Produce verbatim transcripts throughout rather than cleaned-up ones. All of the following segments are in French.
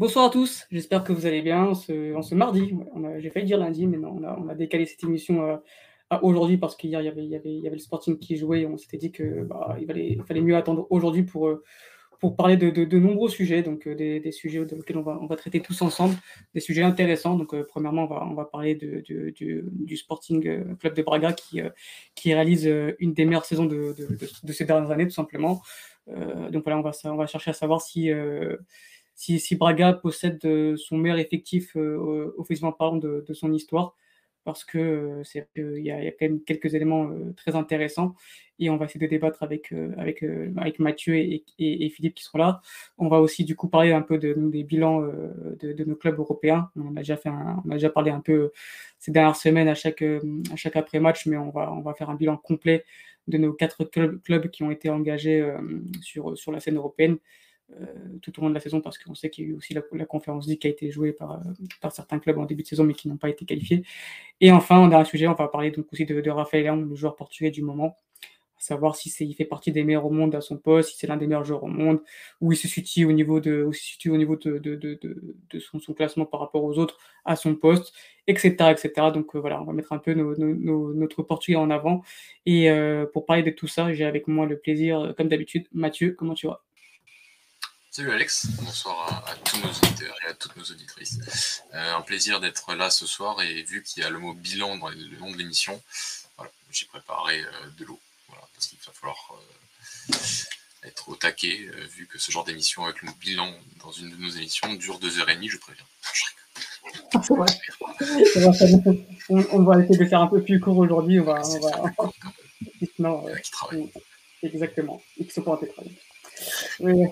Bonsoir à tous, j'espère que vous allez bien en ce, en ce mardi. Ouais, on a- j'ai failli dire lundi, mais non, on a, on a décalé cette émission euh, à aujourd'hui parce qu'hier il y avait, il y avait, il y avait le Sporting qui jouait. On s'était dit que bah, il fallait, il fallait mieux attendre aujourd'hui pour, euh, pour parler de, de- de nombreux sujets, donc euh, des, des sujets de lesquels on va, on va traiter tous ensemble, des sujets intéressants. Donc, euh, premièrement, on va, on va parler de, de- du, du Sporting euh, Club de Braga qui, euh, qui réalise euh, une des meilleures saisons de, de- de- de ces dernières années, tout simplement. Euh, donc voilà, on va, sa- on va chercher à savoir si, euh, si, si Braga possède euh, son meilleur effectif euh, offensivement parlant de, de son histoire, parce que euh, c'est qu'il y, a il y a quand même quelques éléments euh, très intéressants et on va essayer de débattre avec, euh, avec, euh, avec Mathieu et, et, et Philippe qui seront là. On va aussi du coup parler un peu de, des bilans euh, de, de nos clubs européens. On a déjà fait un- on a déjà parlé un peu ces dernières semaines à chaque, euh, à chaque après-match, mais on va, on va faire un bilan complet de nos quatre clubs, clubs qui ont été engagés euh, sur, sur la scène européenne euh, tout au long de la saison, parce qu'on sait qu'il y a eu aussi la, la conférence League qui a été jouée par, euh, par certains clubs en début de saison mais qui n'ont pas été qualifiés. Et enfin, en dernier sujet, on va parler donc aussi de, de Rafael Leão, le joueur portugais du moment, à savoir si c'est, il fait partie des meilleurs au monde à son poste, si c'est l'un des meilleurs joueurs au monde, où il se situe au niveau de, où il se situe au niveau de, de, de, de, de son, son classement par rapport aux autres à son poste, et cetera, et cetera. Donc euh, voilà, on va mettre un peu nos, nos, nos, notre Portugais en avant. Et euh, pour parler de tout ça, j'ai avec moi le plaisir, euh, comme d'habitude, Mathieu, comment tu vas? Salut Alex, bonsoir à, à tous nos auditeurs et à toutes nos auditrices. Euh, un plaisir d'être là ce soir et vu qu'il y a le mot bilan dans le long de l'émission, voilà, j'ai préparé euh, de l'eau, voilà, parce qu'il va falloir euh, être au taquet, euh, vu que ce genre d'émission avec le mot bilan dans une de nos émissions dure deux heures et demie, je préviens. C'est vrai. C'est vrai, ça va. on, on va essayer de faire un peu plus court aujourd'hui. On va, on C'est faire va... plus court quand même. non, Il y en euh, a qui travaillent. on- exactement. Et qui sont pas en télétravail. Oui.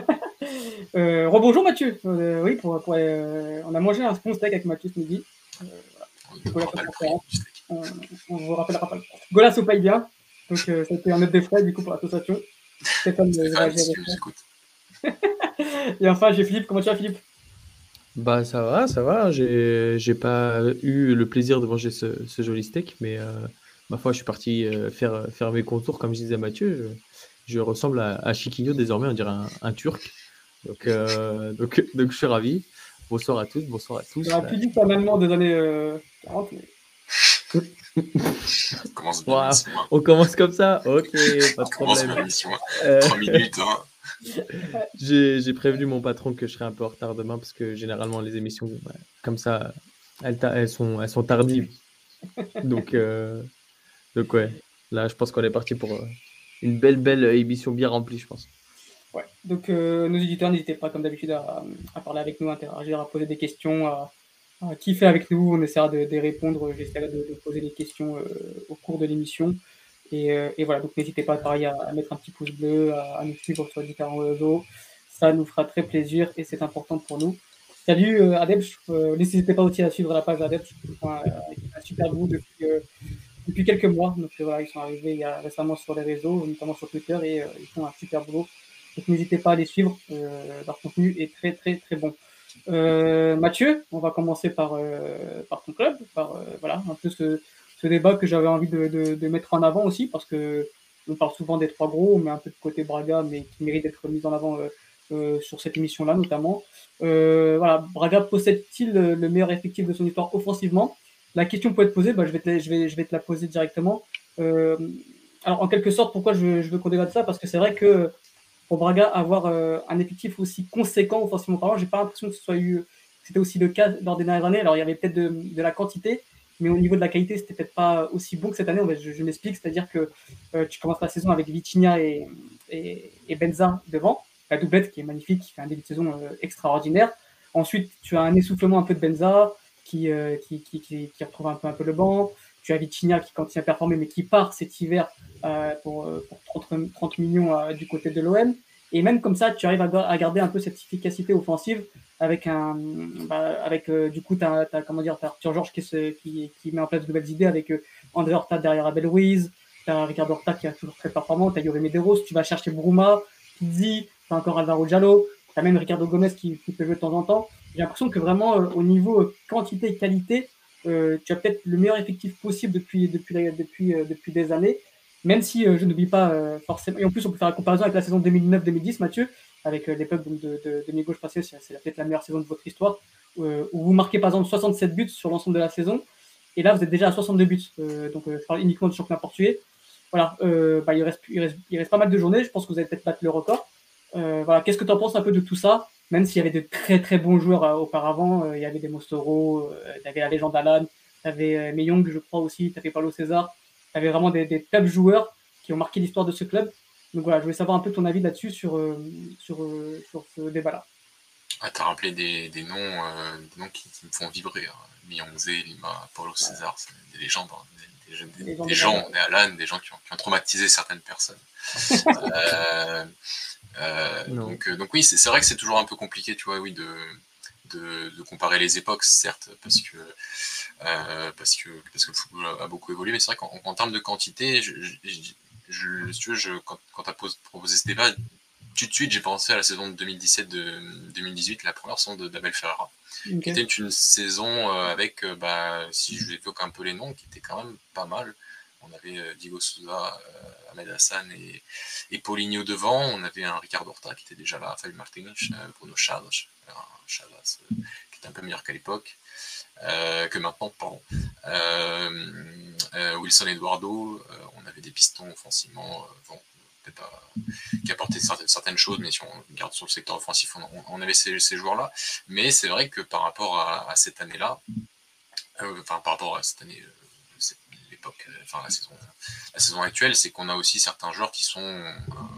euh, rebonjour Mathieu. Euh, oui, pour, pour, euh, on a mangé un bon steak avec Mathieu ce midi. Euh, voilà. On ne Golasso donnera pas le prix transparent. du steak. On, on vous rappellera pas. Golasso paye bien. Donc euh, ça a été un note de frais du coup pour l'association. Stéphane euh, va Stéphane, gérer si tu nous ça. écoutes. Et enfin, j'ai Philippe. Comment tu vas, Philippe? Bah ça va, ça va. J'ai j'ai pas eu le plaisir de manger ce, ce joli steak, mais euh, ma foi, je suis parti euh, faire faire mes contours, comme je disais à Mathieu. Je, je ressemble à, à Chiquinho désormais, on dirait un, un Turc. Donc, euh, donc donc je suis ravi. Bonsoir à tous, bonsoir à tous. J'aurais pu dire ça maintenant des années euh, quarante. Mais... On commence bien Waouh, l'émission. Hein. on commence comme ça? Ok, pas On de commence bien problème. l'émission. Hein. Euh, Trois minutes. Hein. j'ai j'ai prévenu mon patron que je serais un peu en retard demain parce que généralement les émissions ouais, comme ça, elles, ta- elles sont elles sont tardives. Donc euh, Donc ouais, là je pense qu'on est parti pour euh, une belle belle émission bien remplie, je pense. Ouais. Donc, euh, nos éditeurs, n'hésitez pas, comme d'habitude, à, à parler avec nous, à interagir, à poser des questions, à, à kiffer avec nous. On essaiera de, de répondre. J'essaierai de, de poser des questions euh, au cours de l'émission. Et, euh, et voilà, donc n'hésitez pas, pareil, à, à mettre un petit pouce bleu, à, à nous suivre sur différents réseaux. Ça nous fera très plaisir et c'est important pour nous. Salut euh, Adeb, euh, n'hésitez pas aussi à suivre la page Adeb. Ils font un, un super bout depuis, euh, depuis quelques mois. Donc euh, voilà, ils sont arrivés il y a récemment sur les réseaux, notamment sur Twitter, et euh, ils font un super boulot. Donc n'hésitez pas à les suivre, euh, leur contenu est très très très bon. Euh, Mathieu, on va commencer par, euh, par ton club, par euh, voilà, un peu ce, ce débat que j'avais envie de, de, de mettre en avant aussi, parce que on parle souvent des trois gros, on met un peu de côté Braga, mais qui mérite d'être mis en avant euh, euh, sur cette émission-là notamment. Euh, voilà, Braga possède-t-il le, le meilleur effectif de son histoire offensivement? La question peut être posée, bah, je, vais te, je, vais, je vais te la poser directement. Euh, alors, en quelque sorte, pourquoi je, je veux qu'on débatte ça? Parce que c'est vrai que pour Braga, avoir euh, un effectif aussi conséquent offensivement parlant, j'ai pas l'impression que ce soit eu, c'était aussi le cas lors des dernières années. Alors, il y avait peut-être de, de la quantité, mais au niveau de la qualité, c'était peut-être pas aussi bon que cette année. En fait, je, je m'explique, c'est-à-dire que euh, tu commences la saison avec Vitinha et, et, et Benza devant, la doublette qui est magnifique, qui fait un début de saison euh, extraordinaire. Ensuite, tu as un essoufflement un peu de Benza qui, euh, qui, qui, qui, qui retrouve un peu, un peu le banc. Tu as Vitinha qui continue à performer, mais qui part cet hiver euh, pour, pour trente, trente millions euh, du côté de l'O M. Et même comme ça, tu arrives à, à garder un peu cette efficacité offensive avec un, bah, avec euh, du coup, t'as, t'as comment dire, t'as Arthur Georges qui, se, qui, qui met en place de nouvelles idées avec euh, André Horta derrière Abel Ruiz, t'as Ricardo Horta qui est toujours très performant, t'as Yuri Medeiros, tu vas chercher Bruma, Pizzi, t'as encore Alvaro Diallo, t'as même Ricardo Gomez qui, qui peut jouer de temps en temps. J'ai l'impression que vraiment euh, au niveau euh, quantité et qualité, euh, tu as peut-être le meilleur effectif possible depuis depuis depuis euh, depuis des années. Même si euh, je n'oublie pas euh, forcément, et en plus on peut faire la comparaison avec la saison deux mille neuf deux mille dix, Mathieu, avec euh, l'époque donc, de, de, de mi-gauche passée, c'est, c'est peut-être la meilleure saison de votre histoire, euh, où vous marquez par exemple soixante-sept buts sur l'ensemble de la saison, et là vous êtes déjà à soixante-deux buts, euh, donc euh, je parle uniquement du championnat portugais. Voilà, euh, bah, il, reste, il, reste, il reste pas mal de journées, je pense que vous allez peut-être battre le record. Euh, voilà, qu'est-ce que tu en penses un peu de tout ça, même s'il y avait de très très bons joueurs euh, auparavant, euh, il y avait des Mostoro, euh, il y avait la légende Alan, tu avais euh, Meyong, je crois aussi, tu avais Paulo César, tu avais vraiment des, des top joueurs qui ont marqué l'histoire de ce club. Donc voilà, je voulais savoir un peu ton avis là-dessus sur, euh, sur, euh, sur ce débat-là. Ah, t'as rappelé des, des noms, euh, des noms qui, qui me font vibrer. Hein. Mionze, Lima, Paulo César, c'est des légendes, hein. des, des, des, des, des gens, des Alan, des gens qui ont, qui ont traumatisé certaines personnes. euh, euh, donc, euh, donc oui, c'est, c'est vrai que c'est toujours un peu compliqué, tu vois, oui, de, de, de comparer les époques, certes, parce que euh, parce que parce que le football a, a beaucoup évolué, mais c'est vrai qu'en en termes de quantité, je, je, je, je, je, je quand, quand t'as proposé ce débat, tout de suite, j'ai pensé à la saison de deux mille dix-sept deux mille dix-huit, la première saison d'Abel Ferreira, okay. qui était une saison avec, bah, si je évoque un peu les noms, qui était quand même pas mal. On avait euh, Diego Souza, euh, Ahmed Hassan et, et Paulinho devant. On avait un Ricardo Horta qui était déjà là, Fabio Martínez, euh, Bruno Chadas, Chadas euh, qui était un peu meilleur qu'à l'époque, euh, que maintenant, pardon. Euh, euh, Wilson Eduardo, euh, on avait des pistons offensivement, euh, bon, peut-être pas, qui apportaient certaines, certaines choses, mais si on regarde sur le secteur offensif, on, on avait ces, ces joueurs-là. Mais c'est vrai que par rapport à, à cette année-là, euh, enfin par rapport à cette année, euh, cette, l'époque, euh, enfin la saison, la saison actuelle, c'est qu'on a aussi certains joueurs qui sont euh,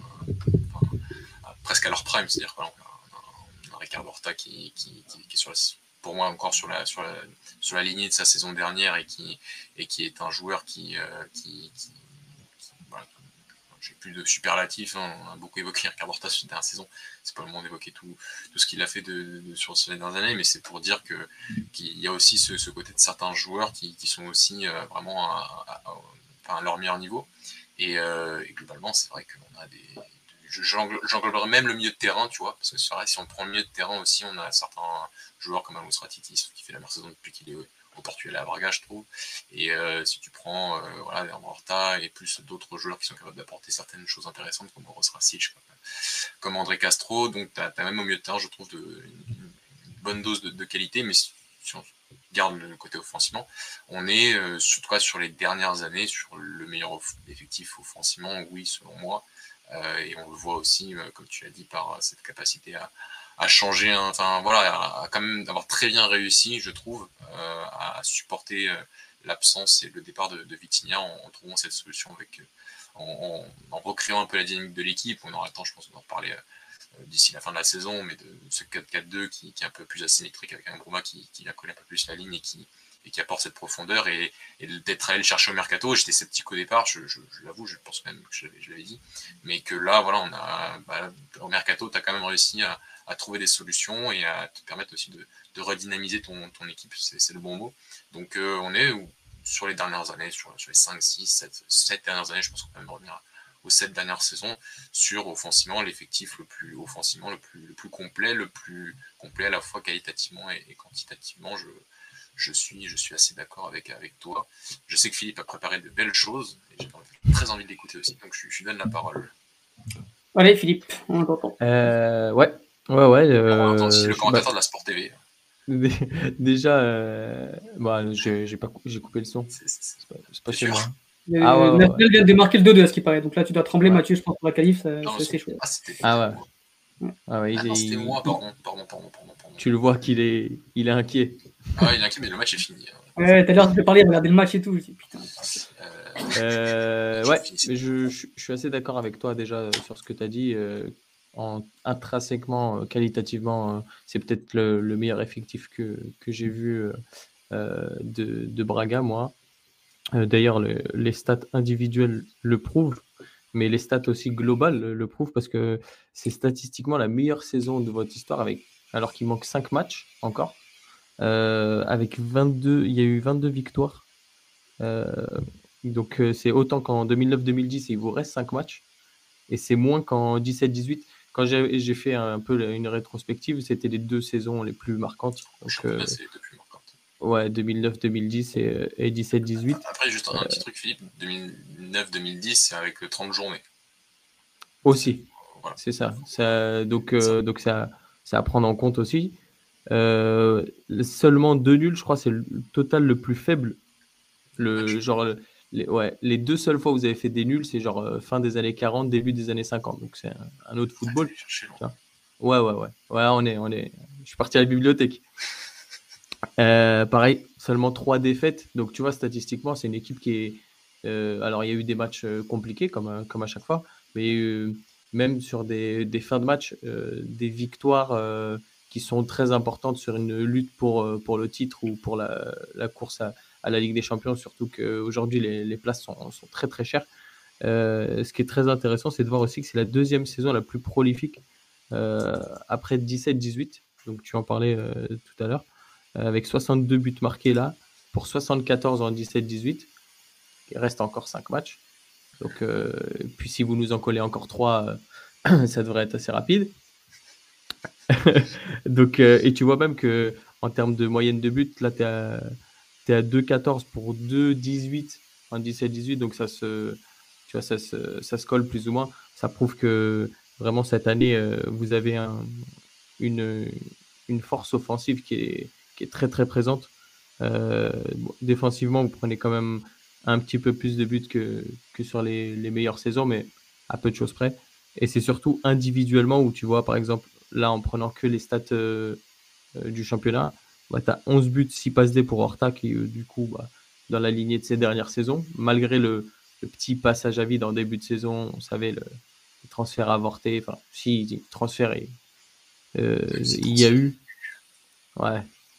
enfin, presque à leur prime, c'est-à-dire qu'on a, a, a un Ricardo Horta qui, qui, qui, qui est sur la, pour moi encore sur la, sur la, sur la lignée de sa saison dernière et qui, et qui est un joueur qui, euh, qui, qui, qui voilà, j'ai plus de superlatifs, hein. On a beaucoup évoqué Ricardo Horta sur la dernière saison, c'est pas le moment d'évoquer tout, tout ce qu'il a fait de, de, sur ces dernières années, mais c'est pour dire que, qu'il y a aussi ce, ce côté de certains joueurs qui, qui sont aussi euh, vraiment à, à, à, à leur meilleur niveau, et, euh, et globalement c'est vrai qu'on a des... J'engloberais même le milieu de terrain, tu vois, parce que c'est vrai, si on prend le milieu de terrain aussi, on a certains joueurs comme Amos Ratitis qui fait la meilleure saison depuis qu'il est au Portugal à Braga, je trouve. Et euh, si tu prends euh, voilà, Leandro Horta et plus d'autres joueurs qui sont capables d'apporter certaines choses intéressantes, comme Boros Rasic, comme, comme André Castro, donc tu as même au milieu de terrain, je trouve, de, une, une bonne dose de, de qualité, mais si, si on garde le côté offensivement, on est, euh, surtout sur les dernières années, sur le meilleur off- effectif offensivement, oui, selon moi. Euh, et on le voit aussi, euh, comme tu l'as dit, par cette capacité à, à changer, hein, enfin voilà, à, à quand même avoir très bien réussi, je trouve, euh, à supporter euh, l'absence et le départ de, de Vitinha en, en trouvant cette solution avec, euh, en, en, en recréant un peu la dynamique de l'équipe. On aura le temps, je pense, d'en reparler euh, d'ici la fin de la saison, mais de, de ce quatre quatre deux qui, qui est un peu plus asymétrique avec un Bruma qui, qui a collé un peu plus la ligne et qui et qui apporte cette profondeur, et, et d'être allé le chercher au mercato. J'étais sceptique au départ, je, je, je l'avoue, je pense même que je l'avais, je l'avais dit, mais que là, voilà, on a, bah, au mercato, tu as quand même réussi à, à trouver des solutions et à te permettre aussi de, de redynamiser ton, ton équipe, c'est, c'est le bon mot. Donc euh, on est sur les dernières années, sur, sur les cinq, six, sept, sept dernières années, je pense qu'on peut même revenir aux sept dernières saisons, sur offensivement l'effectif le plus offensivement le plus, le plus complet, le plus complet à la fois qualitativement et, et quantitativement. Je, Je suis, je suis assez d'accord avec, avec toi. Je sais que Philippe a préparé de belles choses et j'ai très envie de l'écouter aussi, donc je, je lui donne la parole. Allez, Philippe, on t'entend. Euh, ouais, ouais, ouais. Euh, on entend aussi le commentateur bah, de la Sport T V. Déjà, euh, bah, j'ai, j'ai, pas, j'ai coupé le son. C'est, c'est, c'est pas, c'est pas c'est chez sûr. moi. Euh, Ah ouais, ouais, National ouais. vient de marquer le deux deux à ce qui paraît, donc là tu dois trembler, Ouais. Mathieu, je pense, pour la qualif, ça, Non, c'est, c'est c'est chaud. Ah, c'était, Ah ouais. moi. Ah ouais, il ah est, non, c'était moi, il, pardon, pardon, pardon, pardon, pardon. Tu le vois qu'il est, il est inquiet. Ah, il est inquiet, mais le match est fini. Ouais, tout à l'heure, je vais parler, regarder le match et tout. Je dis, putain. Euh, euh, ouais, mais je, je, je suis assez d'accord avec toi déjà sur ce que tu as dit. Euh, en, intrinsèquement, euh, qualitativement, euh, c'est peut-être le, le meilleur effectif que, que j'ai vu euh, de, de Braga, moi. Euh, d'ailleurs, le, les stats individuelles le prouvent, mais les stats aussi globales le, le prouvent parce que c'est statistiquement la meilleure saison de votre histoire, avec, alors qu'il manque cinq matchs encore. Euh, avec vingt-deux, il y a eu vingt-deux victoires. Euh, donc euh, c'est autant qu'en deux mille neuf deux mille dix, et il vous reste cinq matchs. Et c'est moins qu'en dix-sept dix-huit. Quand j'ai, j'ai fait un peu une rétrospective, c'était les deux saisons les plus marquantes. Donc, euh, c'est les deux plus marquantes. Ouais, deux mille neuf deux mille dix et, et dix-sept dix-huit. Après, juste un, euh, un petit truc, Philippe, deux mille neuf deux mille dix, c'est avec trente journées. Aussi. Voilà. C'est ça. ça donc, euh, donc ça, c'est à prendre en compte aussi. Euh, seulement deux nuls, je crois, c'est le total le plus faible. Le, genre, les, ouais, les deux seules fois où vous avez fait des nuls, c'est genre euh, fin des années quarante, début des années cinquante. Donc c'est un, un autre football. Ouais, ouais, ouais. Ouais, on est, on est... Je suis parti à la bibliothèque. Euh, pareil, seulement trois défaites. Donc tu vois, statistiquement, c'est une équipe qui est... Euh, alors, il y a eu des matchs euh, compliqués, comme, à- comme à chaque fois. Mais euh, même sur des, des fins de match, euh, des victoires euh, qui sont très importantes sur une lutte pour, euh, pour le titre ou pour la, la course à, à la Ligue des Champions, surtout qu'aujourd'hui, les, les places sont, sont très très chères. Euh, ce qui est très intéressant, c'est de voir aussi que c'est la deuxième saison la plus prolifique euh, après dix-sept dix-huit. Donc tu en parlais euh, tout à l'heure, euh, avec soixante-deux buts marqués là, pour soixante-quatorze en dix-sept dix-huit. Il reste encore cinq matchs. Donc, euh, puis si vous nous en collez encore trois, euh, ça devrait être assez rapide. Donc, euh, et tu vois même que en termes de moyenne de buts, là, tu es à, t'es à deux quatorze pour deux dix-huit en dix-sept dix-huit. Donc, ça se, tu vois, ça se, ça se colle plus ou moins. Ça prouve que vraiment cette année, euh, vous avez un, une, une force offensive qui est, qui est très, très présente. Euh, bon, défensivement, vous prenez quand même un petit peu plus de buts que, que sur les, les meilleures saisons, mais à peu de choses près. Et c'est surtout individuellement où tu vois, par exemple, là, en prenant que les stats euh, euh, du championnat, bah, tu as onze buts, six passes D pour Horta, qui, euh, du coup, bah, dans la lignée de ses dernières saisons, malgré le, le petit passage à vide en début de saison, on savait le, le transfert avorté, enfin, si, transfert, et, euh, il y a eu. Ouais.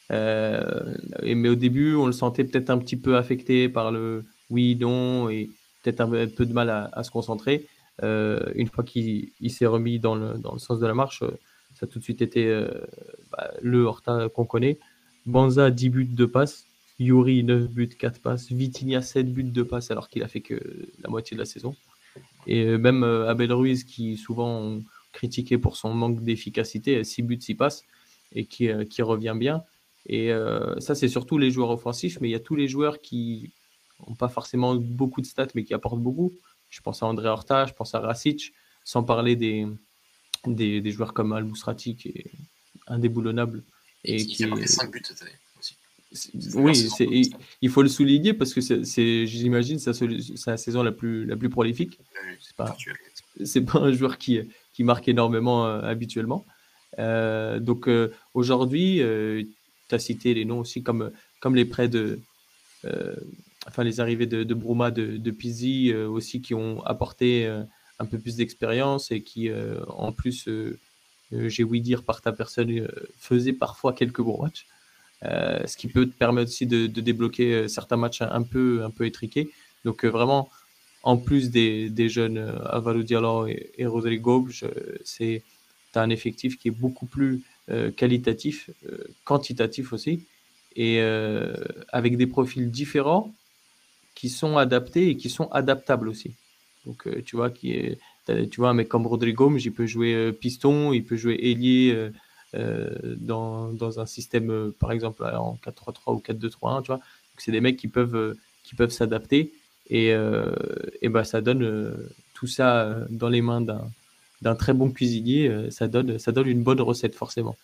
Euh, et, mais au début, on le sentait peut-être un petit peu affecté par le oui, non, et peut-être un, un peu de mal à, à se concentrer. Euh, une fois qu'il il s'est remis dans le, dans le sens de la marche, ça a tout de suite été euh, bah, le Horta qu'on connaît. Banza, dix buts, deux passes. Yuri, neuf buts, quatre passes. Vitinha, sept buts, deux passes, alors qu'il a fait que la moitié de la saison. Et euh, même euh, Abel Ruiz, qui souvent on critiqué pour son manque d'efficacité, six buts, six passes, et qui, euh, qui revient bien. Et euh, ça, c'est surtout les joueurs offensifs, mais il y a tous les joueurs qui n'ont pas forcément beaucoup de stats, mais qui apportent beaucoup. Je pense à André Horta, je pense à Rasic, sans parler des, des, des joueurs comme Al Mousrati, qui est indéboulonnable. Et, et qui, qui a marqué cinq buts cette année aussi. Oui, c'est, il, il faut le souligner parce que c'est, c'est j'imagine, c'est sa saison la plus, la plus prolifique. Oui, c'est pas, c'est pas un joueur qui, qui marque énormément euh, habituellement. Euh, donc euh, aujourd'hui, euh, tu as cité les noms aussi comme, comme les prêts de. Euh, enfin, les arrivées de, de Bruma, de, de Pizzi euh, aussi qui ont apporté euh, un peu plus d'expérience et qui, euh, en plus, euh, euh, j'ai ouï dire par ta personne, euh, faisaient parfois quelques gros matchs. Euh, ce qui peut te permettre aussi de, de débloquer certains matchs un peu, un peu étriqués. Donc euh, vraiment, en plus des, des jeunes euh, Alvaro Diallo et, et Rodrigo, je, c'est, tu as un effectif qui est beaucoup plus euh, qualitatif, euh, quantitatif aussi, et euh, avec des profils différents qui sont adaptés et qui sont adaptables aussi. Donc euh, tu vois, qui est, tu vois, un mec comme Rodrigo, il peut jouer euh, piston, il peut jouer ailier euh, euh, dans, dans un système, euh, par exemple, en quatre trois trois ou quatre deux trois un, tu vois. Donc c'est des mecs qui peuvent, euh, qui peuvent s'adapter et, euh, et ben, ça donne euh, tout ça euh, dans les mains d'un, d'un très bon cuisinier, euh, ça, donne, ça donne une bonne recette forcément.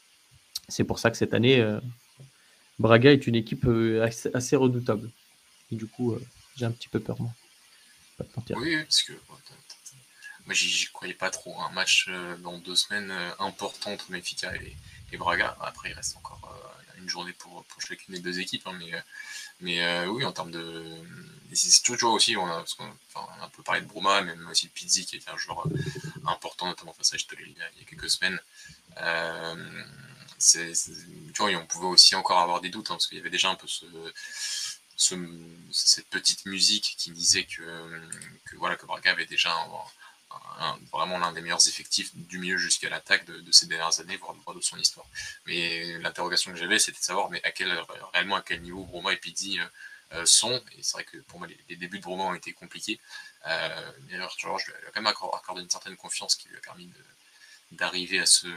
C'est pour ça que cette année, euh, Braga est une équipe euh, assez, assez redoutable. Et du coup, euh, j'ai un petit peu peur, moi. Pas te mentir. Oui, parce que bon, moi, j'y croyais pas trop. Un match euh, dans deux semaines euh, important entre Benfica et, et Braga. Après, il reste encore euh, une journée pour, pour chacune des deux équipes. Hein, mais mais euh, oui, en termes de. C'est toujours aussi, on a, parce qu'on, enfin, on a un peu parlé de Bruma, mais même aussi de Pizzi, qui était un joueur euh, important, notamment face à Estelle il y a quelques semaines. Euh, c'est, c'est, tu vois, on pouvait aussi encore avoir des doutes, hein, parce qu'il y avait déjà un peu ce. Ce, cette petite musique qui disait que, que, voilà, que Braga avait déjà un, un, vraiment l'un des meilleurs effectifs du milieu jusqu'à l'attaque de, de ces dernières années, voire, voire de son histoire. Mais l'interrogation que j'avais, c'était de savoir mais à quel, réellement à quel niveau Bruma et Pizzi euh, sont. Et c'est vrai que pour moi, les, les débuts de Bruma ont été compliqués. Euh, mais alors, tu vois, je lui ai quand même accordé une certaine confiance qui lui a permis de, d'arriver à, se,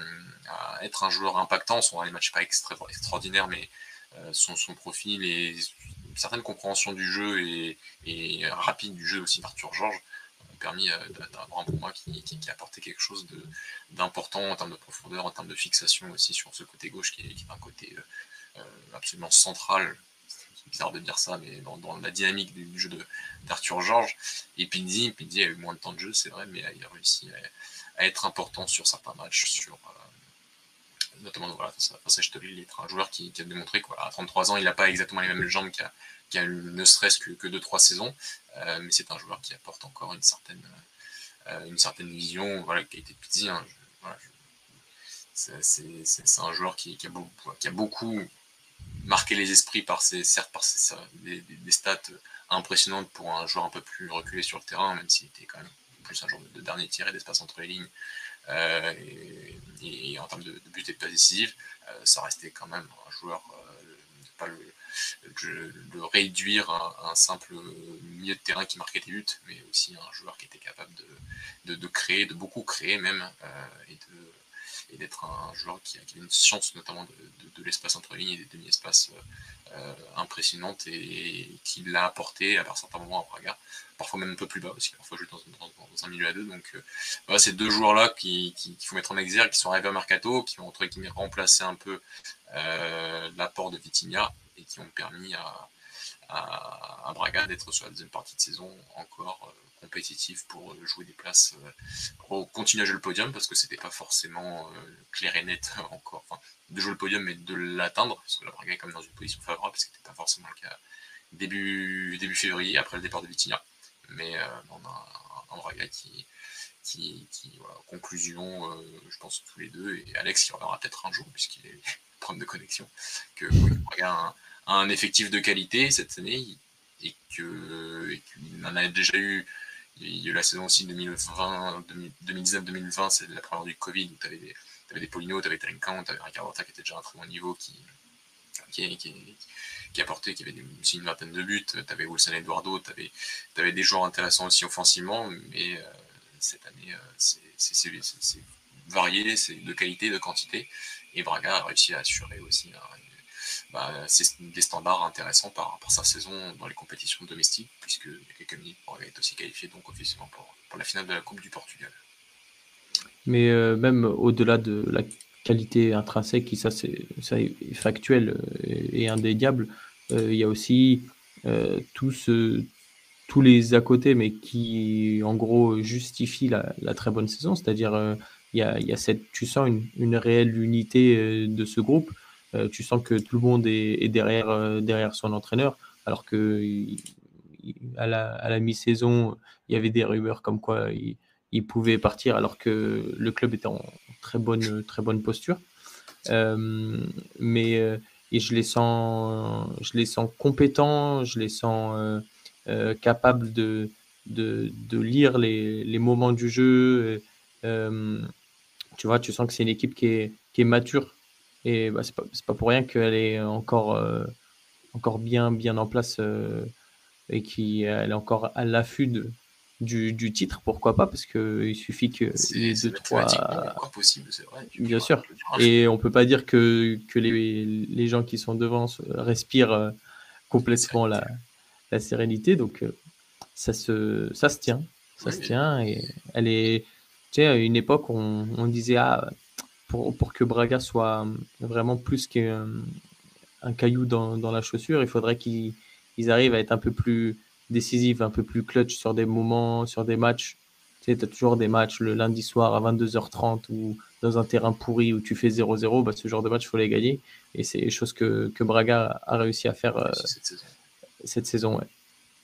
à être un joueur impactant. Son les matchs pas extra, extraordinaires, mais euh, son, son profil et une certaine compréhension du jeu et, et rapide du jeu aussi d'Arthur Georges ont permis euh, d'avoir un Bruma qui, qui, qui a apporté quelque chose de, d'important en termes de profondeur, en termes de fixation aussi sur ce côté gauche qui est, qui est un côté euh, absolument central. C'est bizarre de dire ça, mais dans, dans la dynamique du, du jeu de, d'Arthur Georges. Et Pizzi, Pizzi a eu moins de temps de jeu, c'est vrai, mais il a réussi à, à être important sur certains matchs, sur... Euh, notamment voilà, ça, ça je te il est un joueur qui, qui a démontré qu'à trente-trois ans il n'a pas exactement les mêmes jambes qu'à, qu'à ne serait-ce que, que deux trois saisons, euh, mais c'est un joueur qui apporte encore une certaine, euh, une certaine vision, voilà, qui a été Pizzi, hein, je, voilà, je, c'est, c'est, c'est, c'est un joueur qui, qui, a beaucoup, qui a beaucoup marqué les esprits par ses, certes par ses, des, des, des stats impressionnantes pour un joueur un peu plus reculé sur le terrain, même s'il était quand même plus un joueur de, de dernier tir et d'espace entre les lignes. Euh, et, et en termes de, de but et de passe décisive, euh, ça restait quand même un joueur, euh, pas le, le, le réduire à un, un simple milieu de terrain qui marquait des buts, mais aussi un joueur qui était capable de, de, de créer, de beaucoup créer même, euh, et, de, et d'être un, un joueur qui, qui a une science notamment de, de, de l'espace entre lignes et des demi-espaces euh, impressionnantes, et, et qui l'a apporté à certains moments à Braga, parfois même un peu plus bas aussi, parfois jouer dans, dans, dans un milieu à deux. Donc euh, voilà, ces deux joueurs-là qui, qui, qu'il faut mettre en exergue, qui sont arrivés à Mercato, qui ont entre guillemets remplacé un peu euh, l'apport de Vitinha et qui ont permis à, à, à Braga d'être sur la deuxième partie de saison encore euh, compétitif pour jouer des places, euh, pour continuer à jouer le podium, parce que c'était pas forcément euh, clair et net encore, enfin de jouer le podium mais de l'atteindre, parce que la Braga est comme dans une position favorable, parce que c'était pas forcément le cas début, début février après le départ de Vitinha. Mais euh, on a un, un Braga qui, qui, qui voilà, conclusion, euh, je pense tous les deux, et Alex qui reviendra peut-être un jour, puisqu'il est problème de connexion, que oui, Braga a un, a un effectif de qualité cette année, et, que, et qu'il en a déjà eu, il y a eu la saison aussi deux mille vingt, deux mille dix-neuf deux mille vingt, c'est la première du Covid, où tu avais des, t'avais des Polino, tu avais Trinkan, tu avais Ricardo Horta qui était déjà à un très bon niveau, qui, qui, qui, qui apportait, qui avait des, aussi une vingtaine de buts, tu avais Wilson Eduardo, tu avais, avais des joueurs intéressants aussi offensivement, mais euh, cette année, euh, c'est, c'est, c'est, c'est, c'est varié, c'est de qualité, de quantité, et Braga a réussi à assurer aussi hein, bah, des standards intéressants par, par sa saison dans les compétitions domestiques, puisque il y a quelques minutes, Braga est aussi qualifié donc officiellement pour, pour la finale de la Coupe du Portugal. Mais euh, même au-delà de la qualité intrinsèque, qui ça c'est, ça est factuel et, et indéniable, euh, il y a aussi euh, tout ce, tous les à côté, mais qui en gros justifient la, la très bonne saison. C'est-à-dire, euh, il y a, il y a cette, tu sens une, une réelle unité euh, de ce groupe. Euh, tu sens que tout le monde est, est derrière, euh, derrière son entraîneur, alors que il- il- à la, à la mi-saison, il y avait des rumeurs comme quoi il, il pouvait partir, alors que le club était en très bonne, très bonne posture. Euh, mais euh, et je les sens, je les sens compétents, je les sens euh, euh, capables de, de, de lire les, les moments du jeu. Euh, tu vois, tu sens que c'est une équipe qui est, qui est mature. Et bah, c'est pas, c'est pas pour rien qu'elle est encore, euh, encore bien, bien en place euh, et qu'elle est encore à l'affût de, du, du titre. Pourquoi pas? Parce qu'il suffit qu'il y ait C'est, c'est deux, mathématiquement trois. encore possible, c'est vrai. Tu, tu Bien vois, sûr. je veux dire, un Et on peut pas dire que, que les, les gens qui sont devant se- respirent euh, complètement la, la sérénité. Donc, euh, ça se, ça se tient. Ça se oui, tient. Et elle est. Tu sais, à une époque, on, on disait, ah, pour, pour que Braga soit vraiment plus qu'un un caillou dans, dans la chaussure, il faudrait qu'ils ils arrivent à être un peu plus décisifs, un peu plus clutch sur des moments, sur des matchs. Tu sais, tu as toujours des matchs le lundi soir à vingt-deux heures trente ou dans un terrain pourri où tu fais zéro zéro, bah, ce genre de match, il faut les gagner. Et c'est des choses que, que Braga a réussi à faire euh, cette saison. cette saison. Ouais.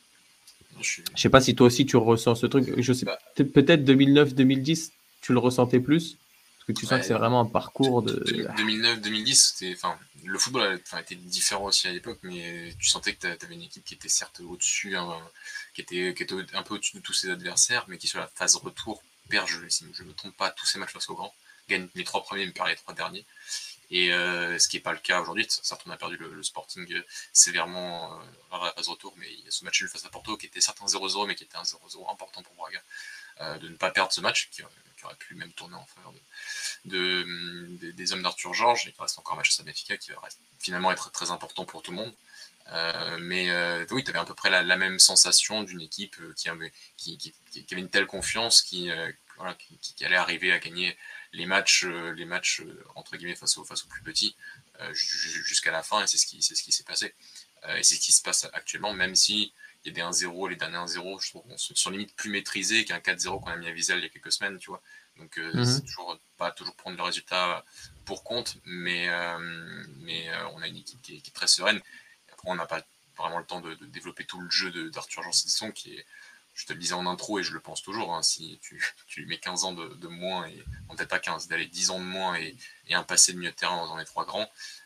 Je suis... Je sais pas si toi aussi tu ressens ce truc. Je sais bah, peut-être deux mille neuf deux mille dix, tu le ressentais plus parce que tu sens que c'est ouais, vraiment un parcours de. deux mille neuf deux mille dix, c'était, enfin, le football a, enfin, était différent aussi à l'époque, mais tu sentais que tu avais une équipe qui était certes au-dessus, hein, qui, était, qui était un peu au-dessus de tous ses adversaires, mais qui sur la phase retour perd, je, si je ne me trompe pas, tous ses matchs face au grand, gagne les trois premiers, mais perd les trois derniers. Et euh, ce qui n'est pas le cas aujourd'hui, certes on a perdu le, le Sporting sévèrement euh, dans la phase retour, mais il y a ce match nul face à Porto qui était certes un zéro zéro, mais qui était un zéro zéro important pour Braga, euh, de ne pas perdre ce match, qui, qui aurait pu même tourner en faveur de, de, de, des hommes d'Arthur Georges, et il reste encore un match à Benfica qui va reste, finalement être très important pour tout le monde. Euh, mais euh, oui, tu avais à peu près la, la même sensation d'une équipe qui avait, qui, qui, qui avait une telle confiance qui, euh, voilà, qui, qui allait arriver à gagner les matchs, euh, les matchs euh, entre guillemets face aux, face aux plus petits euh, jusqu'à la fin, et c'est ce qui, c'est ce qui s'est passé. Euh, et c'est ce qui se passe actuellement, même si il y a des un zéro, les derniers un zéro, je trouve, sont limite plus maîtrisés qu'un quatre zéro qu'on a mis à Wiesel il y a quelques semaines, tu vois. Donc euh, mm-hmm. c'est toujours pas toujours prendre le résultat pour compte, mais, euh, mais euh, on a une équipe qui est, qui est très sereine. Et après, on n'a pas vraiment le temps de, de développer tout le jeu de, d'Arthur Jean-Cesson, qui est, je te le disais en intro et je le pense toujours, hein, si tu, tu lui mets quinze ans de, de moins, et non, peut-être pas quinze, d'aller dix ans de moins et, et un passé de milieu de terrain dans les trois grands,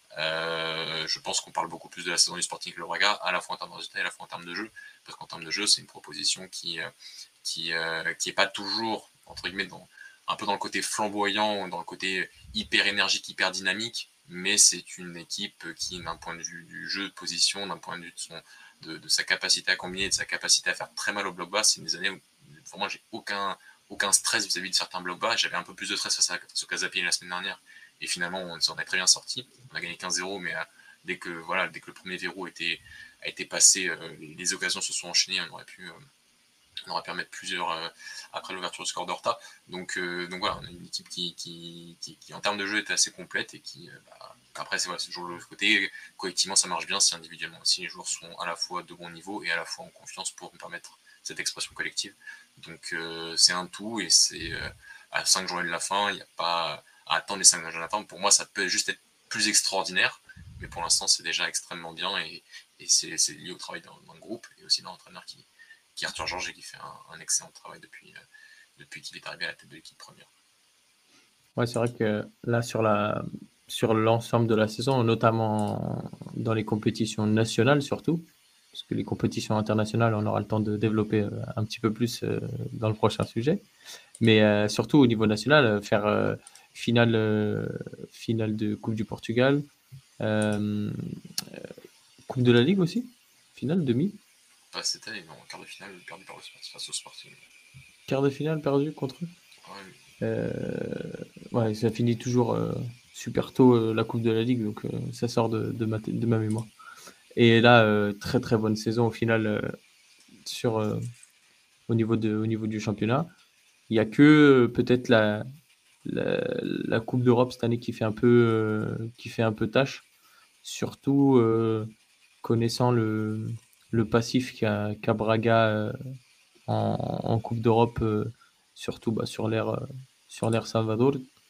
Euh, je pense qu'on parle beaucoup plus de la saison du Sporting que le Braga, à la fois en termes de résultats et à la fois en termes de jeu, parce qu'en termes de jeu, c'est une proposition qui qui euh, qui est pas toujours entre guillemets dans, un peu dans le côté flamboyant, dans le côté hyper énergique, hyper dynamique, mais c'est une équipe qui, d'un point de vue du jeu de position, d'un point de vue de son de, de sa capacité à combiner, de sa capacité à faire très mal au bloc bas, c'est des années où vraiment j'ai aucun aucun stress vis-à-vis de certains blocs bas. J'avais un peu plus de stress face à ce Casapi la semaine dernière. Et finalement, on s'en est très bien sorti. On a gagné quinze zéro, mais euh, dès, que, voilà, dès que le premier verrou était, a été passé, euh, les, les occasions se sont enchaînées. On aurait pu, euh, on aurait pu en mettre plusieurs euh, après l'ouverture du score d'Horta. Donc, euh, donc voilà, on a une équipe qui, qui, qui, qui, en termes de jeu, était assez complète. Et qui, euh, bah, après, c'est, voilà, c'est toujours le côté. Collectivement, ça marche bien. Si individuellement aussi, les joueurs sont à la fois de bon niveau et à la fois en confiance pour me permettre cette expression collective. Donc, euh, c'est un tout. Et c'est euh, à cinq journées de la fin, il n'y a pas à attendre les cinq matchs de la fin. Pour moi, ça peut juste être plus extraordinaire, mais pour l'instant, c'est déjà extrêmement bien, et, et c'est, c'est lié au travail dans, dans le groupe et aussi dans l'entraîneur qui, qui est Arthur Georges, et qui fait un, un excellent travail depuis, euh, depuis qu'il est arrivé à la tête de l'équipe première. Ouais, c'est vrai que là, sur, la, sur l'ensemble de la saison, notamment dans les compétitions nationales surtout, parce que les compétitions internationales, on aura le temps de développer un petit peu plus dans le prochain sujet, mais euh, surtout au niveau national, faire euh, finale, euh, finale de Coupe du Portugal, euh, Coupe de la Ligue aussi, finale, demi. Pas cette année, non, quart de finale perdu par le Sporting, face au Sporting. Quart de finale perdu contre eux. Ouais, euh, ouais, ça finit toujours euh, super tôt euh, la Coupe de la Ligue, donc euh, ça sort de, de, ma, de ma mémoire. Et là, euh, très très bonne saison au final euh, sur, euh, au, niveau de, au niveau du championnat. Il n'y a que euh, peut-être la, la, la Coupe d'Europe cette année qui fait un peu, euh, qui fait un peu tâche, surtout euh, connaissant le, le passif qu'a, qu'a Braga euh, en, en Coupe d'Europe, euh, surtout bah, sur l'ère euh, sur l'ère Salvador,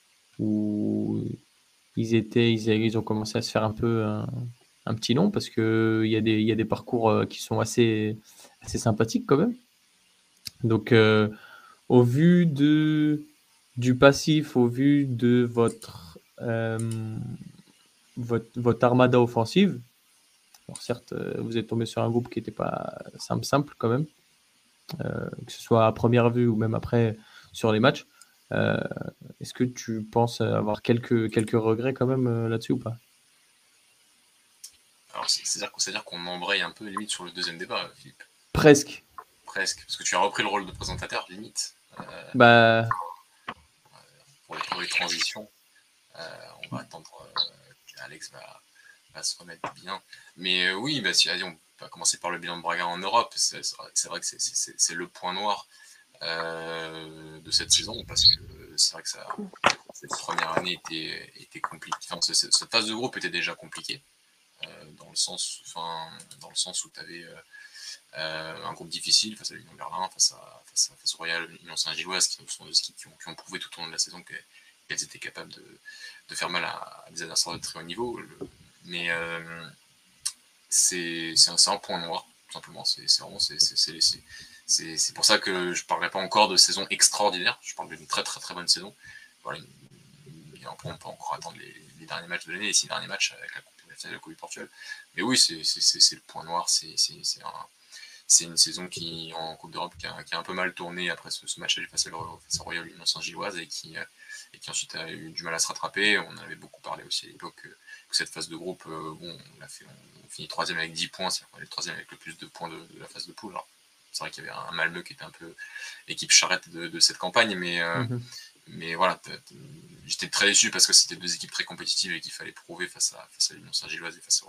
où ils étaient ils, ils ont commencé à se faire un peu un, un petit nom, parce que il y a des il y a des parcours euh, qui sont assez assez sympathiques quand même. Donc euh, au vu de du passif, au vu de votre euh, votre, votre armada offensive, alors certes vous êtes tombé sur un groupe qui n'était pas simple simple quand même, euh, que ce soit à première vue ou même après sur les matchs. Euh, est-ce que tu penses avoir quelques, quelques regrets quand même euh, là-dessus ou pas? Alors, c'est, c'est-à-dire, c'est-à-dire qu'on embraye un peu limite sur le deuxième débat, Philippe. Presque. Presque, parce que tu as repris le rôle de présentateur, limite. Euh, bah... pour, les, pour les transitions, euh, on va attendre euh, qu'Alex va, va se remettre bien. Mais euh, oui, bah, si, allez, on va commencer par le bilan de Braga en Europe. C'est, c'est vrai que c'est, c'est, c'est le point noir euh, de cette saison, parce que c'est vrai que ça, cette première année était, était compliquée. Enfin, cette, cette phase de groupe était déjà compliquée, euh, dans, le sens, enfin, dans le sens où tu avais euh, euh, un groupe difficile face à l'Union Berlin, face, à, face, à, face au Royal, l'Union Saint-Gilloise, qui sont deux équipes qui ont, qui ont prouvé tout au long de la saison qu'elles étaient capables de, de faire mal à, à des adversaires de très haut niveau. Le, mais euh, c'est, c'est, un, c'est un point noir, tout simplement. C'est, c'est vraiment... C'est, c'est, c'est, c'est, c'est, c'est pour ça que je ne parlerai pas encore de saison extraordinaire. Je parle d'une très très très bonne saison. Voilà, une, on peut encore attendre les, les derniers matchs de l'année, les six derniers matchs avec la Coupe, la Coupe du Portugal. Mais oui, c'est, c'est, c'est, c'est le point noir. C'est, c'est, c'est, un, c'est une saison qui, en Coupe d'Europe, qui a, qui a un peu mal tourné après ce, ce match face à Royal Union Saint-Gilloise, et qui, et qui ensuite a eu du mal à se rattraper. On en avait beaucoup parlé aussi à l'époque que, que cette phase de groupe, euh, bon, on, a fait, on, on finit troisième avec dix points, c'est-à-dire qu'on est le troisième avec le plus de points de, de la phase de poule. Alors, c'est vrai qu'il y avait un Malmö qui était un peu l'équipe charrette de, de cette campagne, mais, euh, mm-hmm. mais voilà, t'as, t'as, j'étais très déçu parce que c'était deux équipes très compétitives et qu'il fallait prouver face à, face à l'Union Saint-Gilloise et face, au,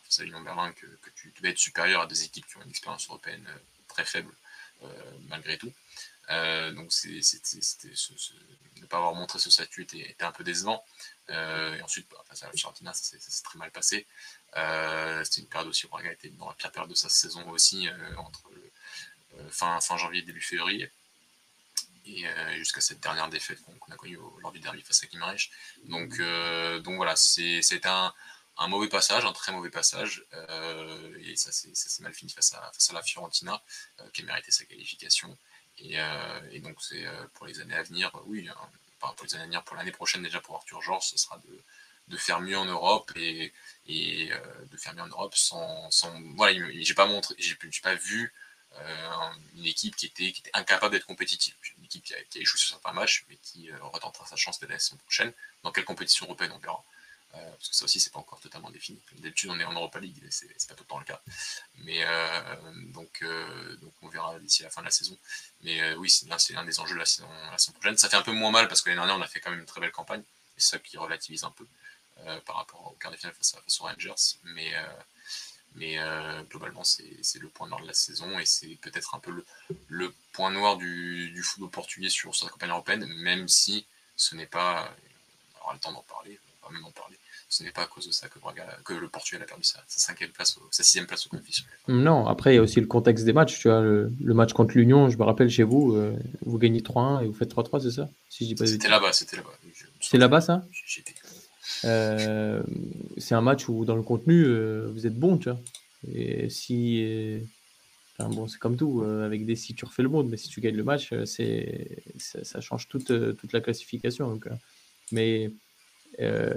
face à l'Union Berlin que, que tu devais être supérieur à des équipes qui ont une expérience européenne euh, très faible euh, malgré tout. Euh, donc c'est, c'était, c'était ce, ce, ne pas avoir montré ce statut était, était un peu décevant. Euh, et ensuite, bah, face à la Fiorentina, ça, ça s'est très mal passé. Euh, c'était une période aussi où Braga était dans la pire période de sa saison aussi, euh, entre le, euh, fin, fin janvier et début février. Et euh, jusqu'à cette dernière défaite qu'on, qu'on a connue au, lors du derby face à Guimarães. Donc, euh, donc voilà, c'est, c'est un, un mauvais passage, un très mauvais passage. Euh, et ça s'est, ça s'est mal fini face à, face à la Fiorentina, euh, qui a mérité sa qualification. Et, euh, et donc c'est euh, pour les années à venir, oui, hein, pas pour les années à venir, pour l'année prochaine déjà pour Arthur Georges, ce sera de, de faire mieux en Europe et, et euh, de faire mieux en Europe sans, sans voilà, j'ai pas montré, j'ai, j'ai pas vu euh, une équipe qui était, qui était incapable d'être compétitive, une équipe qui a, qui a échoué sur certains matchs, mais qui euh, retentera sa chance dès la saison prochaine. Dans quelle compétition européenne on verra. Euh, parce que ça aussi c'est pas encore totalement défini. Comme d'habitude on est en Europa League, c'est, c'est pas tout le temps le cas. Mais euh, donc, euh, donc on verra d'ici la fin de la saison. Mais euh, oui, c'est, là c'est un des enjeux de la saison, la saison prochaine. Ça fait un peu moins mal parce que l'année dernière on a fait quand même une très belle campagne. Et c'est ça qui relativise un peu euh, par rapport au quart de finale face, face aux Rangers. Mais, euh, mais euh, globalement c'est, c'est le point noir de la saison et c'est peut-être un peu le, le point noir du, du football portugais sur, sur la campagne européenne, même si ce n'est pas, on aura le temps d'en parler, on va même en parler. Ce n'est pas à cause de ça que, Braga, que le Portugal a perdu sa, sa cinquième place, au, sa sixième place au coefficient. Non, après il y a aussi le contexte des matchs. Tu vois, le, le match contre l'Union, je me rappelle chez vous, euh, vous gagnez trois un et vous faites trois trois, c'est ça? Si je dis pas C'était là-bas, c'était là-bas. Je, c'est là-bas ça? J'étais. Euh, c'est un match où dans le contenu, euh, vous êtes bon, tu vois. Et si, euh, enfin bon, c'est comme tout, euh, avec des si tu refais le monde, mais si tu gagnes le match, euh, c'est, ça, ça change toute, euh, toute la classification. Donc, euh, mais euh,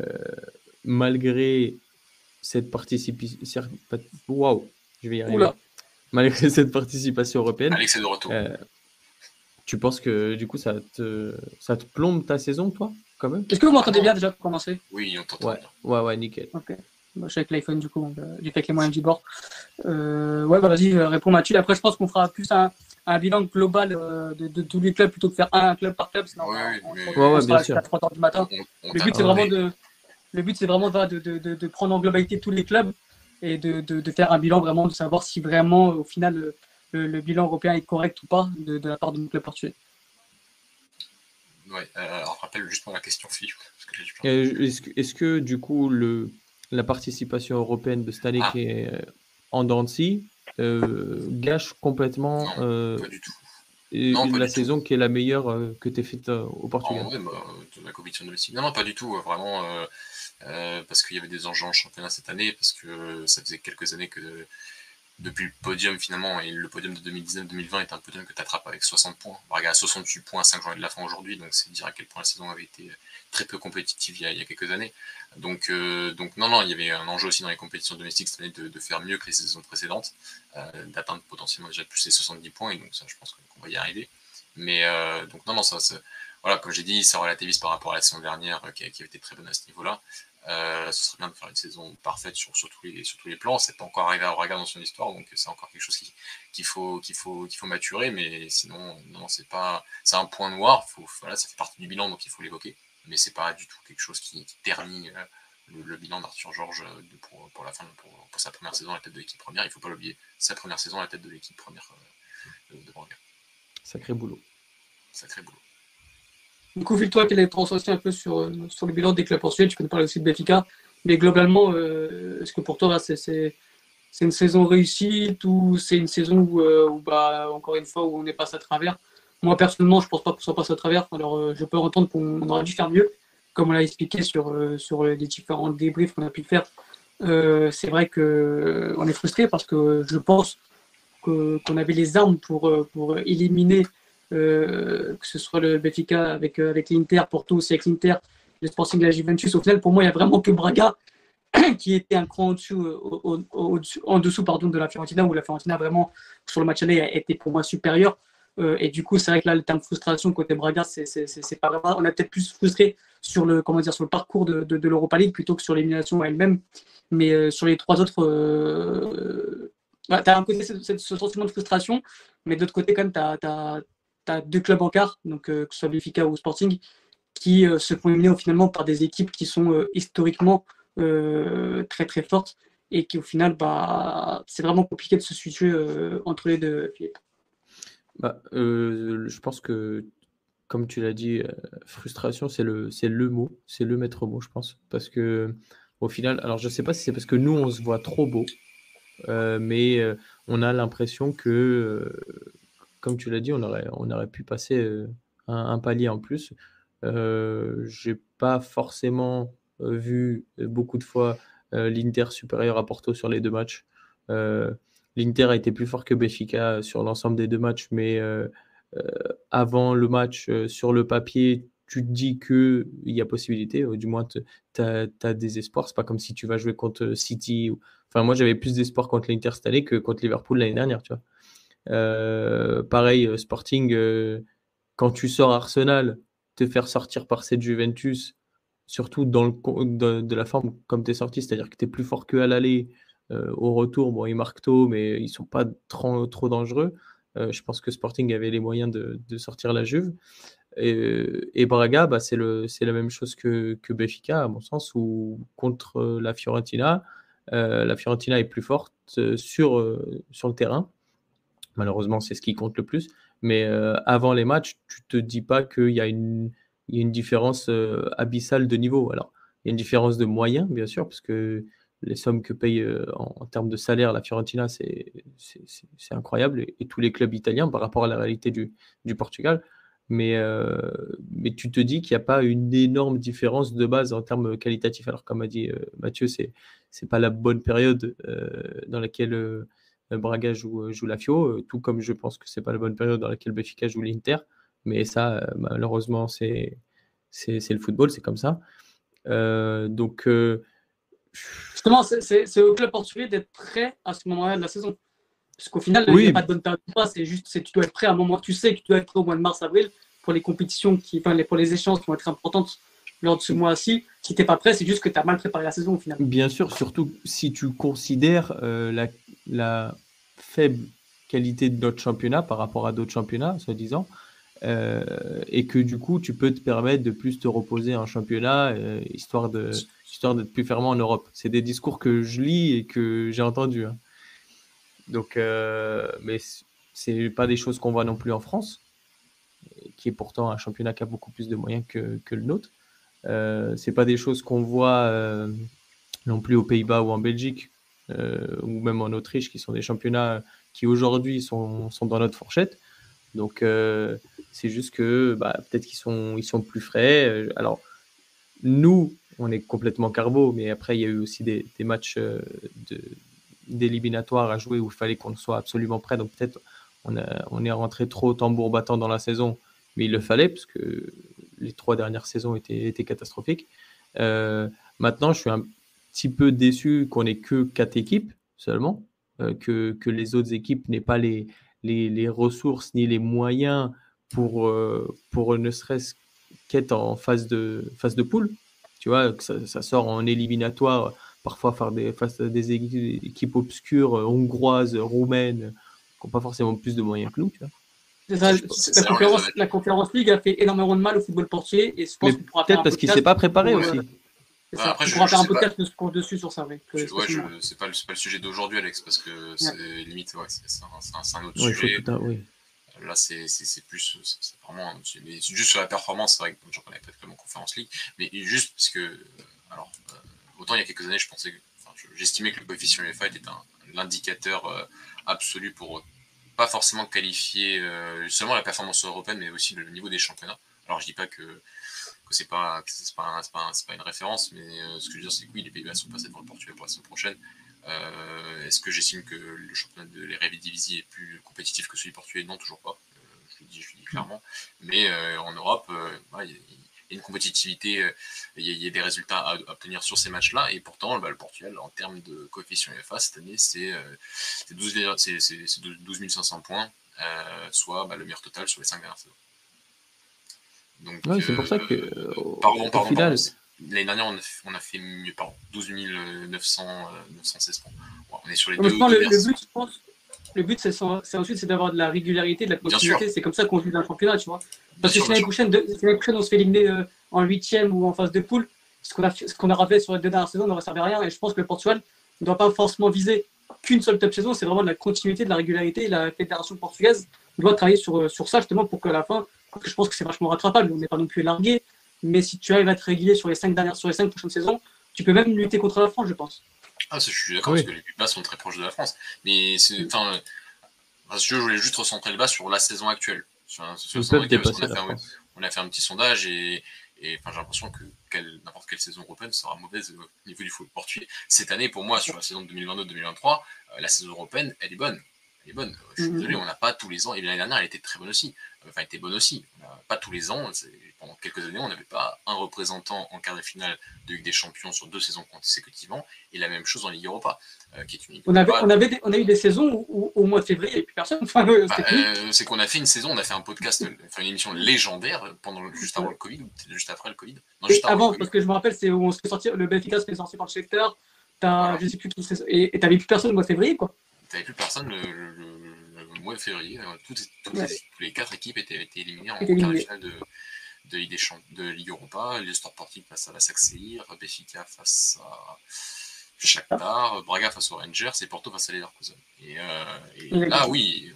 malgré cette participation, waouh, je vais y arriver. Oula. Malgré cette participation européenne, Alex est de retour. Euh, tu penses que du coup ça te, ça te plombe ta saison, toi, quand même? Est-ce que vous m'entendez bien déjà pour commencer? Oui, on t'entend Ouais, bien. ouais, ouais, nickel. Ok. Bah, je suis avec l'iPhone du coup, donc, euh, j'ai fait avec les moyens du bord. Euh, ouais, bah vas-y, euh, réponds Mathieu. Après, je pense qu'on fera plus un, un bilan global euh, de, de tous les clubs plutôt que faire un club par club. Sinon, Oui, on, oui, on, mais- on, Ouais, on ouais, sera bien jusqu'à sûr. trois heures du matin. On, on Le t'a but, c'est parlé. vraiment de, le but, c'est vraiment de, de, de, de prendre en globalité tous les clubs et de, de, de faire un bilan vraiment, de savoir si vraiment, au final, le, le, le bilan européen est correct ou pas de, de la part de nos clubs portugais. Ouais, euh, alors rappelle juste pour la question, Philippe. Parce que j'ai du Euh, Est-ce que, est-ce que du coup le, la participation européenne de cette année Ah. qui est euh, en dents de scie, euh, gâche complètement Non, euh, pas du tout. et- Non, pas la du saison qui est la meilleure euh, que tu as faite euh, au Portugal? En vrai, bah, de la compétition domestique. Non, non, pas du tout. euh, Vraiment, euh, euh, parce qu'il y avait des enjeux en championnat cette année, parce que ça faisait quelques années que depuis le podium finalement, et le podium de deux mille dix-neuf deux mille vingt est un podium que tu attrapes avec soixante points. Braga a soixante-huit points à cinq journées de la fin aujourd'hui, donc c'est dire à quel point la saison avait été très peu compétitive il y a, il y a quelques années. Donc, euh, donc non, non, il y avait un enjeu aussi dans les compétitions domestiques cette année de, de faire mieux que les saisons précédentes, euh, d'atteindre potentiellement déjà plus les soixante-dix points, et donc ça je pense qu'on va y arriver. Mais euh, donc non, non, ça, ça voilà, comme j'ai dit, ça relativise par rapport à la saison dernière qui, a, qui avait été très bonne à ce niveau-là. Euh, ce serait bien de faire une saison parfaite sur, sur, tous, les, sur tous les plans. C'est pas encore arrivé à Braga dans son histoire, donc c'est encore quelque chose qui, qu'il faut, qu'il faut, qu'il faut maturer. Mais sinon, non, c'est pas, c'est un point noir. Faut, voilà, ça fait partie du bilan, donc il faut l'évoquer. Mais c'est pas du tout quelque chose qui, qui ternit euh, le, le bilan d'Arthur Georges de, pour, pour la fin, pour, pour sa première saison à la tête de l'équipe première. Il faut pas l'oublier. Sa première saison à la tête de l'équipe première euh, de, de Braga. Sacré boulot. Sacré boulot. Du coup, Phil, toi, quel est ton ressenti un peu sur, sur le bilan des clubs portugais? Tu peux nous parler aussi de Benfica, mais globalement, euh, est-ce que pour toi, là, c'est, c'est, c'est une saison réussite ou c'est une saison où, euh, où bah, encore une fois, où on est passé à travers? Moi, personnellement, je ne pense pas qu'on soit passé à travers. Alors, euh, je peux entendre qu'on aurait dû faire mieux, comme on l'a expliqué sur, euh, sur les différents débriefs qu'on a pu faire. Euh, c'est vrai qu'on est frustré parce que je pense que, qu'on avait les armes pour, pour éliminer Euh, que ce soit le Benfica avec, euh, avec l'Inter, Porto aussi avec l'Inter, le Sporting de la Juventus. Au final, pour moi, il n'y a vraiment que Braga qui était un cran au-dessus, au, au, au, en dessous pardon, de la Fiorentina, où la Fiorentina, vraiment, sur le match aller, était pour moi supérieure. Euh, et du coup, c'est vrai que là, le terme frustration côté Braga, c'est, c'est, c'est, c'est pas vraiment. On a peut-être plus frustré sur le, comment dire, sur le parcours de, de, de l'Europa League plutôt que sur l'élimination elle-même. Mais euh, sur les trois autres. Euh, bah, tu as un côté ce, ce sentiment de frustration, mais de l'autre côté, quand même, tu as tu as deux clubs en quart, donc euh, que ce soit Benfica ou Sporting, qui euh, se font éliminer finalement par des équipes qui sont euh, historiquement euh, très très fortes. et qu'au final, bah, c'est vraiment compliqué de se situer euh, entre les deux, Philippe. Bah, euh, je pense que, comme tu l'as dit, euh, frustration, c'est le, c'est le mot, c'est le maître mot, je pense. Parce que, au final, alors je sais pas si c'est parce que nous, on se voit trop beau, euh, mais euh, on a l'impression que, euh, comme tu l'as dit, on aurait, on aurait pu passer euh, un, un palier en plus. Euh, j'ai pas forcément euh, vu euh, beaucoup de fois euh, l'Inter supérieur à Porto sur les deux matchs. Euh, L'Inter a été plus fort que Benfica sur l'ensemble des deux matchs, mais euh, euh, avant le match, euh, sur le papier, tu te dis qu'il y a possibilité, ou du moins tu as des espoirs. C'est pas comme si tu vas jouer contre City. Ou... Enfin, moi, j'avais plus d'espoir contre l'Inter cette année que contre Liverpool l'année dernière, tu vois. Euh, pareil, euh, Sporting, euh, quand tu sors Arsenal, te faire sortir par cette Juventus, surtout dans le, de, de la forme comme tu es sorti, c'est-à-dire que tu es plus fort qu'à l'aller. Euh, au retour, bon, ils marquent tôt, mais ils sont pas trop, trop dangereux. Euh, je pense que Sporting avait les moyens de, de sortir la Juve. Et, et Braga, bah, c'est, le, c'est la même chose que, que Benfica, à mon sens, où contre la Fiorentina, euh, la Fiorentina est plus forte euh, sur, euh, sur le terrain. Malheureusement, c'est ce qui compte le plus. Mais euh, avant les matchs, tu te dis pas qu'il y a une, il y a une différence euh, abyssale de niveau. Alors, il y a une différence de moyens, bien sûr, parce que les sommes que paye euh, en, en termes de salaire la Fiorentina, c'est, c'est, c'est, c'est incroyable. Et, et tous les clubs italiens par rapport à la réalité du, du Portugal. Mais, euh, mais tu te dis qu'il n'y a pas une énorme différence de base en termes qualitatifs. Alors, comme a dit euh, Mathieu, c'est c'est pas la bonne période euh, dans laquelle euh, Braga joue, joue la Fio, euh, tout comme je pense que c'est pas la bonne période dans laquelle Benfica joue l'Inter. Mais ça, euh, malheureusement, c'est, c'est, c'est le football, c'est comme ça. Euh, donc, euh, Justement, c'est, c'est, c'est au club portugais d'être prêt à ce moment-là de la saison. Parce qu'au final, il n'y a oui, pas de bonne période ou pas, c'est juste que tu dois être prêt à un moment. Tu sais que tu dois être prêt au mois de mars-avril pour les compétitions, qui, enfin, les, pour les échéances qui vont être importantes lors de ce mois-ci. Si tu n'es pas prêt, c'est juste que tu as mal préparé la saison au final. bien sûr, surtout si tu considères euh, la, la faible qualité de notre championnat par rapport à d'autres championnats, soi-disant, euh, et que du coup, tu peux te permettre de plus te reposer en championnat, euh, histoire de, histoire d'être plus fermement en Europe. C'est des discours que je lis et que j'ai entendus. Hein. Donc, euh, mais c'est pas des choses qu'on voit non plus en France, qui est pourtant un championnat qui a beaucoup plus de moyens que, que le nôtre. Euh, c'est pas des choses qu'on voit euh, non plus aux Pays-Bas ou en Belgique, euh, ou même en Autriche, qui sont des championnats qui aujourd'hui sont, sont dans notre fourchette. Donc, euh, c'est juste que bah, peut-être qu'ils sont, ils sont plus frais. Alors, nous, on est complètement carbo, mais après, il y a eu aussi des, des matchs euh, de, d'éliminatoires à jouer où il fallait qu'on soit absolument prêt. Donc, peut-être on, a, on est rentré trop tambour battant dans la saison, mais il le fallait parce que les trois dernières saisons étaient, étaient catastrophiques. Euh, maintenant, je suis un petit peu déçu qu'on n'ait que quatre équipes seulement, euh, que, que les autres équipes n'aient pas les, les, les ressources ni les moyens pour, euh, pour ne serait-ce qu'être en phase de, phase de poule. Tu vois, que ça, ça sort en éliminatoire, parfois faire des, face à des équipes obscures, euh, hongroises, roumaines, qui n'ont pas forcément plus de moyens que nous. Tu vois. C'est ça, la, conférence, la Conférence League a fait énormément de mal au football portugais et je pense qu'on pourra peut-être parce qu'il ne s'est pas préparé aussi. Euh, bah, après, on je, pourra je faire un podcast de, dessus sur ça. Avec, je, ouais, je, c'est, pas le, c'est pas le sujet d'aujourd'hui, Alex, parce que c'est ouais. limite, ouais, c'est, c'est, un, c'est, un, c'est un autre ouais, sujet. Un, oui. Là, c'est, c'est, c'est plus, c'est, c'est vraiment, mais c'est juste sur la performance, c'est vrai que j'en connais pas tellement en Conférence League, mais juste parce que, alors, euh, autant il y a quelques années, je pensais, que, enfin, j'estimais que le coefficient UEFA était un, l'indicateur euh, absolu pour euh, pas forcément qualifier euh, seulement la performance européenne, mais aussi le niveau des championnats. Alors, je dis pas que, que c'est pas, que c'est pas, un, c'est pas, un, c'est pas une référence, mais euh, ce que je veux dire, c'est que oui, les Pays-Bas sont passés devant le Portugal pour la saison prochaine. Euh, est-ce que j'estime que le championnat de l'Eredivisie est plus compétitif que celui portugais? Non, toujours pas. Euh, je le dis, je le dis clairement. Mais euh, en Europe, il euh, y, y a une compétitivité, il y, y a des résultats à, à obtenir sur ces matchs-là. Et pourtant, bah, le Portugal, en termes de coefficient UEFA, cette année, c'est, euh, c'est, douze, c'est, c'est, c'est douze mille cinq cents points, euh, soit bah, le meilleur total sur les cinq dernières saisons. Donc, oui, c'est euh, pour ça que. Euh, pardon, pardon, final... pardon. L'année dernière, on a, fait, on a fait mieux, pardon, douze mille neuf cents seize points. Bon, on est sur les deux. Pense, le, le but, je pense, le but, c'est, c'est ensuite, c'est d'avoir de la régularité, de la continuité. C'est comme ça qu'on joue dans le championnat, tu vois. Parce bien que sûr, si l'année prochaine, de, si l'année prochaine, on se fait éliminer euh, en huitième ou en phase de poule, ce qu'on, a, ce qu'on aura fait sur les deux dernières saisons n'aurait servi à rien. Et je pense que le Portugal, ne doit pas forcément viser qu'une seule top saison, c'est vraiment de la continuité, de la régularité. Et la fédération portugaise doit travailler sur, sur ça justement pour qu'à la fin, parce que je pense que c'est vachement rattrapable, on n'est pas non plus largué, mais si tu arrives à être régulier sur les cinq dernières, sur les cinq prochaines saisons, tu peux même lutter contre la France, je pense. Ah, je suis d'accord, Oui. parce que les Pays-Bas sont très proches de la France. Mais c'est, enfin, parce que je voulais juste recentrer le débat sur la saison actuelle. Sur, sur Ils la saison peuvent actuelle, parce qu'on dépasser a la fait un, France. on a fait un petit sondage et, et enfin, j'ai l'impression que quelle, n'importe quelle saison européenne sera mauvaise au niveau du foot portugais. Cette année, pour moi, sur la saison de deux mille vingt-deux deux mille vingt-trois, euh, la saison européenne, elle est bonne. Elle est bonne. Euh, Je suis désolé, on n'a pas tous les ans. Et l'année dernière, elle était très bonne aussi. Enfin, elle était bonne aussi. On n'a pas tous les ans. C'est- Pendant quelques années, on n'avait pas un représentant en quart de finale de Ligue des Champions sur deux saisons consécutivement. Et la même chose en Ligue Europa, euh, qui est une Ligue On, avait, Europa. on, avait des- on a eu des saisons où, où, au mois de février, il n'y avait plus personne. Enfin, euh, Bah, c'était fini. euh, c'est qu'on a fait une saison, on a fait un podcast, enfin une émission légendaire pendant juste avant le Covid, ou juste après le Covid. Non, Et juste avant le avant, Covid. parce que je me rappelle, c'est où on se fait sortir, le Benfica se fait sortir par le secteur. Voilà. Je sais plus qui c'est. Et t'avais plus personne au mois de février, quoi. T'avais plus personne le, le, le, le mois de février. euh, Toutes, toutes Ouais. les, tous les quatre équipes étaient, étaient éliminées en Étaient quart de éliminées. finale de, de, Ligue des Champ- de Ligue Europa. Le Start Portique face à la Saxeir, Benfica face à Shakhtar, Braga face aux Rangers et Porto face à Leverkusen. Et, euh, et là, Exactement. oui,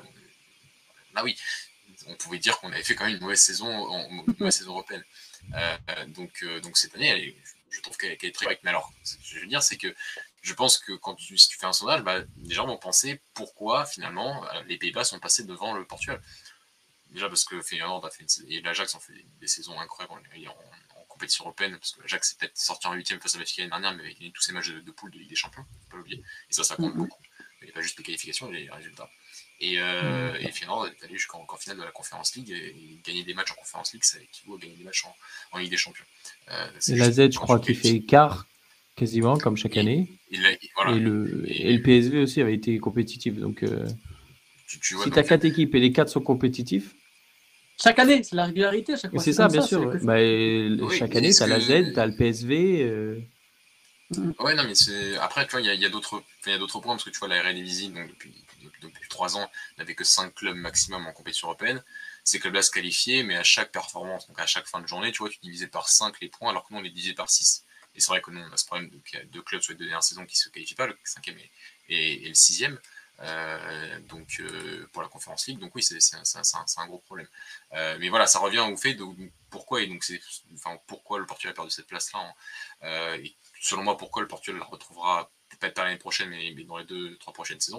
là, oui, on pouvait dire qu'on avait fait quand même une mauvaise saison, en, une mauvaise saison européenne. Euh, donc, euh, donc cette année, elle est, je trouve qu'elle, qu'elle est très correcte. Mais alors, ce que je veux dire, c'est que je pense que quand tu, si tu fais un sondage, bah, les gens vont penser pourquoi finalement les Pays-Bas sont passés devant le Portugal. Déjà parce que Feyenoord a fait une, et l'Ajax ont fait des saisons incroyables en, en, en compétition européenne, parce que l'Ajax s'est peut-être sorti en huitième face à Benfica l'année dernière, mais il y a eu tous ces matchs de, de poule de Ligue des Champions, faut pas l'oublier. Et ça, ça compte mm-hmm. beaucoup. Il n'y a pas juste les qualifications, il y a les résultats. Et, euh, mm-hmm. et Feyenoord est allé jusqu'en en finale de la Conférence League, et, et gagner des matchs en Conférence League, ça équivaut à gagner des matchs en, en Ligue des Champions. Euh, et la Z, je crois qu'il fait quart quasiment, comme chaque et, année. Et, la, et, voilà. et, le, et, et le P S V aussi avait été compétitif. Donc, euh, tu, tu vois, si tu as quatre équipes et les quatre sont compétitifs. Chaque année, c'est la régularité à chaque fois. C'est, c'est ça, bien ça, sûr. Ouais. Bah, oui, chaque année, tu as que... la Z, tu as le P S V. Euh... Ouais, non, mais c'est... après, tu vois, il y, y, y a d'autres points, parce que tu vois, la Eredivisie, donc depuis, depuis trois ans, n'avait que cinq clubs maximum en compétition européenne. Ces clubs-là se qualifiaient, mais à chaque performance, donc à chaque fin de journée, tu vois, tu divisais par cinq les points, alors que nous, on les divisait par six. Et c'est vrai que nous, on a ce problème qu'il y a deux clubs sur les deux dernières saisons qui ne se qualifient pas, le cinquième et, et, et le sixième. Euh, donc euh, pour la Conférence League, donc oui, c'est, c'est, c'est, c'est, un, c'est un gros problème. Euh, mais voilà, ça revient au fait de, de pourquoi et donc c'est, enfin pourquoi le Portugal a perdu cette place-là. Hein. Euh, et selon moi, pourquoi le Portugal la retrouvera peut-être pas l'année prochaine, mais, mais dans les deux, trois prochaines saisons,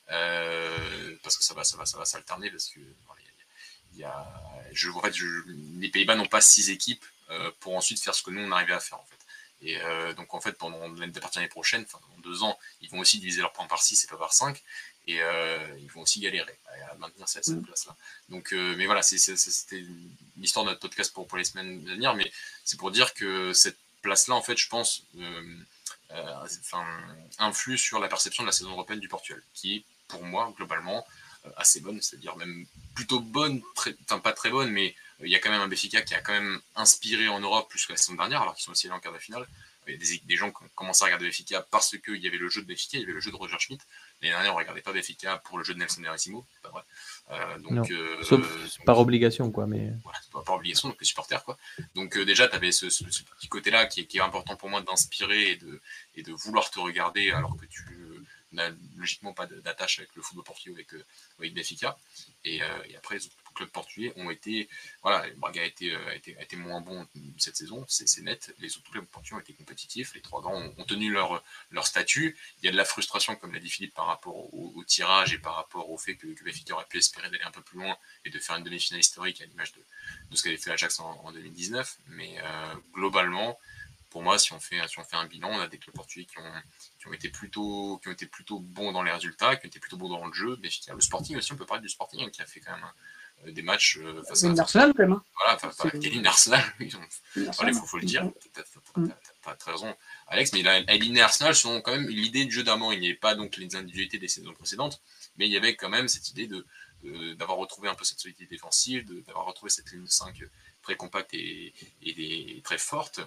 euh, parce que ça va, ça va, ça va s'alterner parce que voilà, il y a, je, en fait, je, les Pays-Bas n'ont pas six équipes euh, pour ensuite faire ce que nous on arrivait à faire en fait. Et euh, donc en fait pendant l'année l'année prochaine, enfin dans deux ans, ils vont aussi diviser leurs points par six et pas par cinq, et euh, ils vont aussi galérer à maintenir cette, cette place-là. Donc, euh, mais voilà, c'est, c'est, c'était l'histoire de notre podcast pour, pour les semaines à venir, mais c'est pour dire que cette place-là, en fait, je pense, euh, euh, enfin, influe sur la perception de la saison européenne du Portugal, qui est pour moi globalement euh, assez bonne, c'est-à-dire même plutôt bonne, très, enfin pas très bonne, mais il y a quand même un Benfica qui a quand même inspiré en Europe plus que la saison dernière, alors qu'ils sont aussi allés en quart de finale. Il y a des, des gens qui ont commencé à regarder Benfica parce qu'il y avait le jeu de Benfica, il y avait le jeu de Roger Schmidt. L'année dernière, on ne regardait pas Benfica pour le jeu de Nelson Verissimo, c'est pas vrai. Euh, donc, non. Euh, Sauf donc, par obligation, quoi. Mais... Voilà, c'est pas par obligation, donc les supporters, quoi. Donc euh, déjà, tu avais ce, ce, ce petit côté-là qui, qui est important pour moi d'inspirer et de, et de vouloir te regarder alors que tu euh, n'as logiquement pas d'attache avec le football portugais, avec, euh, avec Benfica. Et, euh, et après, les autres clubs portugais ont été, voilà, Braga a été, a été, a été moins bon cette saison, c'est, c'est net. Les autres clubs portugais ont été compétitifs, les trois grands ont, ont tenu leur, leur statut. Il y a de la frustration, comme l'a dit Philippe, par rapport au, au tirage et par rapport au fait que, que Benfica aurait pu espérer d'aller un peu plus loin et de faire une demi-finale historique à l'image de, de ce qu'avait fait l'Ajax en, en deux mille dix-neuf. Mais euh, globalement, pour moi, si on, fait, si on fait un bilan, on a des clubs portugais qui ont, qui ont, été, plutôt, qui ont été plutôt bons dans les résultats, qui ont été plutôt bons dans le jeu. Benfica, le Sporting aussi, on peut parler du Sporting, hein, qui a fait quand même un, des matchs euh, face à Arsenal quand même. Hein. Voilà, enfin, pas éliminé Arsenal, il faut, faut le dire, t'as, t'as, t'as, t'as très raison, Alex, mais il a éliminé Arsenal selon quand même l'idée du jeu d'Armand. Il n'y avait pas donc les individualités des saisons précédentes, mais il y avait quand même cette idée de, de d'avoir retrouvé un peu cette solidité défensive, de, d'avoir retrouvé cette ligne de cinq très compacte et, et, et très forte,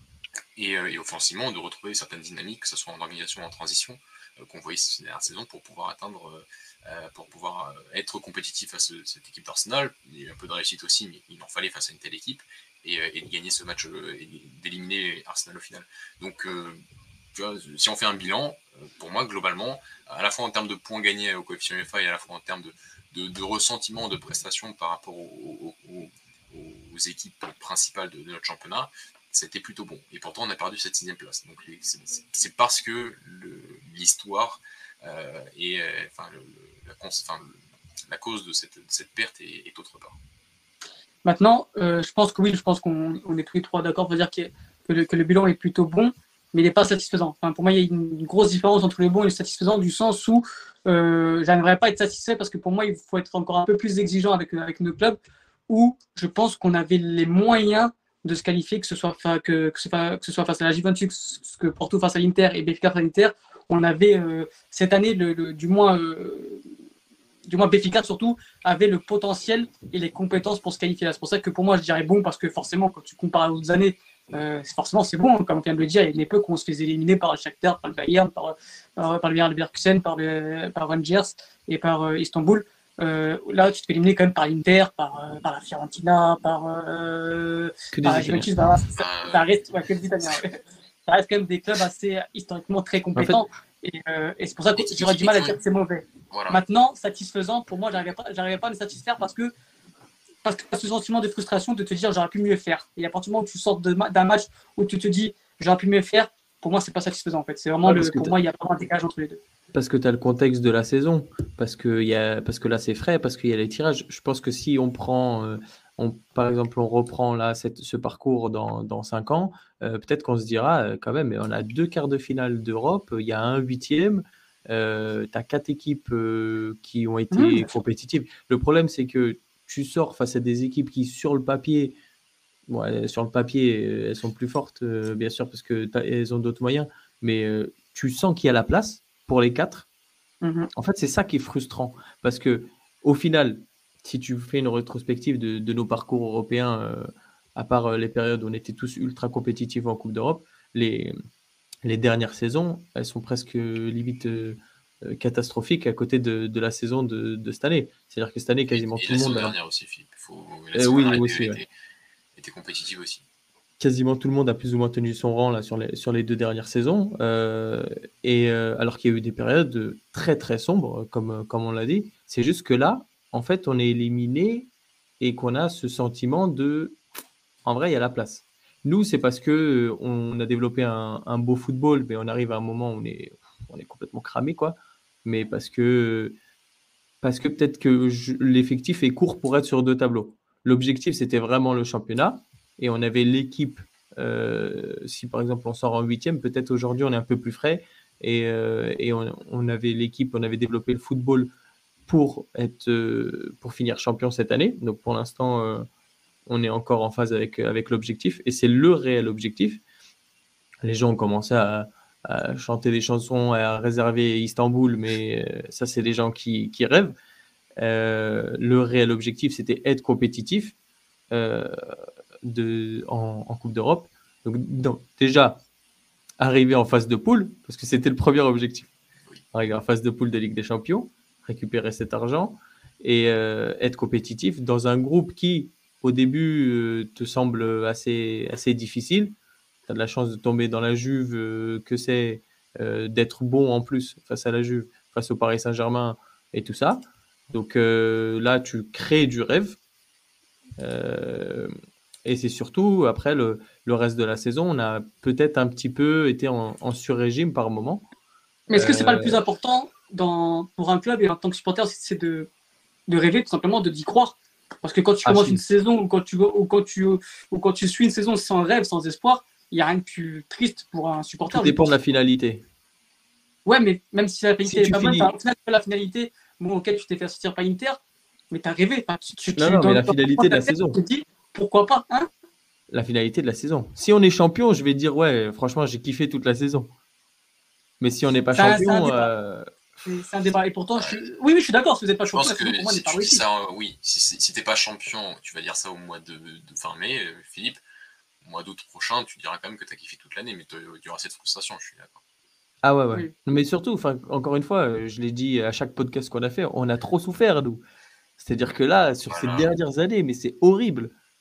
et, et offensivement de retrouver certaines dynamiques, que ce soit en organisation ou en transition, euh, qu'on voyait ces dernières saisons pour pouvoir atteindre. Euh, Euh, pour pouvoir euh, être compétitif à ce, cette équipe d'Arsenal. Il y a eu un peu de réussite aussi, mais il en fallait face à une telle équipe, et, euh, et de gagner ce match, euh, et d'éliminer Arsenal au final. Donc, euh, tu vois, si on fait un bilan, pour moi, globalement, à la fois en termes de points gagnés au coefficient U E F A et à la fois en termes de, de, de ressentiment, de prestations par rapport aux, aux, aux équipes principales de, de notre championnat, c'était plutôt bon. Et pourtant, on a perdu cette sixième place. Donc, c'est, c'est parce que le, l'histoire euh, et euh, enfin, le, la, enfin, la cause de cette, de cette perte est, est autre part. Maintenant, euh, je pense que oui, je pense qu'on on est tous les trois d'accord pour dire que, que, le, que le bilan est plutôt bon, mais il n'est pas satisfaisant. Enfin, pour moi, il y a une, une grosse différence entre le bon et le satisfaisant, du sens où euh, j'aimerais pas être satisfait parce que pour moi, il faut être encore un peu plus exigeant avec, avec nos clubs, où je pense qu'on avait les moyens de se qualifier, que ce soit, que, que ce, soit, que ce soit face à la Juventus, que Porto face à l'Inter et Benfica face à l'Inter. On avait euh, cette année, le, le, du moins... Euh, du moins Benfica surtout, avait le potentiel et les compétences pour se qualifier là. C'est pour ça que pour moi, je dirais bon, parce que forcément, quand tu compares aux autres années, euh, forcément, c'est bon, hein, comme on vient de le dire. Il y a une époque où on se faisait éliminer par le Shakhtar, par le Bayern, par, par, par le Bayern Leverkusen, par, le, par Rangers et par euh, Istanbul. Euh, là, tu te fais éliminer quand même par l'Inter, par, euh, par la Fiorentina, par, euh, par la Juventus. Bah, ça, ça reste, ouais, que des Italiens, ouais. Ça reste quand même des clubs assez historiquement très compétents. En fait, Et, euh, et c'est pour ça que j'aurais du mal à dire que c'est mauvais. Voilà. Maintenant, satisfaisant, pour moi, j'arrivais pas, j'arrivais pas à me satisfaire parce que parce que ce sentiment de frustration de te dire j'aurais pu mieux faire. Et à partir du moment où tu sors de, d'un match où tu te dis j'aurais pu mieux faire, pour moi, c'est pas satisfaisant en fait. C'est vraiment ouais, le, pour moi, il y a vraiment un décalage entre les deux. Parce que tu as le contexte de la saison, parce que, y a, parce que là c'est frais, parce qu'il y a les tirages. Je pense que si on prend, euh, on, par exemple, on reprend là cette, ce parcours dans, dans cinq ans, euh, peut-être qu'on se dira euh, quand même, on a deux quarts de finale d'Europe, il y a un huitième, euh, tu as quatre équipes euh, qui ont été mmh. compétitives. Le problème, c'est que tu sors face à des équipes qui, sur le papier, bon, sur le papier, elles sont plus fortes, euh, bien sûr, parce qu'elles ont d'autres moyens, mais euh, tu sens qu'il y a la place pour les quatre. Mmh. En fait, c'est ça qui est frustrant. Parce que au final, si tu fais une rétrospective de, de nos parcours européens, euh, à part euh, les périodes où on était tous ultra compétitifs en Coupe d'Europe, les, les dernières saisons, elles sont presque limite euh, catastrophiques à côté de, de la saison de, de cette année. C'est-à-dire que cette année, quasiment et, et tout le monde... La dernière a... aussi, Philippe. Faut... La euh, oui, était, aussi, était, ouais. était compétitive aussi. Quasiment tout le monde a plus ou moins tenu son rang là, sur, les, sur les deux dernières saisons. Euh, et euh, alors qu'il y a eu des périodes très très sombres, comme, comme on l'a dit. C'est juste que là, en fait, on est éliminé et qu'on a ce sentiment de... En vrai, il y a la place. Nous, c'est parce qu'on a développé un, un beau football, mais on arrive à un moment où on est, on est complètement cramé, quoi. Mais parce que, parce que peut-être que je, l'effectif est court pour être sur deux tableaux. L'objectif, c'était vraiment le championnat. Et on avait l'équipe, euh, si par exemple on sort en huitième, peut-être aujourd'hui on est un peu plus frais, et, euh, et on, on avait l'équipe, on avait développé le football pour, être, euh, pour finir champion cette année. Donc pour l'instant, euh, on est encore en phase avec, avec l'objectif, et c'est le réel objectif. Les gens ont commencé à, à chanter des chansons, à réserver Istanbul, mais euh, ça c'est des gens qui, qui rêvent. Euh, le réel objectif, c'était être compétitif. Euh, De, en, en Coupe d'Europe. Donc, donc, déjà, arriver en phase de poule, parce que c'était le premier objectif. Arriver en phase de poule de Ligue des Champions, récupérer cet argent et euh, être compétitif dans un groupe qui, au début, euh, te semble assez, assez difficile. Tu as de la chance de tomber dans la Juve, euh, que c'est euh, d'être bon en plus face à la Juve, face au Paris Saint-Germain et tout ça. Donc euh, là, tu crées du rêve. Euh, Et c'est surtout, après, le, le reste de la saison, on a peut-être un petit peu été en, en sur-régime par moment. Mais est-ce que c'est euh... pas le plus important dans, pour un club et en tant que supporter, c'est de, de rêver, tout simplement, de d'y croire? Parce que quand tu commences ah, une saison ou quand tu, ou, quand tu, ou quand tu suis une saison sans rêve, sans espoir, il n'y a rien de plus triste pour un supporter. Tout dépend de la finalité. Ouais, mais même si la finalité si est pas finis... bonne, tu as la finalité, bon, ok, tu t'es fait sortir par Inter, mais tu as rêvé. Tu, tu, non, tu, non, mais la finalité de la saison. Tu te dis, pourquoi pas, hein? La finalité de la saison. Si on est champion, je vais dire, ouais, franchement, j'ai kiffé toute la saison. Mais si on n'est pas c'est champion... Un, euh... c'est, c'est un débat. Et pourtant, je... oui, oui, je suis d'accord, si vous n'êtes pas champion, que pour moi, si tu dis ça, euh, oui, si, si tu n'es pas champion, tu vas dire ça au mois de, de fin mai, euh, Philippe. Au mois d'août prochain, tu diras quand même que tu as kiffé toute l'année, mais il y aura cette frustration, je suis d'accord. Ah ouais, ouais. Oui. Mais surtout, encore une fois, je l'ai dit à chaque podcast qu'on a fait, on a trop souffert, nous. C'est-à-dire que là, sur voilà. ces dernières années, mais c'est horrible.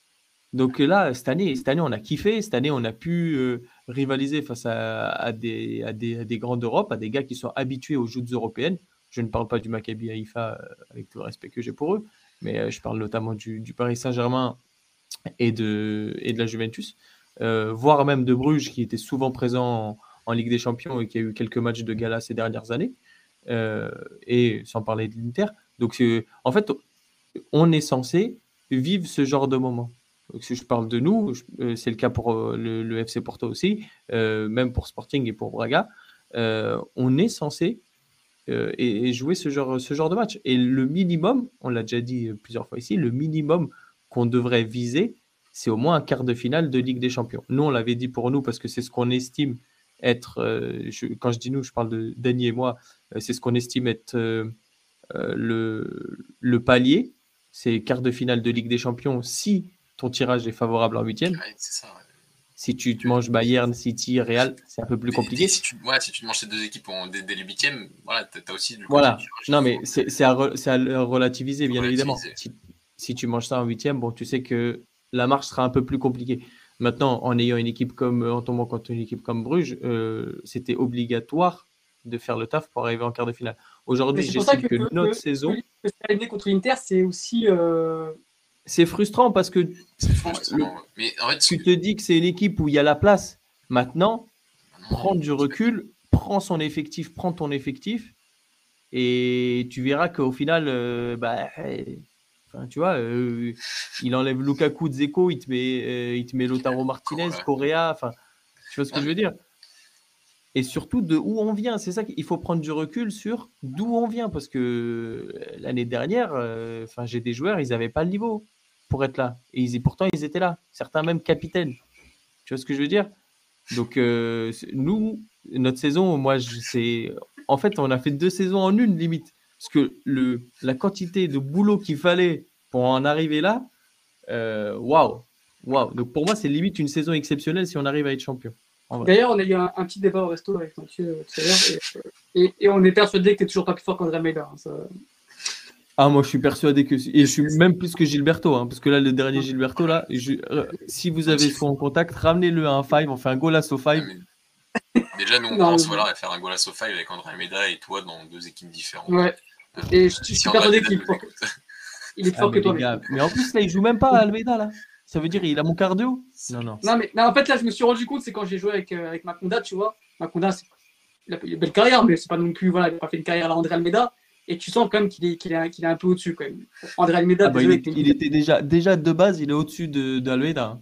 Donc là, cette année, cette année, on a kiffé. Cette année, on a pu euh, rivaliser face à, à des, à, des, à des grands d'Europe, à des gars qui sont habitués aux joutes européennes. Je ne parle pas du Maccabi Haïfa, euh, avec tout le respect que j'ai pour eux, mais euh, je parle notamment du, du Paris Saint-Germain et de, et de la Juventus, euh, voire même de Bruges, qui était souvent présent en, en Ligue des Champions et qui a eu quelques matchs de gala ces dernières années, euh, et sans parler de l'Inter. Donc, euh, en fait, on est censé vivre ce genre de moment. Donc, si je parle de nous, je- euh, c'est le cas pour euh, le, le F C Porto aussi, euh, même pour Sporting et pour Braga. Euh, on est censé euh, et, et jouer ce genre, ce genre de match. Et le minimum, on l'a déjà dit plusieurs fois ici, le minimum qu'on devrait viser, c'est au moins un quart de finale de Ligue des Champions. Nous, on l'avait dit pour nous parce que c'est ce qu'on estime être, euh, je- quand je dis nous, je parle de Dany et moi, euh, c'est ce qu'on estime être euh, euh, le, le palier, c'est quart de finale de Ligue des Champions si ton tirage est favorable en huitième. Ouais, c'est ça. Ouais. Si tu te manges Bayern, City, Real, c'est un peu plus Des- des- compliqué. si, tu, ouais, si tu manges ces deux équipes en, dès, dès les huitièmes, voilà, t'as as aussi du côté du Voilà. tirage Non, qu'il mais faut, c'est c'est à, re- c'est à le relativiser, faut bien évidemment. relativiser. Si, si tu manges ça en huitième, bon, tu sais que la marche sera un peu plus compliquée. Maintenant, en ayant une équipe comme, en tombant contre une équipe comme Bruges, euh, c'était obligatoire de faire le taf pour arriver en quart de finale. Mais Aujourd'hui, c'est pour ça j'estime que, que que, notre que, que saison, se faire éliminer contre l'Inter, c'est aussi. Euh... c'est frustrant parce que C'est le- frustrant. Mais en fait, ce tu que- te dis que c'est une équipe où il y a la place. Maintenant, non, prends du recul, prends son effectif, prends ton effectif, et tu verras qu'au final, euh, bah, eh, enfin, tu vois, euh, il enlève Lukaku, Dzeko, il te met, euh, il te met Lautaro Martinez, Correa. Correa, enfin, tu vois ce que Non, je veux dire? Et surtout de où on vient. C'est ça qu'il faut prendre du recul sur d'où on vient, parce que euh, l'année dernière, euh, enfin, j'ai des joueurs, ils n'avaient pas le niveau pour être là, et ils, et pourtant ils étaient là. Certains même capitaines. Tu vois ce que je veux dire? Donc, euh, c'est- nous, notre saison, moi, je- c'est. En fait, on a fait deux saisons en une, limite. Parce que le, la quantité de boulot qu'il fallait pour en arriver là, euh, waouh! Waouh! Donc, pour moi, c'est limite une saison exceptionnelle si on arrive à être champion. En vrai. D'ailleurs, on a eu un, un petit débat au resto avec Mathieu euh, tout à l'heure, et, et, et on est persuadé que tu n'es toujours pas plus fort qu'André Almeida. Hein, ça... Ah, moi, je suis persuadé que. Et je suis même plus que Gilberto, hein, parce que là, le dernier Gilberto, là, je- euh, si vous avez son contact, ramenez-le à un five, on fait un golasso Ouais, five. mais déjà, nous, on Non, pense mais- voilà, à faire un goal à Sofa avec André Almeida et toi dans deux équipes différentes. Ouais. Euh, Et je, je suis si André persuadé Almeida qu'il est nous plus fort écoute. que, il est plus Ah, fort mais que toi, les mec. gars, mais en plus, là, il joue même pas à Almeida, là. Ça veut dire il a mon cardio? Non, non. Non, mais non, en fait, là, je me suis rendu compte, c'est quand j'ai joué avec, euh, avec Maconda, tu vois. Maconda, c'est- il a eu une belle carrière, mais c'est pas non plus, voilà, il n'a pas fait une carrière à la André Almeida. Et tu sens quand même qu'il est, qu'il est, qu'il est un peu au-dessus, quand même. André Almeida, Ah bah il, désolé, est- il était déjà, déjà de base, il est au-dessus de, de Almeida, hein.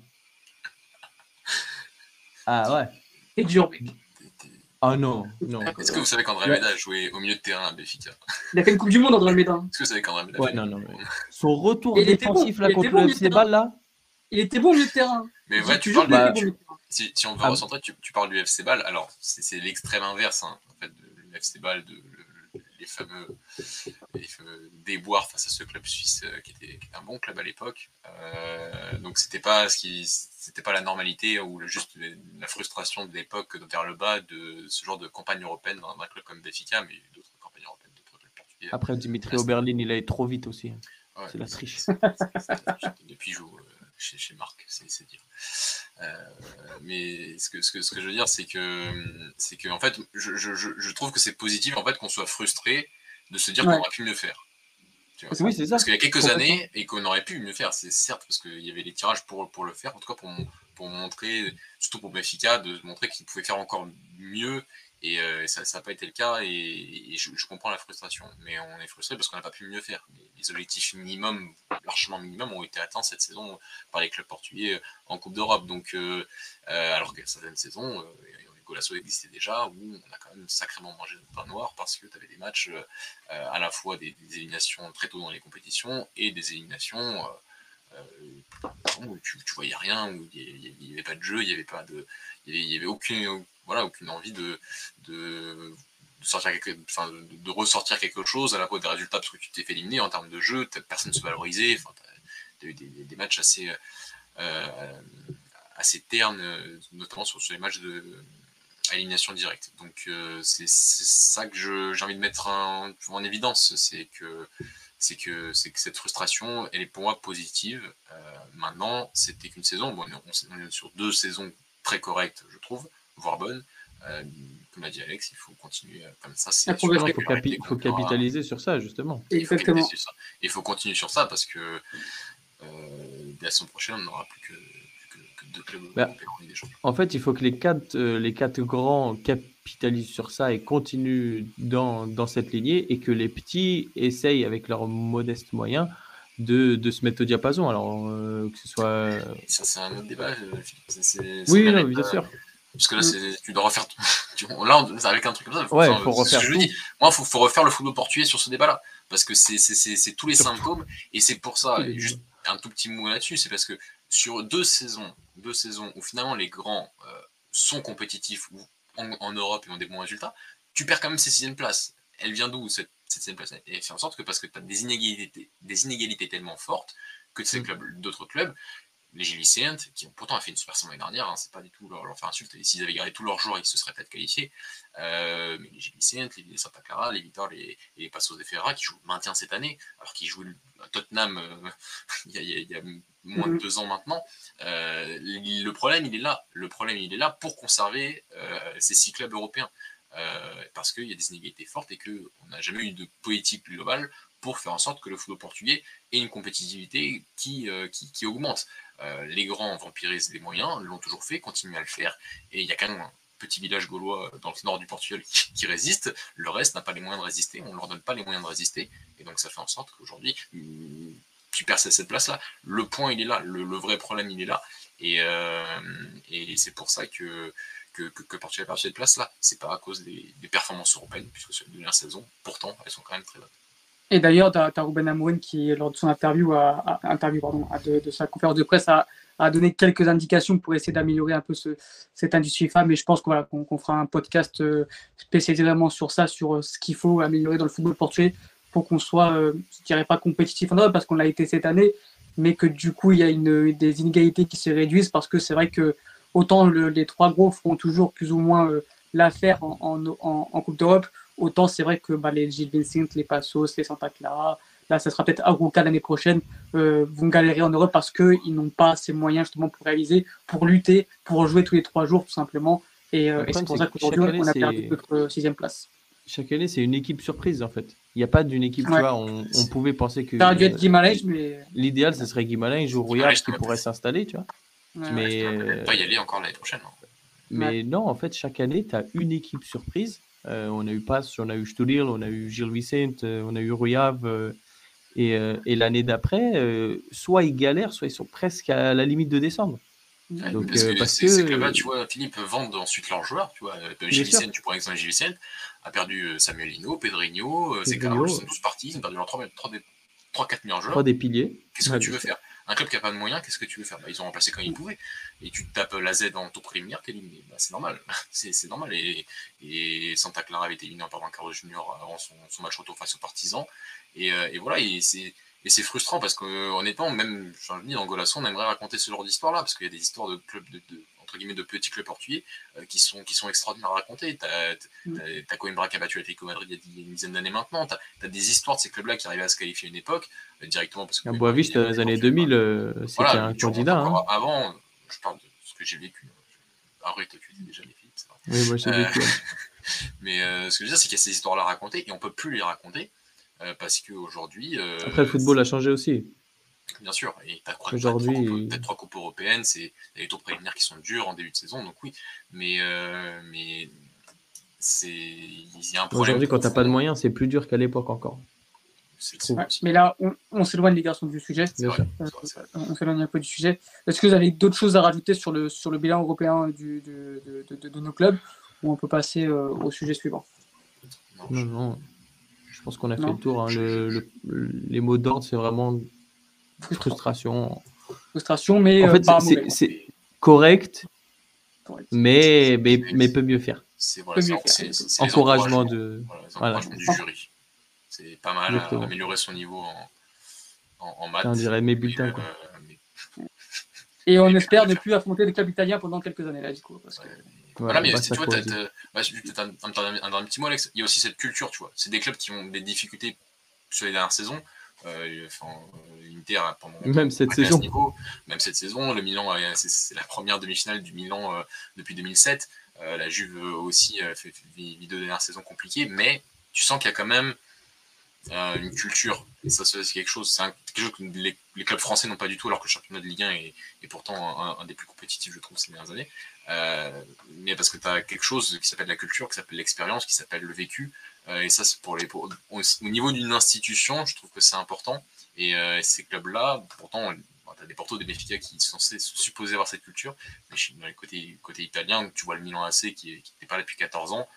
Ah ouais. c'est dur, mec. Ah non, non. Est-ce que vous savez qu'André Ouais. Almeida a joué au milieu de terrain à Benfica? Il a fait une Coupe du Monde, André Almeida. Est-ce que vous savez qu'André Almeida Ouais, fait- non, non. mais Son retour Et il était bon, défensif là il était contre bon au le milieu F de C terrain. Bâle là. Il était bon au milieu de terrain. Mais Je ouais, te tu jure parles qu'il Bah, était bon au milieu de terrain. Si, si on veut Ah. recentrer, tu, tu parles du F C Bâle. Alors, c'est c'est l'extrême inverse, hein, en fait, de le F C Bâle, de, le- les fameux, les fameux déboires face à ce club suisse euh, qui, était, qui était un bon club à l'époque. Euh, donc, c'était pas ce qui, c'était pas la normalité ou le- juste la frustration de l'époque vers le bas de ce genre de campagne européenne dans un club comme Benfica, mais d'autres campagnes européennes, d'autres clubs portugais. Après Dimitri Oberlin, il allait trop vite aussi, hein. Ouais, C'est la triche. c'est- c'est- c'est- Depuis, je joue euh, chez, chez Marc, c'est c'est dire. Euh, mais ce que, ce, que, ce que je veux dire, c'est que, c'est que en fait, je, je, je trouve que c'est positif en fait, qu'on soit frustré de se dire Ouais. qu'on aurait pu mieux faire. Tu vois. Oui, c'est ça. Parce qu'il y a quelques Complètement. années, et qu'on aurait pu mieux faire, c'est certes, parce qu'il y avait les tirages pour, pour le faire, en tout cas pour, mon- pour montrer, surtout pour Benfica, de montrer qu'ils pouvaient faire encore mieux. Et euh, ça n'a pas été le cas, et, et je, je comprends la frustration. Mais on est frustré parce qu'on n'a pas pu mieux faire. Les, les objectifs minimums, largement minimum, ont été atteints cette saison par les clubs portugais en Coupe d'Europe. Donc, euh, euh, alors que certaines saisons, euh, Golasso existait déjà, où on a quand même sacrément mangé notre pain noir parce que tu avais des matchs euh, à la fois des, des éliminations très tôt dans les compétitions et des éliminations euh, euh, où tu, tu voyais rien, où il n'y avait pas de jeu, il n'y avait pas de, il y avait aucune, voilà, aucune envie de, de, de sortir quelque, enfin, de, de ressortir quelque chose à la fois des résultats parce que tu t'es fait éliminer en termes de jeu, personne ne se valorisait, enfin, tu as eu des, des, des matchs assez, euh, assez ternes, notamment sur, sur les matchs de à élimination directe. Donc euh, c'est ça que j'ai envie de mettre en, en évidence, c'est que c'est que, c'est que cette frustration, elle est pour moi positive. Euh, maintenant, c'était qu'une saison. Bon, on, on est sur deux saisons très correctes, je trouve, voire bonnes. Euh, comme l'a dit Alex, il faut continuer comme ça. C'est La progression. Il faut, capi- faut capitaliser sur ça, justement. Il faut Exactement. capitaliser sur ça. Il faut continuer sur ça parce que euh, dès la semaine prochaine, on n'aura plus que, plus que, que deux clubs bah, européens en Ligue des Champions. En fait, il faut que les quatre, euh, les quatre grands capitalisent sur ça et continuent dans, dans cette lignée, et que les petits essayent avec leurs modestes moyens de, de se mettre au diapason. Alors, euh, que ce soit. Et ça, c'est un autre débat, Philippe. C'est, c'est, oui, c'est non, bien euh, sûr. Parce que là, c'est, tu dois refaire tout. Là, on, avec un truc comme ça, faut, ouais, il faut refaire ce que tout. Je dis. Moi, il faut, faut refaire le football portugais sur ce débat-là. Parce que c'est, c'est, c'est, c'est tous les Surtout. symptômes. Et c'est pour ça, et juste un tout petit mot là-dessus, c'est parce que sur deux saisons, deux saisons où finalement les grands euh, sont compétitifs ou en, en Europe et ont des bons résultats, tu perds quand même ces sixième places. Elle vient d'où cette, cette sixième place? Elle fait en sorte que parce que tu as des inégalités, des inégalités tellement fortes que ces clubs, d'autres clubs, les Gilles Vicente, qui ont pourtant fait une super saison l'année dernière, hein, c'est pas du tout leur, leur faire insulte, et s'ils avaient gardé tous leurs joueurs, ils se seraient peut-être qualifiés. Euh, mais les Gilles Vicente, les Santa Clara, les Vitor, les, les Passos de Ferreira, qui jouent le maintien cette année, alors qu'ils jouent à Tottenham euh, il, y a, il y a moins de deux ans maintenant. Euh, le problème, il est là. Le problème, il est là pour conserver euh, ces six clubs européens. Euh, parce qu'il y a des inégalités fortes et qu'on n'a jamais eu de politique globale pour faire en sorte que le football portugais ait une compétitivité qui, euh, qui, qui augmente. Euh, les grands vampirisent les moyens, l'ont toujours fait, continuent à le faire, et il y a quand même un petit village gaulois dans le nord du Portugal qui, qui résiste, le reste n'a pas les moyens de résister, on ne leur donne pas les moyens de résister, et donc ça fait en sorte qu'aujourd'hui, tu perds cette place-là. Le point, il est là, le, le vrai problème, il est là, et, euh, et c'est pour ça que que, que, que Portugal a perdu cette place-là. C'est pas à cause des, des performances européennes, puisque sur les dernières saisons, pourtant, elles sont quand même très bonnes. Et d'ailleurs, tu as, as Ruben Amorim qui, lors de son interview, a, a, interview pardon, a de, de sa conférence de presse, a, a donné quelques indications pour essayer d'améliorer un peu ce, cette industrie femme. Et je pense qu'on voilà, qu'on, qu'on fera un podcast euh, spécialisé vraiment sur ça, sur euh, ce qu'il faut améliorer dans le football portugais pour qu'on soit, euh, je dirais pas compétitif en Europe, parce qu'on l'a été cette année, mais que du coup, il y a une, des inégalités qui se réduisent, parce que c'est vrai que autant le, les trois gros feront toujours plus ou moins euh, l'affaire en, en, en, en Coupe d'Europe, autant c'est vrai que bah, les Gilles Vicente, les Passos, les Santa Clara, là ça sera peut-être Arouca l'année prochaine, euh, vont galérer en Europe parce qu'ils n'ont pas ces moyens justement pour réaliser, pour lutter, pour jouer tous les trois jours tout simplement. Et, euh, et c'est pour ça qu'aujourd'hui année, on a perdu notre sixième place. Chaque année, c'est une équipe surprise en fait. Il n'y a pas d'une équipe, ouais. Tu vois, on, on pouvait penser que. Ça aurait dû être Guimarães, mais. L'idéal, ce serait Guimarães ou Rouillard qui pourrait s'installer, tu vois. Ouais, mais. Ouais, pas y aller encore l'année prochaine. Hein. Mais ouais. Non, en fait, chaque année, tu as une équipe surprise. Euh, on a eu Pass, on a eu Sturil, on a eu Gilles Vicente, euh, on a eu Rouillave. Euh, et, euh, et l'année d'après, euh, soit ils galèrent, soit ils sont presque à la limite de descendre. Ouais, donc, parce que, parce c'est, que... ces clubs-là, tu vois, Philippe, vendent ensuite leurs joueurs. Tu vois, Gilles Vicente, tu prends l'exemple de Gilles Vicente, a perdu Samuel Lino, Pedrinho, Zekaros, ils sont tous partis, ils ont perdu leurs trois quatre meilleurs joueurs. Trois des piliers. Qu'est-ce que ouais, tu veux faire? Un club qui n'a pas de moyens, qu'est-ce que tu veux faire? Bah, ils ont remplacé quand ils pouvaient. Et tu tapes la Z en tour préliminaire, t'es éliminé. Bah, c'est normal. c'est, c'est normal. Et, et Santa Clara avait été éliminé en perdant Carlos Junior avant son, son match retour face aux Partisans. Et, euh, et voilà, et c'est, et c'est frustrant parce qu'honnêtement, même dans Golasson, on aimerait raconter ce genre d'histoire-là parce qu'il y a des histoires de clubs, de, de, entre guillemets, de petits clubs portugais euh, qui, sont, qui sont extraordinaires à raconter. T'as, t'as, t'as Coimbra qui a battu l'Atlético Madrid il y a une dizaine d'années maintenant. T'as, t'as des histoires de ces clubs-là qui arrivaient à se qualifier à une époque euh, directement parce que. À Boavista, dans les années deux mille, euh, c'était voilà, un candidat. Hein. Avant, je parle de ce que j'ai vécu. Arrête, tu étais déjà les filles, c'est vrai. Oui, moi j'ai euh, vécu. Mais euh, ce que je veux dire, c'est qu'il y a ces histoires-là à raconter et on peut plus les raconter. Euh, parce qu'aujourd'hui. Euh, Après, le football a changé aussi. Bien sûr, et tu as aujourd'hui peut-être trois coupes européennes, c'est il y a les tours préliminaires qui sont durs en début de saison, donc oui, mais, euh, mais c'est il y a un problème. Aujourd'hui, quand tu n'as pas de moyens, c'est plus dur qu'à l'époque encore. Ouais, mais là, on, on s'éloigne les garçons du sujet. Bien sûr. Euh, on s'éloigne un peu du sujet. Est-ce que vous avez d'autres choses à rajouter sur le, sur le bilan européen du, de, de, de, de, de nos clubs, ou on peut passer euh, au sujet suivant? Non, non. non. Je pense qu'on a non. fait le tour. Hein. Le, le, le, les mots d'ordre, c'est vraiment frustration. Frustration, mais en fait, euh, c'est, c'est, c'est correct, correct. Mais, mais, mais peut mieux faire. C'est, voilà, peut mieux c'est, faire. c'est, c'est encouragement de. Voilà, voilà. du jury. C'est pas mal à améliorer son niveau en, en, en maths. On dirait mes bulletins. Quoi. Euh, mais... Et on mais espère ne plus affronter des clubs italiens pendant quelques années là, du coup. Parce que... ouais. Voilà, mais bah, tu vois, t'as, t'as, bah, t'as un, un, un, un petit mot, Alex. Il y a aussi cette culture, tu vois. C'est des clubs qui ont des difficultés sur les dernières saisons. Euh, enfin, l'Inter pendant même cette saison. Niveau, même cette saison, le Milan, c'est, c'est la première demi-finale du Milan euh, depuis deux mille sept. Euh, la Juve aussi euh, fait, fait les deux dernières saisons compliquées, mais tu sens qu'il y a quand même euh, une culture. Et ça, c'est quelque chose, c'est un, quelque chose que les, les clubs français n'ont pas du tout, alors que le championnat de Ligue un est, est pourtant un, un des plus compétitifs, je trouve, ces dernières années. Euh, mais parce que tu as quelque chose qui s'appelle la culture, qui s'appelle l'expérience, qui s'appelle le vécu. Euh, et ça, c'est pour les, pour, au, au niveau d'une institution, je trouve que c'est important. Et euh, ces clubs-là, pourtant, bon, tu as des Porto, des Benfica qui sont censés supposer avoir cette culture. Mais dans les côtés, côté italien, tu vois le Milan A C qui n'est pas là depuis quatorze ans,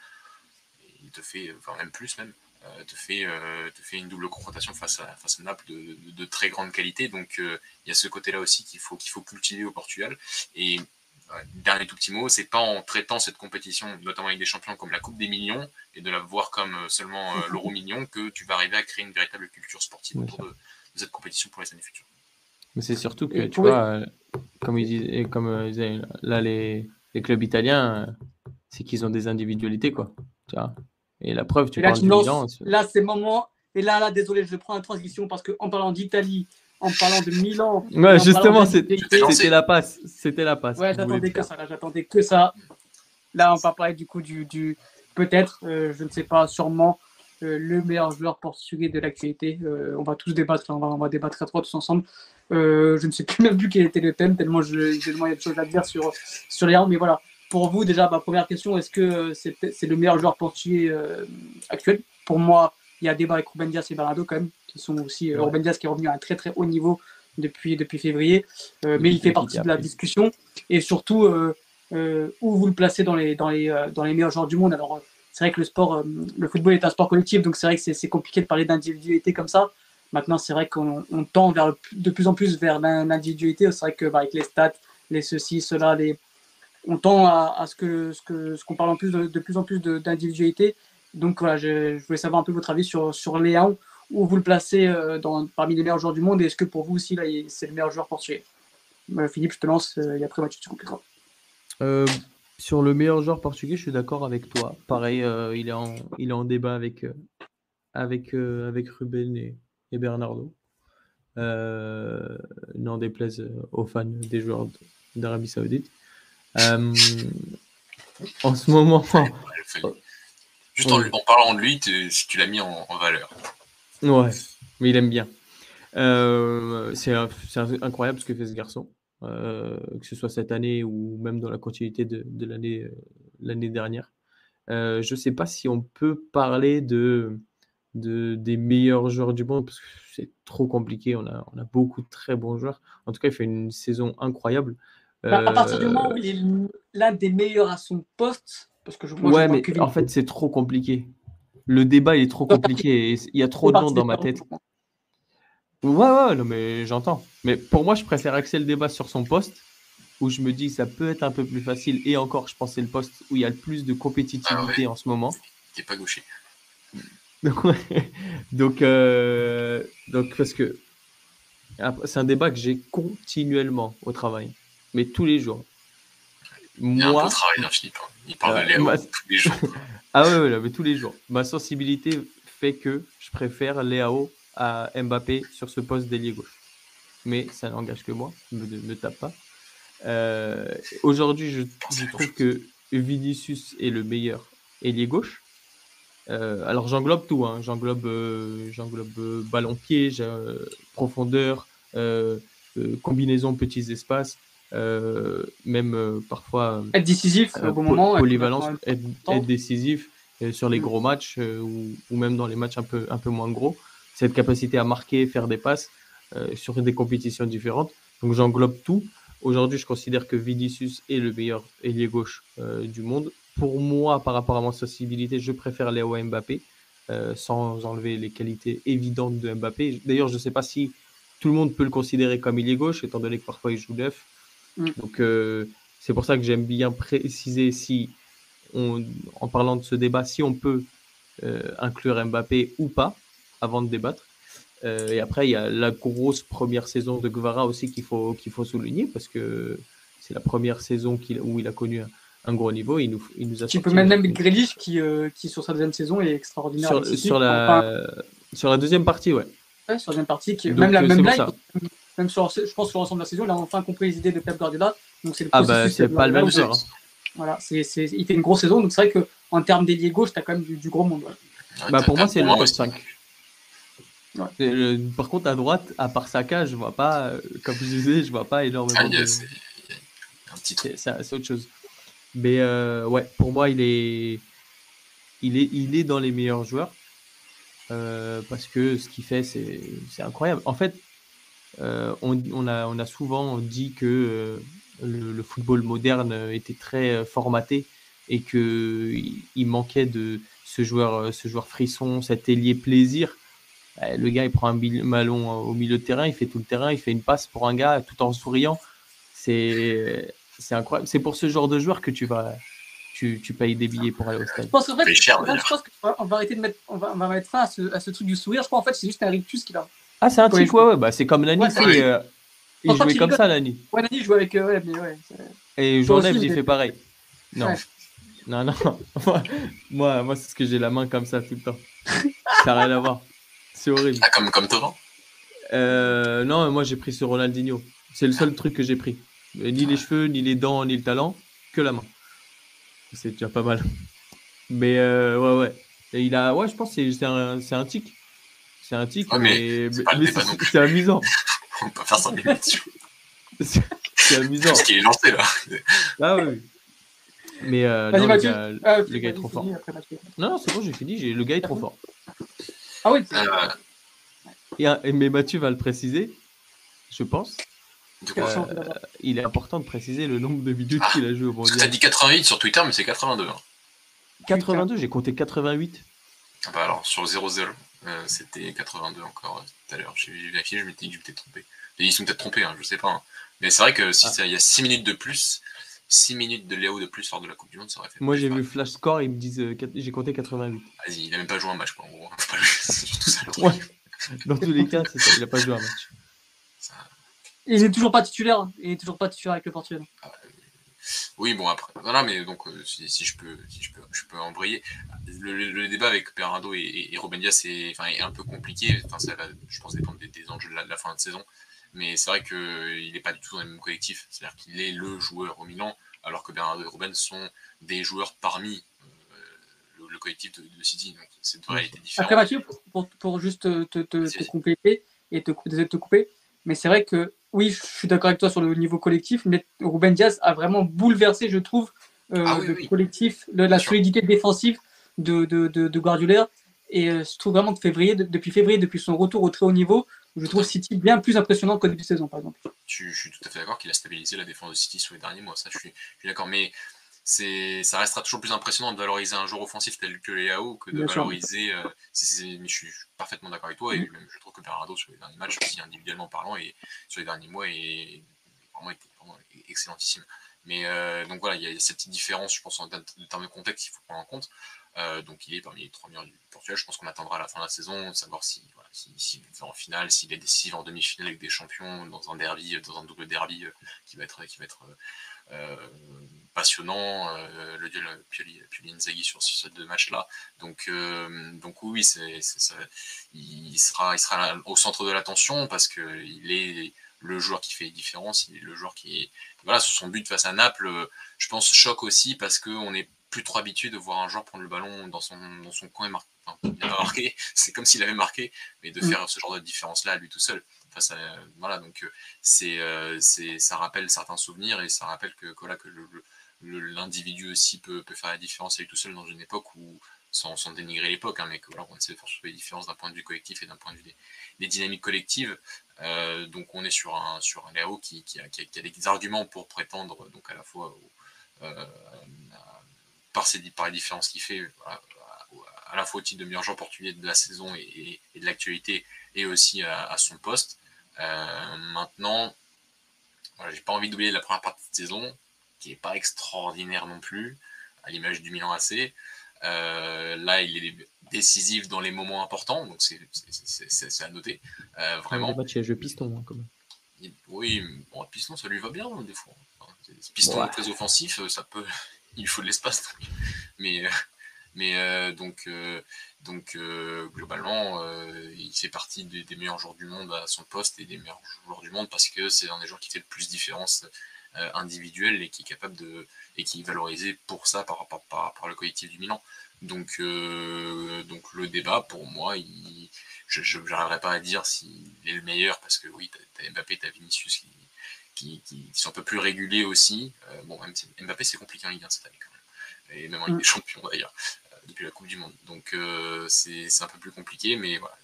et il te fait, enfin même plus même, euh, te, fait, euh, te fait une double confrontation face à, face à Naples de, de, de très grande qualité. Donc il euh, y a ce côté-là aussi qu'il faut, qu'il faut cultiver au Portugal. Et dernier tout petit mot, c'est pas en traitant cette compétition, notamment avec des champions comme la Coupe des Millions, et de la voir comme seulement euh, l'Euro Million, que tu vas arriver à créer une véritable culture sportive oui, autour de, de cette compétition pour les années futures. Mais c'est surtout que, et tu vois, euh, comme ils disaient, comme euh, ils disaient, là, les, les clubs italiens, euh, c'est qu'ils ont des individualités, quoi. Tu vois. Et la preuve, tu et là, parles tu du lances, Milan. Là, c'est le moment. Et là, là, désolé, je prends la transition parce qu'en parlant d'Italie, en parlant de Milan. Ouais, justement, c'était, c'était la passe. C'était la passe. Ouais, j'attendais que ça. Là, j'attendais que ça. Là, on va parler du coup du, du peut-être, euh, je ne sais pas, sûrement euh, le meilleur joueur portugais de l'actualité. Euh, on va tous débattre, on va, on va débattre à trois tous ensemble. Euh, je ne sais plus même plus quel était le thème, tellement je, tellement il y a de choses à dire sur sur les armes. Mais voilà, pour vous déjà, ma première question, est-ce que c'est, c'est le meilleur joueur portugais euh, actuel? Pour moi, il y a débat avec Ruben Dias et Bernardo quand même, qui sont aussi euh, ouais. Ruben Dias qui est revenu à un très très haut niveau depuis depuis février, euh, mais il fait partie de la discussion et surtout. Euh, Euh, où vous le placez dans les, dans, les, euh, dans les meilleurs joueurs du monde. Alors, euh, c'est vrai que le sport, euh, le football est un sport collectif, donc c'est vrai que c'est, c'est compliqué de parler d'individualité comme ça. Maintenant, c'est vrai qu'on on tend vers le, de plus en plus vers l'individualité. C'est vrai que bah, avec les stats, les ceci, cela, les... on tend à, à ce, que, ce, que, ce qu'on parle en plus de, de plus en plus de, d'individualité. Donc voilà, je, je voulais savoir un peu votre avis sur, sur Léao, où vous le placez euh, dans, parmi les meilleurs joueurs du monde, et est-ce que pour vous aussi, là, c'est le meilleur joueur portugais? euh, Philippe, je te lance, euh, et après Mathieu, tu compléteras. Euh, sur le meilleur joueur portugais, je suis d'accord avec toi. Pareil, euh, il, est en, il est en débat avec, euh, avec, euh, avec Ruben et, et Bernardo. Euh, n'en déplaise aux fans des joueurs d'Arabie Saoudite. Euh, en ce moment... Juste en, en parlant de lui, tu, tu l'as mis en, en valeur. Ouais, mais il aime bien. Euh, c'est, c'est incroyable ce que fait ce garçon. Euh, que ce soit cette année ou même dans la continuité de, de l'année, euh, l'année dernière. Euh, je ne sais pas si on peut parler de, de, des meilleurs joueurs du monde, parce que c'est trop compliqué, on a, on a beaucoup de très bons joueurs. En tout cas, il fait une saison incroyable. Bah, à partir du moment où il est l'un des meilleurs à son poste, parce que je, moi, ouais, je mais que en fait, c'est trop compliqué. Le débat, il est trop compliqué, et il y a trop de noms dans ma tête. Ouais, ouais, non, mais j'entends. Mais pour moi, je préfère axer le débat sur son poste, où je me dis que ça peut être un peu plus facile. Et encore, je pense que c'est le poste où il y a le plus de compétitivité ah ouais. en ce moment. Il n'est pas gaucher. donc, euh, donc, parce que c'est un débat que j'ai continuellement au travail, mais tous les jours. Il y a moi, un peu de travail, hein, Philippe. Il parle euh, de Léao ma... tous les jours. ah ouais, ouais, mais tous les jours. Ma sensibilité fait que je préfère Léao à Mbappé sur ce poste d'ailier gauche. Mais ça n'engage que moi, ne me, me tape pas. Euh, aujourd'hui, je, je trouve que Vinicius est le meilleur ailier gauche. Euh, alors j'englobe tout, hein. j'englobe, euh, j'englobe euh, ballon-pied, euh, profondeur, euh, euh, combinaison petits espaces, euh, même euh, parfois être décisif au bon po- moment, polyvalence, être, être décisif euh, sur les gros matchs euh, ou, ou même dans les matchs un peu, un peu moins gros. Cette capacité à marquer, faire des passes euh, sur des compétitions différentes. Donc j'englobe tout. Aujourd'hui, je considère que Vinicius est le meilleur ailier gauche euh, du monde. Pour moi, par rapport à mon sensibilité, je préfère Léo à Mbappé, euh, sans enlever les qualités évidentes de Mbappé. D'ailleurs, je ne sais pas si tout le monde peut le considérer comme ailier gauche, étant donné que parfois il joue neuf. Mm. Donc, euh, c'est pour ça que j'aime bien préciser, si on, en parlant de ce débat, si on peut euh, inclure Mbappé ou pas, avant de débattre. Euh, et après, il y a la grosse première saison de Guevara aussi qu'il faut, qu'il faut souligner, parce que c'est la première saison qu'il, où il a connu un, un gros niveau. Il nous, il nous a tu peux même même Grealish qui, euh, qui, sur sa deuxième saison, est extraordinaire. Sur, sur, la, enfin, sur la deuxième partie, ouais. Ouais, sur la deuxième partie, qui, Donc, même, la, euh, même c'est là, pour ça. il- même sur, je pense sur l'ensemble de la saison, il a enfin compris les idées de Pep Guardiola. Donc c'est le Ah bah, processus c'est Pep pas le Guardiola même où joueur. c'est- hein. voilà, c'est, c'est, il fait une grosse saison. Donc c'est vrai qu'en termes d'ailier gauche, tu as quand même du, du gros monde. Ouais. Ouais, Bah, t'as- pour moi, t'as c'est le Bourrin top aussi. cinq. Ouais. Et le- par contre, à droite, à part Saka, je vois pas, euh, comme je disais, je vois pas Ah, énormément il y a, de. c'est- il y a un petit trou. C'est c'est- c'est autre chose. Mais euh, ouais, pour moi, il est, il est, il est dans les meilleurs joueurs euh, parce que ce qu'il fait, c'est c'est incroyable. En fait, euh, on, on a, on a souvent dit que euh, le, le football moderne était très euh, formaté et que il il manquait de ce joueur, euh, ce joueur frisson, cet ailier plaisir. Euh, Le gars, il prend un bil- ballon au milieu de terrain, il fait tout le terrain, il fait une passe pour un gars tout en souriant. C'est c'est incroyable. C'est pour ce genre de joueur que tu vas tu, tu payes des billets pour aller au Je stade. pense qu'en fait, Paye cher en fait, je d'ailleurs. pense qu'on va arrêter de mettre, on va, on va mettre fin à ce, à ce truc du sourire. Je crois en fait, c'est juste un rictus qu'il a. Ah, c'est un Quand il tic, joue. ouais, ouais, bah, c'est comme Nani, Ouais, tu c'est Ah un sais, oui, rictus. euh, Je il pense pas jouait qu'il comme rigole. ça, Nani. Ouais, Nani joue avec. Euh, ouais, mais ouais. c'est- Et Toi Jourdain, aussi, j'ai j'ai- fait pareil. Non, ouais. non, non. Moi, moi, moi, c'est parce que j'ai la main comme ça tout le temps. Ça n'a rien à voir. C'est horrible. ah, comme, comme Thauvin. Euh, non, moi, j'ai pris ce Ronaldinho. C'est le seul truc que j'ai pris. Euh, Ni les cheveux, ni les dents, ni le talent, que la main. C'est déjà pas mal. Mais euh, ouais, ouais. Et il a, ouais, je pense que c'est c'est un, c'est un tic. C'est un tic, Ouais, mais mais, c'est mais, pas le mais débat non c'est plus. c'est amusant. On peut pas faire ça en émission. C'est c'est amusant. Parce qu'il est lancé là. Ah oui. oui. Mais euh, Vas-y, non, le Mathieu. gars, Ah, le gars est vas-y, trop finis, fort. après Mathieu. Non, non, c'est bon, j'ai fini. j'ai- Le gars est trop fort. Ah oui, c'est- Euh, Et, un- et- mais Mathieu va le préciser, je pense. de quoi Attention, Euh, tout d'abord. il est important de préciser le nombre de minutes Ah, qu'il a joué au Parce que t'as mondial. dit quatre-vingt-huit sur Twitter, mais c'est quatre-vingt-deux. Hein. quatre-vingt-deux, j'ai compté quatre-vingt-huit. Ah bah alors, sur zéro zéro, euh, c'était quatre-vingt-deux encore euh, tout à l'heure. J'ai vérifié, je m'étais dit que j'étais trompé. Et ils sont peut-être trompés, hein, je sais pas. Hein. Mais c'est vrai que si Ah. ça- il y a six minutes de plus, six minutes de Léo de plus lors de la Coupe du Monde, ça aurait fait Moi, plus j'ai mal. vu Flash Score, ils me disent euh, quatre- j'ai compté quatre-vingt-huit. Vas-y, il a même pas joué un match, quoi, en gros. Faut pas le- C'est surtout ça le truc. Ouais, dans tous les cas, c'est ça. Il a pas joué un match. Ça- Il est toujours pas titulaire. hein. Il est toujours pas titulaire avec le Portugal. Oui, bon après, voilà, mais donc euh, si, si je peux, si je peux, je peux embrayer. Le, le- le débat avec Perrado et, et, et Ruben Dias est, enfin, est un peu compliqué. Enfin, ça va, je pense, dépendre des, des enjeux de la, de la fin de saison. Mais c'est vrai qu'il n'est pas du tout dans le même collectif. C'est-à-dire qu'il est le joueur au Milan, alors que Bernardo et Ruben sont des joueurs parmi euh, le, le collectif de, de City. Donc c'est deux réalités différentes. Après, Mathieu, pour, pour, pour juste te, te, te, Vas-y, te vas-y. compléter et te, désolé de te couper, mais c'est vrai que oui, je suis d'accord avec toi sur le niveau collectif, mais Ruben Dias a vraiment bouleversé, je trouve, euh, Ah oui, le oui. collectif, le- la Bien sûr. solidité défensive de, de, de, de Guardiola. Et euh, je trouve vraiment que février, de- depuis février, depuis son retour au très haut niveau, je trouve City bien plus impressionnant qu'au début de saison, par exemple. Je, je suis tout à fait d'accord qu'il a stabilisé la défense de City sur les derniers mois. Ça, je suis, je suis d'accord. Mais c'est, ça restera toujours plus impressionnant de valoriser un joueur offensif tel que Léao que de Bien sûr. valoriser. Euh, c'est, c'est, mais je suis, je suis parfaitement d'accord avec toi. Et même, je trouve que Bernardo, sur les derniers matchs, aussi individuellement parlant, et sur les derniers mois, est vraiment, été vraiment excellentissime. Mais euh, donc voilà, il y a cette petite différence, je pense, en termes de contexte qu'il faut prendre en compte. Euh, donc il est parmi les trois meilleurs du Portugal. Je pense qu'on attendra à la fin de la saison, savoir si, voilà, si, si va en finale, s'il est décisif en demi-finale avec des champions, dans un derby, dans un double derby euh, qui va être, qui va être euh, passionnant. Euh, le duel Pioli, Pioli Inzaghi sur ce deux matchs-là. Donc, euh, donc oui, c'est, c'est, ça, il sera, il sera au centre de l'attention parce que il est le joueur qui fait les différences, il est le joueur qui est, voilà, son but face à Naples, je pense, choque aussi parce qu'on est plus trop habitué de voir un joueur prendre le ballon dans son, dans son coin et marquer. Enfin, il a marqué, c'est comme s'il avait marqué, mais de faire ce genre de différence-là à lui tout seul. Face à, voilà, donc c'est, c'est, ça rappelle certains souvenirs et ça rappelle que, que, voilà, que le, le, l'individu aussi peut, peut faire la différence à lui tout seul dans une époque où, sans, sans dénigrer l'époque, hein, mais que voilà, on essaie de faire les différences d'un point de vue collectif et d'un point de vue des, des dynamiques collectives. Euh, donc on est sur un, sur un Léo qui, qui, a, qui, a, qui a des arguments pour prétendre donc à la fois au, euh, à, par, ses, par les différences qu'il fait à, à la fois au titre de meilleur joueur portugais de la saison et, et, et de l'actualité et aussi à, à son poste. Euh, maintenant, voilà, j'ai pas envie d'oublier la première partie de saison qui est pas extraordinaire non plus à l'image du Milan A C. Euh, là, il est décisif dans les moments importants, donc c'est, c'est, c'est, c'est à noter. Euh, vraiment. Ouais, les matchs, il y a jeu piston, hein, quand même. Il, oui, bon, piston, ça lui va bien, hein, des fois. Enfin, piston ouais. très offensif, ça peut. Il faut de l'espace. Donc. Mais, Mais euh, donc, euh, donc euh, globalement, euh, il fait partie des, des meilleurs joueurs du monde à son poste et des meilleurs joueurs du monde parce que c'est un des joueurs qui fait le plus de différence euh, individuelle et qui est capable de et qui est valorisé pour ça par, par, par, par le collectif du Milan. Donc, euh, donc le débat pour moi, il, je n'arriverai pas à dire s'il est le meilleur parce que oui, t'as, t'as Mbappé, t'as Vinicius qui, qui, qui, qui sont un peu plus réguliers aussi. Euh, bon, même Mbappé c'est compliqué en Ligue un cette année quand même, et même en Ligue des Champions d'ailleurs depuis la Coupe du Monde. Donc euh, c'est, c'est un peu plus compliqué, mais voilà.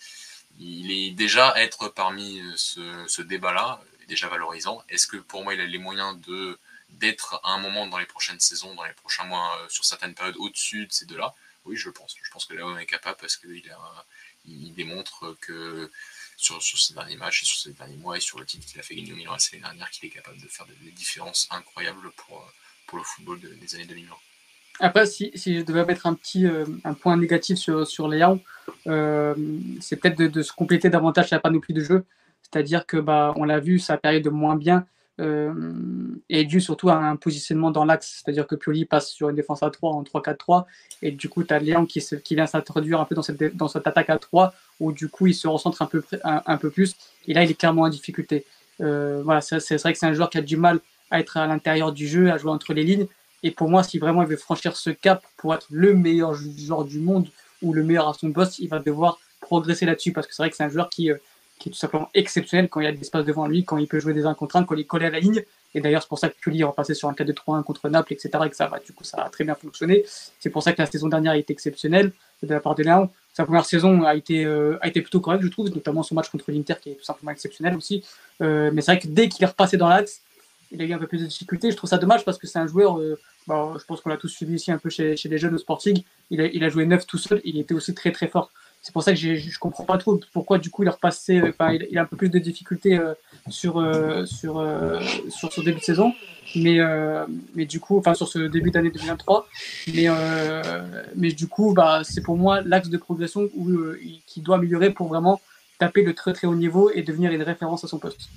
Il est déjà être parmi ce, ce débat-là, déjà valorisant. Est-ce que pour moi il a les moyens de, d'être à un moment dans les prochaines saisons, dans les prochains mois, sur certaines périodes au-dessus de ces deux-là? Oui, je pense. Je pense que Léo est capable parce qu'il a, il démontre que sur, sur ces derniers matchs et sur ces derniers mois et sur le titre qu'il a fait gagner au Milan la saison dernière, qu'il est capable de faire des différences incroyables pour, pour le football de, des années deux mille vingt. Après, si, si je devais mettre un petit euh, un point négatif sur, sur Léao, euh, c'est peut-être de, de se compléter davantage sa panoplie de jeu. C'est-à-dire que bah, on l'a vu, sa période de moins bien euh, est due surtout à un positionnement dans l'axe. C'est-à-dire que Pioli passe sur une défense à trois en trois quatre trois et du coup, tu as Léao qui, qui vient s'introduire un peu dans cette, dans cette attaque à trois où du coup, il se recentre un peu, un, un peu plus. Et là, il est clairement en difficulté. Euh, voilà, c'est, c'est vrai que c'est un joueur qui a du mal à être à l'intérieur du jeu, à jouer entre les lignes. Et pour moi, si vraiment il veut franchir ce cap pour être le meilleur joueur du monde ou le meilleur à son poste, il va devoir progresser là-dessus parce que c'est vrai que c'est un joueur qui, euh, qui est tout simplement exceptionnel quand il y a de l'espace devant lui, quand il peut jouer des un contre un, quand il est collé à la ligne. Et d'ailleurs, c'est pour ça que Pioli est repassé sur un quatre deux trois un contre Naples, et cetera. Et que ça va, du coup, ça a très bien fonctionné. C'est pour ça que la saison dernière a été exceptionnelle de la part de Léao. Sa première saison a été, euh, a été plutôt correcte, je trouve, notamment son match contre l'Inter qui est tout simplement exceptionnel aussi. Euh, mais c'est vrai que dès qu'il est repassé dans l'axe, il a eu un peu plus de difficultés. Je trouve ça dommage parce que c'est un joueur, euh, bah, je pense qu'on l'a tous suivi ici un peu chez, chez les jeunes au Sporting. Il a, il a joué neuf tout seul, il était aussi très très fort. C'est pour ça que j'ai, je comprends pas trop pourquoi du coup il est repassé, enfin il, il a un peu plus de difficultés euh, sur, euh, sur, euh, sur ce début de saison, mais, euh, mais du coup, enfin sur ce début d'année deux mille vingt-trois, mais, euh, mais du coup bah, c'est pour moi l'axe de progression où, euh, qui doit améliorer pour vraiment taper le très très haut niveau et devenir une référence à son poste.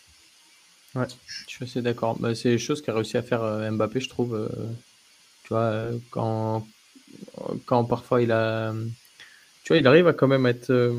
Ouais, je suis assez d'accord. Bah, c'est les choses qu'a réussi à faire euh, Mbappé, je trouve. Euh, tu vois, euh, quand, quand parfois il a. Tu vois, il arrive à quand même être. Euh,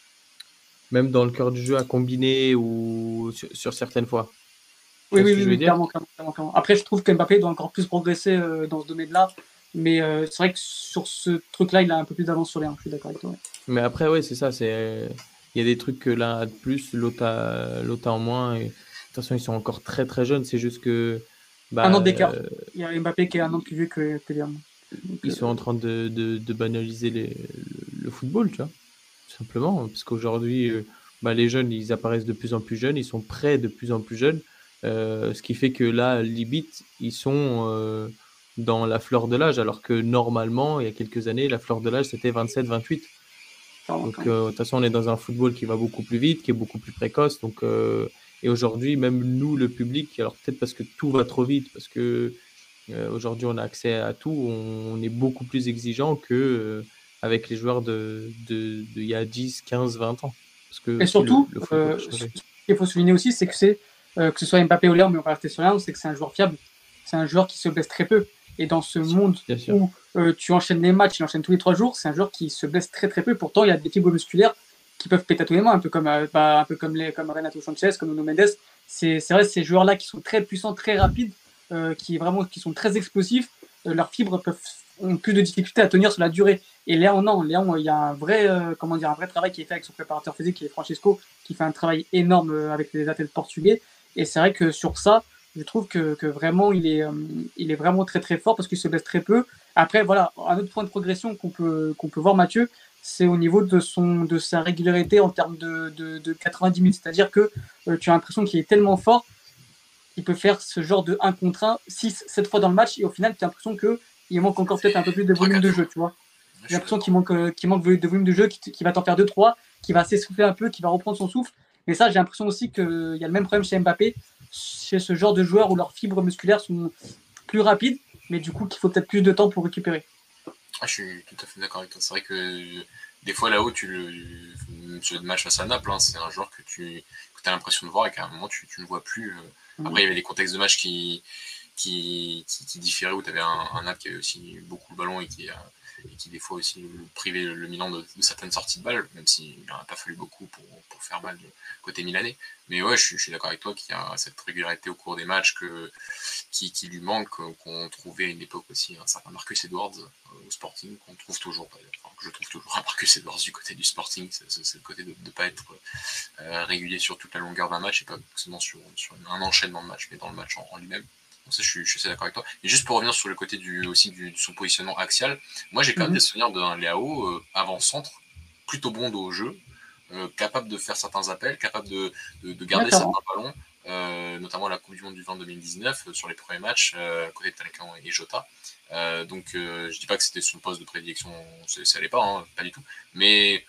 même dans le cœur du jeu, à combiner ou sur, sur certaines fois. Tu Oui, vois oui, ce que oui, je veux oui dire? clairement, clairement, clairement, clairement. Après, je trouve que Mbappé doit encore plus progresser euh, dans ce domaine-là. Mais euh, c'est vrai que sur ce truc-là, il a un peu plus d'avance sur les uns. Je suis d'accord avec toi. Ouais. Mais après, ouais, c'est ça. C'est, il y a des trucs que l'un a de plus, l'autre a, l'autre a en moins. Et, de toute façon, ils sont encore très très jeunes. C'est juste que. Un Bah, an d'écart. euh, Il y a Mbappé qui est un an plus vieux que, que Léon. Donc, ils euh, sont en train de, de, de banaliser les, le, le football, tu vois. Tout simplement. Parce qu'aujourd'hui, euh, bah, les jeunes, ils apparaissent de plus en plus jeunes. Ils sont prêts de plus en plus jeunes. Euh, ce qui fait que là, limite, ils sont euh, dans la fleur de l'âge. Alors que normalement, il y a quelques années, la fleur de l'âge, c'était vingt-sept vingt-huit. Donc, euh, de toute façon, on est dans un football qui va beaucoup plus vite, qui est beaucoup plus précoce. Donc, euh, et aujourd'hui, même nous, le public, alors peut-être parce que tout va trop vite, parce que euh, aujourd'hui, on a accès à tout, on, on est beaucoup plus exigeant que euh, avec les joueurs de, de, de il y a dix, quinze, vingt ans. Parce que Et aussi, le, surtout, le football euh, a ce changé. qu'il faut souligner aussi, c'est que c'est euh, que ce soit Mbappé ou Léon, mais on va rester sur Léon, c'est que c'est un joueur fiable. C'est un joueur qui se blesse très peu. Et dans ce monde Bien sûr. où euh, tu enchaînes les matchs, il enchaîne tous les trois jours, c'est un joueur qui se blesse très très peu. Pourtant, il y a des fibres musculaires qui peuvent péter à tous les mois, un peu comme, euh, bah, un peu comme, les, comme Renato Sanchez, comme Nuno Mendes. C'est, c'est vrai, ces joueurs-là qui sont très puissants, très rapides, euh, qui, vraiment, qui sont très explosifs, euh, leurs fibres peuvent, ont plus de difficultés à tenir sur la durée. Et Léon, non, Léon, il y a un vrai, euh, comment dire, un vrai travail qui est fait avec son préparateur physique, qui est Francesco, qui fait un travail énorme euh, avec les athlètes portugais. Et c'est vrai que sur ça, je trouve que, que vraiment, il est, euh, il est vraiment très très fort parce qu'il se blesse très peu. Après, voilà, un autre point de progression qu'on peut, qu'on peut voir, Mathieu, c'est au niveau de, son, de sa régularité en termes de, de, de quatre-vingt-dix minutes. C'est-à-dire que euh, tu as l'impression qu'il est tellement fort qu'il peut faire ce genre de un contre un six sept fois dans le match et au final, tu as l'impression qu'il manque encore peut-être un peu plus de volume de jeu, tu vois. J'ai l'impression qu'il manque, euh, qu'il manque de volume de jeu, qu'il, qu'il va t'en faire deux trois, qu'il va s'essouffler un peu, qu'il va reprendre son souffle. Mais ça, j'ai l'impression aussi qu'il y a le même problème chez Mbappé, chez ce genre de joueurs où leurs fibres musculaires sont plus rapides, mais du coup qu'il faut peut-être plus de temps pour récupérer. Ah, je suis tout à fait d'accord avec toi. C'est vrai que des fois là-haut, tu le, sur le match face à Naples, hein, c'est un joueur que tu que as l'impression de voir et qu'à un moment tu, tu ne vois plus. Après, il y avait des contextes de match qui, qui, qui, qui différait, où tu avais un, un Naples qui avait aussi beaucoup le ballon et qui, euh, et qui des fois aussi privait le Milan de, de certaines sorties de balles, même s'il n'en a pas fallu beaucoup pour, pour faire mal du côté milanais. Mais ouais, je suis, je suis d'accord avec toi qu'il y a cette régularité au cours des matchs que, qui, qui lui manque, qu'on trouvait à une époque aussi un certain Marcus Edwards euh, au Sporting, qu'on trouve toujours, enfin, que je trouve toujours un Marcus Edwards du côté du Sporting, c'est, c'est le côté de ne pas être euh, régulier sur toute la longueur d'un match et pas seulement sur, sur un enchaînement de matchs, mais dans le match en, en lui-même. Donc ça, je suis, je suis assez d'accord avec toi. Et juste pour revenir sur le côté du, aussi du, de son positionnement axial, moi j'ai quand même mm-hmm. des souvenirs d'un Leao euh, avant-centre, plutôt bon au jeu, euh, capable de faire certains appels, capable de, de, de garder certains ballons, euh, notamment à la Coupe du Monde du vingt deux mille dix-neuf, euh, sur les premiers matchs, euh, à côté de Talcan et Jota. Euh, donc euh, je dis pas que c'était son poste de prédilection, ça allait pas, hein, pas du tout. Mais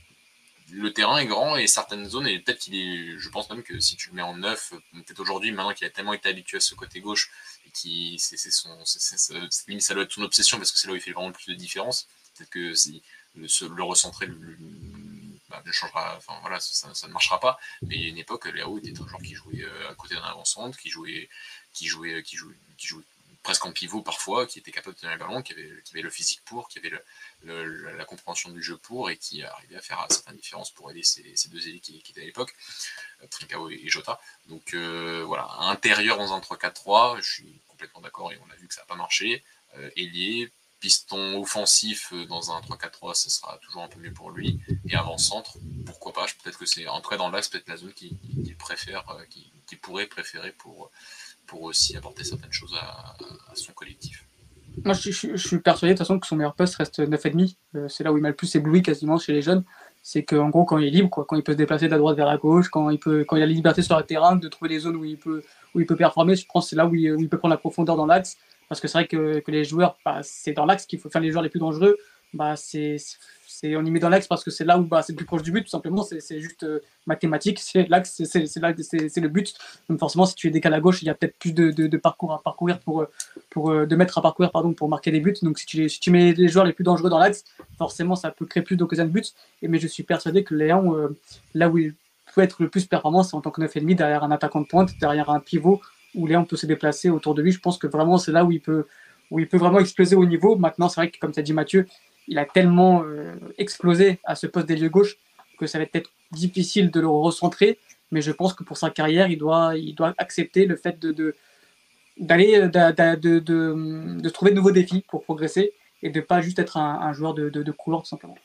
le terrain est grand et certaines zones, et peut-être qu'il est, je pense même que si tu le mets en neuf, peut-être aujourd'hui, maintenant qu'il a tellement été habitué à ce côté gauche, et qui, c'est, c'est son, c'est, c'est, c'est, c'est, limite ça doit être son obsession parce que c'est là où il fait vraiment le plus de différence. Peut-être que si le, le recentrer le, bah, ne changera, enfin voilà, ça, ça ne marchera pas. Mais il y a une époque, Leao était un joueur qui jouait à côté d'un avant-centre, qui jouait, qui jouait, qui jouait, qui jouait presque en pivot parfois, qui était capable de tenir le ballon, qui avait, qui avait le physique pour, qui avait le, le, la compréhension du jeu pour, et qui arrivait à faire certaines différences pour aider ces, ces deux élites qui, qui étaient à l'époque, Trincao et, et Jota. Donc euh, voilà, intérieur dans un trois quatre trois, je suis complètement d'accord, et on a vu que ça n'a pas marché. Euh, ailier, piston offensif dans un trois quatre trois, ce sera toujours un peu mieux pour lui, et avant-centre, pourquoi pas, peut-être que c'est, en tout cas dans l'axe, peut-être la zone qu'il qui, qui préfère, qui, qui pourrait préférer pour... pour aussi apporter certaines choses à, à son collectif. Moi, je, je, je suis persuadé de toute façon que son meilleur poste reste neuf virgule cinq. Euh, c'est là où il m'a le plus ébloui quasiment chez les jeunes. C'est qu'en gros, quand il est libre, quoi, quand il peut se déplacer de la droite vers la gauche, quand il, peut, quand il a la liberté sur le terrain, de trouver des zones où il peut, où il peut performer, je pense que c'est là où il, où il peut prendre la profondeur dans l'axe. Parce que c'est vrai que, que les joueurs, bah, c'est dans l'axe qu'il faut faire les joueurs les plus dangereux. Bah, c'est, c'est, on y met dans l'axe parce que c'est là où bah, c'est le plus proche du but, tout simplement. C'est, c'est juste euh, mathématique. C'est l'axe, c'est, c'est, c'est, l'axe c'est, c'est le but. Donc forcément, si tu es décalé à gauche, il y a peut-être plus de, de, de parcours à parcourir pour, pour euh, de mètres à parcourir pardon, pour marquer des buts. Donc si tu, si tu mets les joueurs les plus dangereux dans l'axe, forcément, ça peut créer plus d'occasions de buts. Et, mais je suis persuadé que Léon, euh, là où il peut être le plus performant, c'est en tant que neuf virgule cinq derrière un attaquant de pointe, derrière un pivot où Léon peut se déplacer autour de lui. Je pense que vraiment, c'est là où il peut, où il peut vraiment exploser au niveau. Maintenant, c'est vrai que, comme tu as dit, Mathieu, il a tellement euh, explosé à ce poste d'ailier gauche que ça va être peut-être difficile de le recentrer. Mais je pense que pour sa carrière, il doit, il doit accepter le fait de, de, d'aller, de, de, de, de trouver de nouveaux défis pour progresser et de ne pas juste être un, un joueur de, de, de couloir, tout simplement.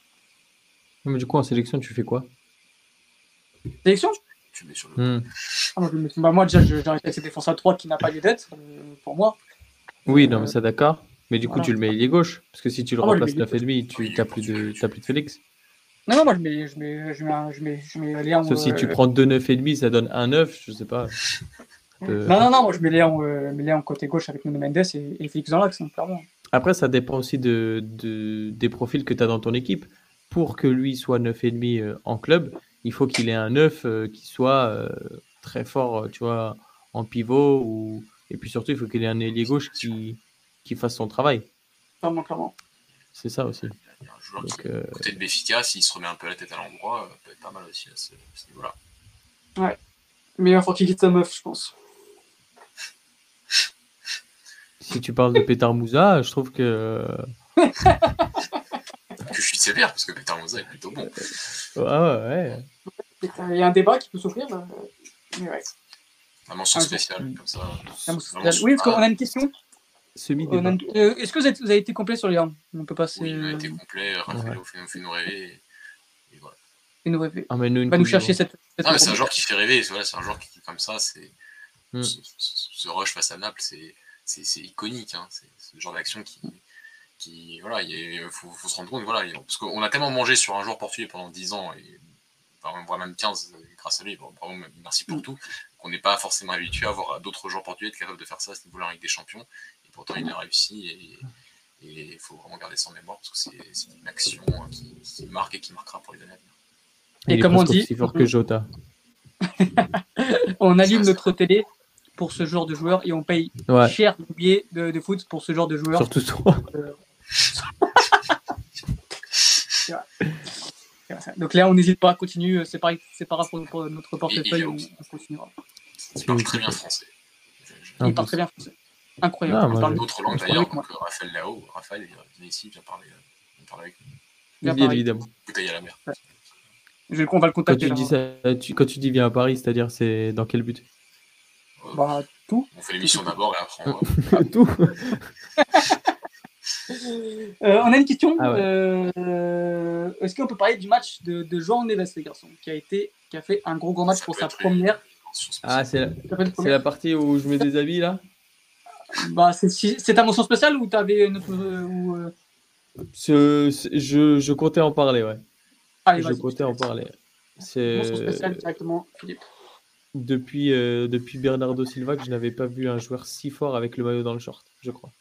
Mais du coup, en sélection, tu fais quoi? Sélection Tu mets sur le... mmh. ah, moi, je, bah, moi, déjà, j'arrive avec cette défense à trois qui n'a pas lieu d'être, euh, pour moi. Oui, non, mais ça, d'accord. Mais du voilà. coup, tu le mets ailier gauche. Parce que si tu le ah, remplaces neuf virgule cinq, tu n'as plus, de, plus de Félix. Non, non, moi, je mets, je mets, je mets, un, je mets, je mets Léon. Sauf euh... si tu prends deux neuf virgule cinq, ça donne un neuf, je sais pas. Peut... Non, non, non, moi, je mets Léon, euh, Léon côté gauche avec Nuno Mendes et, et Félix dans l'axe, hein, clairement. Après, ça dépend aussi de, de, des profils que tu as dans ton équipe. Pour que lui soit neuf virgule cinq en club, il faut qu'il ait un neuf euh, qui soit euh, très fort, tu vois, en pivot. Ou... Et puis surtout, il faut qu'il ait un ailier gauche qui, qui fasse son travail. Clairement, clairement. C'est ça aussi. Il y a un joueur Donc, qui, euh... côté de Béfica, s'il se remet un peu la tête à l'endroit, euh, peut être pas mal aussi à ce, ce niveau-là. Ouais. Mais il faut qu'il quitte sa meuf, je pense. Si tu parles de Petar Moussa, je trouve que... que je suis sévère, parce que Petar Moussa est plutôt bon. Ouais, ouais, ouais. Il y a un débat qui peut s'offrir, mais ouais. La mention ah, spéciale, bon. Comme ça. La mention spéciale. Oui, parce qu'on a une question. Semi-débat. Une... Euh, est-ce que vous, êtes, vous avez été complet sur les armes? On peut passer. Oui, on a été complet. Raphaël ouais. fait, fait nous rêver. Et, et voilà. Et nous rêver. Ah, mais nous, va nous chercher cette. cette non, mais c'est un joueur qui fait rêver. Voilà, c'est un joueur qui, comme ça, c'est. Mm. Ce, ce rush face à Naples, c'est, c'est, c'est iconique. Hein. C'est, c'est le genre d'action qui. qui voilà, il faut, faut se rendre compte. Voilà, parce qu'on a tellement mangé sur un joueur portugais pendant dix ans, et enfin, voire même quinze, grâce à lui. Bon, bravo, merci pour mm. tout. Qu'on n'est pas forcément habitué à voir d'autres joueurs portugais être capables de faire ça à ce niveau-là avec des champions. Et pourtant, il a réussi et il faut vraiment garder ça en mémoire parce que c'est, c'est une action qui, qui marque et qui marquera pour les années à venir. Et, et comme on dit, aussi fort que Jota. On allume notre télé pour ce genre de joueur et on paye ouais. cher le billet de, de foot pour ce genre de joueur. Surtout toi. Euh... Donc là, on n'hésite pas à continuer. C'est pareil, c'est pas grave pour, pour notre portefeuille, on, on continuera. Il parle très bien français. Il parle très bien français. Incroyable. Non, On moi, parle je- de- D'autres langues je d'ailleurs, parle avec donc euh, Raphaël Lao, Raphaël, il vient ici, il vient parler, euh, il vient parler avec nous. Bien bien pareil. évidemment. Bouteille à la mer. Ouais. Je, on va le Quand contacter tu là. dis ça, tu, quand tu dis viens à Paris, c'est-à-dire c'est dans quel but? Euh, Bah, tout. on fait l'émission d'abord et après on va. Tout. Euh, on a une question. Ah ouais. Euh, est-ce qu'on peut parler du match de, de João Neves, les garçons, qui a été, qui a fait un gros gros match Ça pour peut sa être une première. mention Ah, spéciale. c'est la, Ça fait une c'est première. la partie où je mets des habits là? Bah, c'est, si- c'est ta mention spéciale ou t'avais une autre euh, ou, euh, Ce- ce- je, je comptais en parler, ouais. Allez, Je vas-y. je comptais te en laisse. parler. Mention C'est spéciale directement, Philippe. depuis, euh, depuis Bernardo Silva que je n'avais pas vu un joueur si fort avec le maillot dans le short, je crois.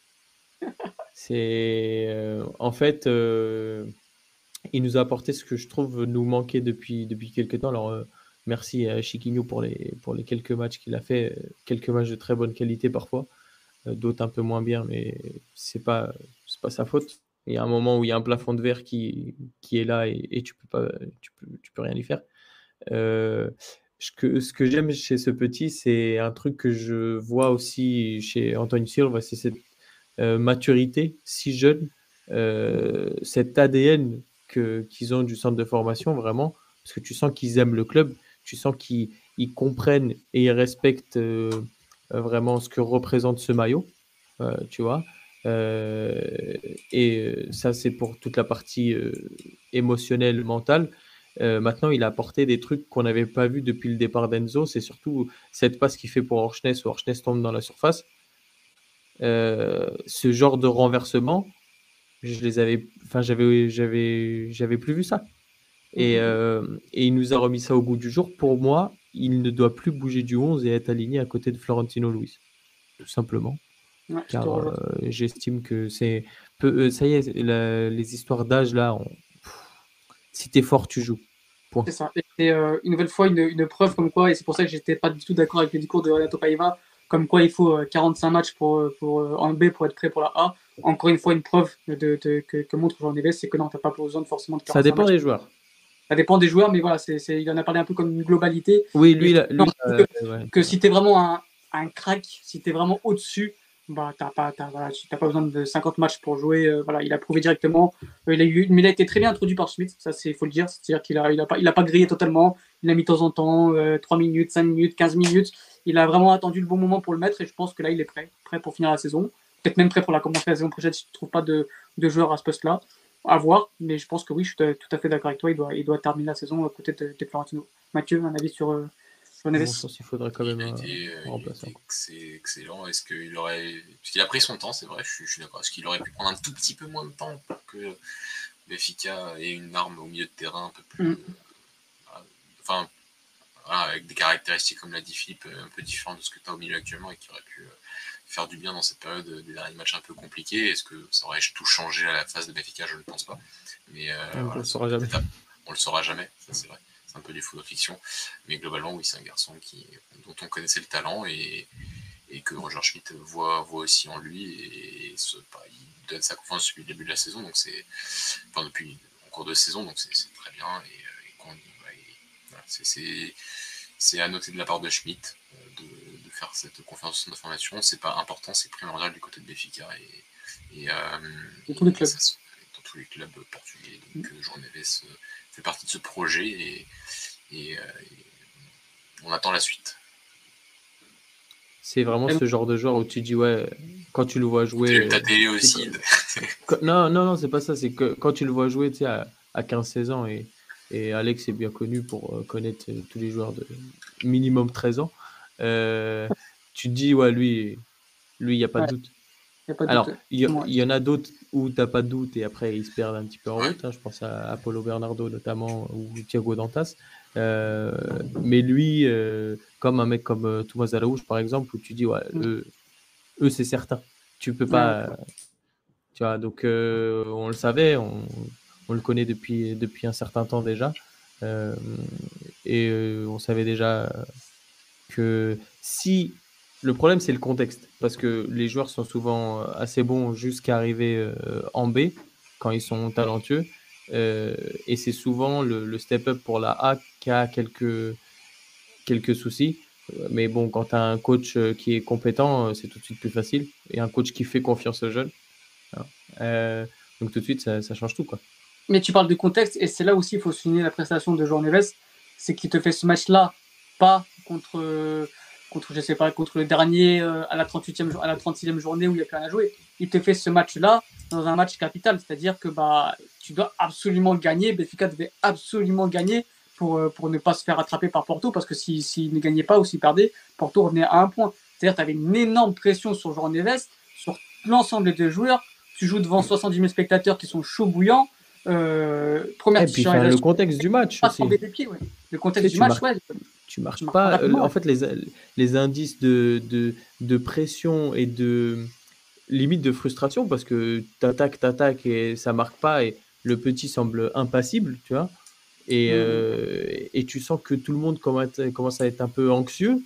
C'est euh, en fait, euh, il nous a apporté ce que je trouve nous manquait depuis, depuis quelques temps. Alors, euh, merci à Chiquinho pour les, pour les quelques matchs qu'il a fait, euh, quelques matchs de très bonne qualité parfois, euh, d'autres un peu moins bien, mais c'est pas, c'est pas sa faute. Il y a un moment où il y a un plafond de verre qui, qui est là et, et tu peux pas, tu peux, tu peux rien y faire. Euh, ce que, ce que j'aime chez ce petit, c'est un truc que je vois aussi chez Anthony Silva, c'est cette euh, maturité si jeune, euh, cet A D N que, qu'ils ont du centre de formation, vraiment, parce que tu sens qu'ils aiment le club, tu sens qu'ils ils comprennent et ils respectent euh, euh, vraiment ce que représente ce maillot, euh, tu vois. Euh, et euh, ça, c'est pour toute la partie euh, émotionnelle, mentale. Euh, maintenant, il a apporté des trucs qu'on n'avait pas vus depuis le départ d'Enzo. C'est surtout cette passe qu'il fait pour Orchness, où Orchness tombe dans la surface. Euh, ce genre de renversement, je les avais, enfin, j'avais, j'avais, j'avais plus vu ça. Et, Mhm. euh, et il nous a remis ça au goût du jour. Pour moi, il ne doit plus bouger du onze et être aligné à côté de Florentino Luis, tout simplement. Ouais, je te Car rejoins. euh, j'estime que c'est peu, euh, ça y est, la- les histoires d'âge là, on- pff, si t'es fort, tu joues. Point. C'est ça. Et c'est euh, une nouvelle fois une, une preuve comme quoi, et c'est pour ça que j'étais pas du tout d'accord avec le discours de Renato Paiva, comme quoi il faut euh, quarante-cinq matchs pour, euh, pour, euh, en B pour être prêt pour la A. Encore une fois, une preuve de, de- que, que montre Jean Neves, c'est que non, t'as pas besoin de forcément de Ça quarante-cinq dépend matchs. des joueurs. Ça dépend des joueurs, mais voilà, c'est, c'est, il en a parlé un peu comme une globalité. Oui, Et lui, je là, lui, pense euh, que, ouais, que ouais. si t'es vraiment un, un crack, si t'es vraiment au-dessus, bah, t'as pas, t'as, voilà, t'as pas besoin de cinquante matchs pour jouer. Euh, voilà, il a prouvé directement. Euh, il a eu, mais il a été très bien introduit par Schmidt, ça c'est faut le dire. C'est-à-dire qu'il a, il a pas, il a pas grillé totalement. Il a mis de temps en temps euh, trois minutes, cinq minutes, quinze minutes. Il a vraiment attendu le bon moment pour le mettre et je pense que là il est prêt, prêt pour finir la saison. Peut-être même prêt pour la commencer la saison prochaine si tu ne trouves pas de, de joueurs à ce poste-là. À voir, mais je pense que oui, je suis tout à fait d'accord avec toi. Il doit, il doit terminer la saison à côté de, de Florentino. Mathieu, un avis sur, euh, sur À Neves? mon sens, il faudrait quand Il même a un, été, euh, un il a remplaçant. été ex- excellent. Est-ce qu'il aurait. Parce qu'il a pris son temps, c'est vrai, je suis, je suis d'accord. Est-ce qu'il aurait pu prendre un tout petit peu moins de temps pour que Benfica ait une arme au milieu de terrain un peu plus. Mm. euh, Enfin, voilà, avec des caractéristiques, comme l'a dit Philippe, un peu différentes de ce que tu as au milieu actuellement et qui aurait pu euh, faire du bien dans cette période des derniers matchs un peu compliqués. Est-ce que ça aurait tout changé à la phase de Benfica? Je ne pense pas. Mais euh, On ne voilà, le ça saura aurait jamais. peut-être- on le saura jamais, ça c'est vrai. C'est un peu du foot de fiction. Mais globalement, oui, c'est un garçon qui, dont on connaissait le talent et, et que Roger Schmidt voit, voit aussi en lui. Et, et ce, bah, il donne sa confiance depuis le début de la saison, donc c'est, enfin depuis en cours de saison, donc c'est, c'est très bien. Et, et qu'on, bah, et, voilà, c'est, c'est, c'est à noter de la part de Schmidt de, de faire cette confiance en formation. C'est pas important, c'est primordial du côté de Benfica et, et, euh, Dans tous les clubs. ça, dans tous les clubs portugais. Donc mm. João Neves euh, fait partie de ce projet et, et, euh, et on attend la suite. C'est vraiment ce genre de joueur où tu dis, ouais, quand tu le vois jouer. Tu aimes ta télé aussi. Quand, non, non, non, c'est pas ça. C'est que quand tu le vois jouer, tu sais, à, à quinze seize ans, et, et Alex est bien connu pour euh, connaître euh, tous les joueurs de minimum treize ans, euh, tu te dis, ouais, lui, lui, il n'y a pas ouais. de doute. Y a pas de Alors, doute. il y, y en a d'autres où tu n'as pas de doute et après ils se perdent un petit peu en ouais. route. Hein. Je pense à Apollo Bernardo notamment ou Thiago Dantas. Euh, mais lui, euh, comme un mec comme euh, Thomas Araújo par exemple, où tu dis, ouais, mm. eux, eux c'est certain. Tu peux pas. Ouais. Tu vois, donc euh, on le savait, on, on le connaît depuis, depuis un certain temps déjà. Euh, et euh, on savait déjà que si. Le problème, c'est le contexte, parce que les joueurs sont souvent assez bons jusqu'à arriver euh, en B, quand ils sont talentueux, euh, et c'est souvent le, le step-up pour la A qui a quelques, quelques soucis. Mais bon, quand tu as un coach euh, qui est compétent, euh, c'est tout de suite plus facile. Et un coach qui fait confiance aux jeunes. Hein. Euh, donc tout de suite, ça, ça change tout, quoi. Mais tu parles de contexte, et c'est là aussi il faut souligner la prestation de João Neves, c'est qu'il te fait ce match-là, pas contre, euh, contre, je sais pas, contre le dernier euh, à la trente-huitième, à la trente-sixième journée où il n'y a plus rien à jouer. Il te fait ce match-là dans un match capital, c'est-à-dire que bah, tu dois absolument gagner, Benfica devait absolument gagner pour, euh, pour ne pas se faire attraper par Porto, parce que s'il si, si ne gagnait pas ou s'il perdait, Porto revenait à un point. C'est-à-dire que tu avais une énorme pression sur João Neves, sur l'ensemble des joueurs, tu joues devant soixante-dix mille spectateurs qui sont chauds bouillants. Euh, première Et puis, enfin, le contexte du match aussi. Des pieds, ouais. Le contexte tu sais, du tu match, marques, ouais. Tu marques tu marques pas. rapidement, euh, en ouais. fait, les, les indices de, de, de pression et de limite de frustration, parce que t'attaques, t'attaques et ça marque pas, et le petit semble impassible, tu vois. Et, Mhm. euh, et tu sens que tout le monde commence, commence à être un peu anxieux.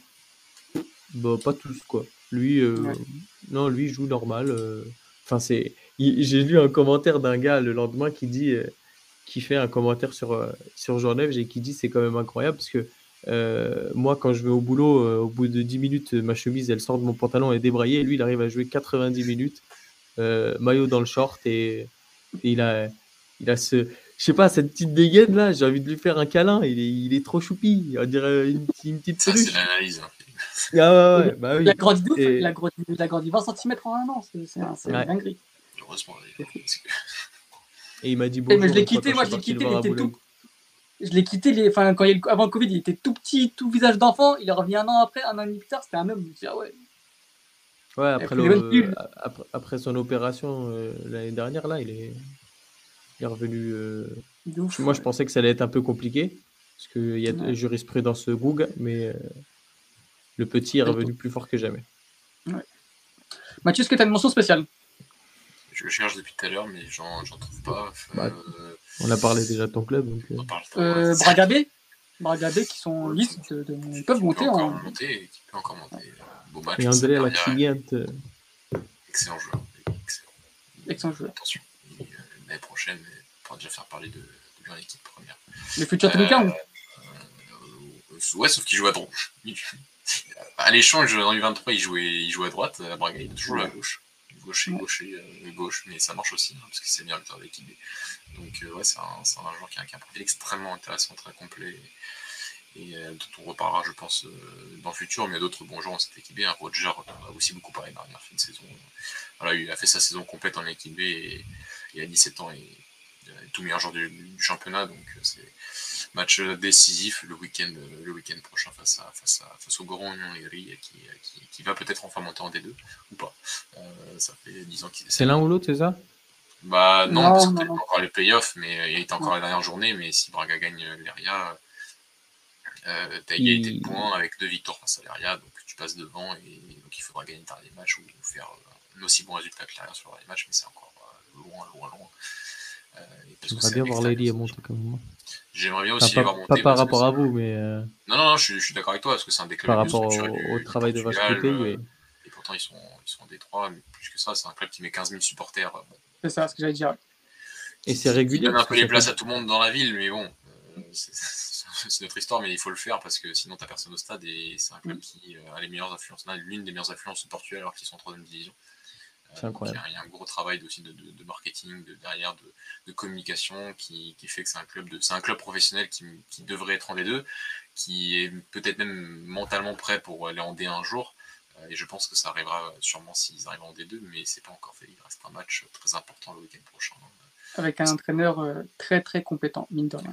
Bah, pas tous, quoi. Lui, euh, Ouais. non, lui, il joue normal. euh. Enfin, c'est. il- J'ai lu un commentaire d'un gars le lendemain qui dit, euh, qui fait un commentaire sur, euh, sur Genève et qui dit c'est quand même incroyable parce que euh, moi, quand je vais au boulot, euh, au bout de dix minutes, ma chemise, elle sort de mon pantalon, elle est débraillée. Et lui, il arrive à jouer quatre-vingt-dix minutes, euh, maillot dans le short, et, et il a, il a ce, je sais pas, cette petite dégaine là. J'ai envie de lui faire un câlin. Il est, il est trop choupi. On dirait une, une petite Ça, c'est peluche. l'analyse. Hein. Ah ouais, ouais, bah Il a oui. grandi de ouf, Et- il a grandi, il a grandi vingt centimètres en un an, c'est c'est un- c'est une ouais. dinguerie. Heureusement, d'ailleurs. C'est fou. Parce que- Et il m'a dit Eh, mais je bonjour l'ai une fois quitté, quand moi je je suis l'ai parti le quitté, il voir à était Boulogne. tout. Je l'ai quitté, les, enfin, quand il y a le- avant le Covid, il était tout petit, tout visage d'enfant. Il est revenu un an après, un an et demi plus tard, c'était un homme. Je me suis dit, ah ouais. Ouais, Et après, puis les mêmes le, pilules. après, après son opération euh, l'année dernière, là, il est, il est revenu. euh, De je- ouf, Moi, je ouais. pensais que ça allait être un peu compliqué, parce qu'il y a de- Ouais. jurisprudence Goog, mais euh, le petit est C'est le tout. revenu plus fort que jamais. Ouais. Mathieu, est-ce que tu as une mention spéciale? Je cherche depuis tout à l'heure, mais j'en j'en trouve pas. Bah, Euh, On a parlé déjà de ton club, donc. euh, on en parle pas. euh, Ouais. Braga B Braga B qui sont Ouais, lisses, qui, de, de- qui- ils peuvent qui peut monter encore en. monter, qui peut encore monter. Beau match, Et André la Sampdoria, Chiliente. euh, excellent joueur. Excellent. Excellent joueur. Attention, et, euh, l'année prochaine, on pourra déjà faire parler de, de lui en équipe première. Le futur Tomica Euh, ou euh, ouais, sauf qu'il joue à droite. À l'échange, en U vingt-trois, il jouait, il jouait à droite. À Braga, il a toujours joué à gauche. Gauche et gauche et euh, gauche, mais ça marche aussi, hein, parce que c'est bien le temps de l'équipe. Donc, euh, ouais, c'est un, c'est un joueur qui a, qui a un profil extrêmement intéressant, très complet. Et, et euh, dont on reparlera, je pense, euh, dans le futur. Mais il y a d'autres bons joueurs en cette équipe B. Hein. Roger, on a aussi beaucoup parlé dernière fin de saison. Voilà, il a fait sa saison complète en équipe B et, et à dix-sept ans, il est tout meilleur joueur du, du championnat. Donc, euh, c'est match décisif le week-end le week-end prochain face à face à face au Grand Union Legri qui, qui, qui va peut-être enfin monter en D deux ou pas. Euh, ça fait dix ans qu'il C'est l'un ou l'autre, c'est ça? Bah non, Non, parce que non, t'as non. pas encore les playoffs, mais il était encore Non. la dernière journée. Mais si Braga gagne l'Eria, euh, t'as Il- égalité de points avec deux victoires face à l'Eria, donc tu passes devant et donc il faudra gagner le dernier match ou faire euh, un aussi bon résultat que l'Eria sur le dernier match, mais c'est encore euh, loin, loin, loin. Euh, et parce que J'aimerais c'est bien à voir l'extérieur, Lely ça. monter quand même. J'aimerais bien Enfin, aussi les voir pas, monter. pas par parce que rapport à c'est- vous, mais euh, Non, non, non, je, suis- je suis d'accord avec toi, parce que c'est un des clubs par les mieux rapport structurés au, du, au du travail de vache Portugal. coupée. euh, mais- et pourtant, ils sont, ils sont en Détroit, mais plus que ça, c'est un club qui met quinze mille supporters. euh, Bon, C'est ça ce que j'allais dire. Et qui, c'est qui- qui régulier. donne un Parce peu que les ça places fait- à tout le monde dans la ville, mais bon, euh, c'est c'est notre histoire, mais il faut le faire parce que sinon, t'as personne au stade et c'est un club qui euh, a les meilleures influences, là, l'une des meilleures influences au Portugal alors qu'ils sont en troisième division. Euh, C'est incroyable. donc, il y, a, il y a un gros travail aussi de, de, de marketing, de, derrière, de, de communication qui, qui fait que c'est un club de, c'est un club professionnel qui, qui devrait être en D deux, qui est peut-être même mentalement prêt pour aller en D un un jour. Euh, et je pense que ça arrivera sûrement s'ils arrivent en D deux, mais c'est pas encore fait. Il reste un match très important le week-end prochain. Avec un entraîneur euh, très très compétent, mine de rien.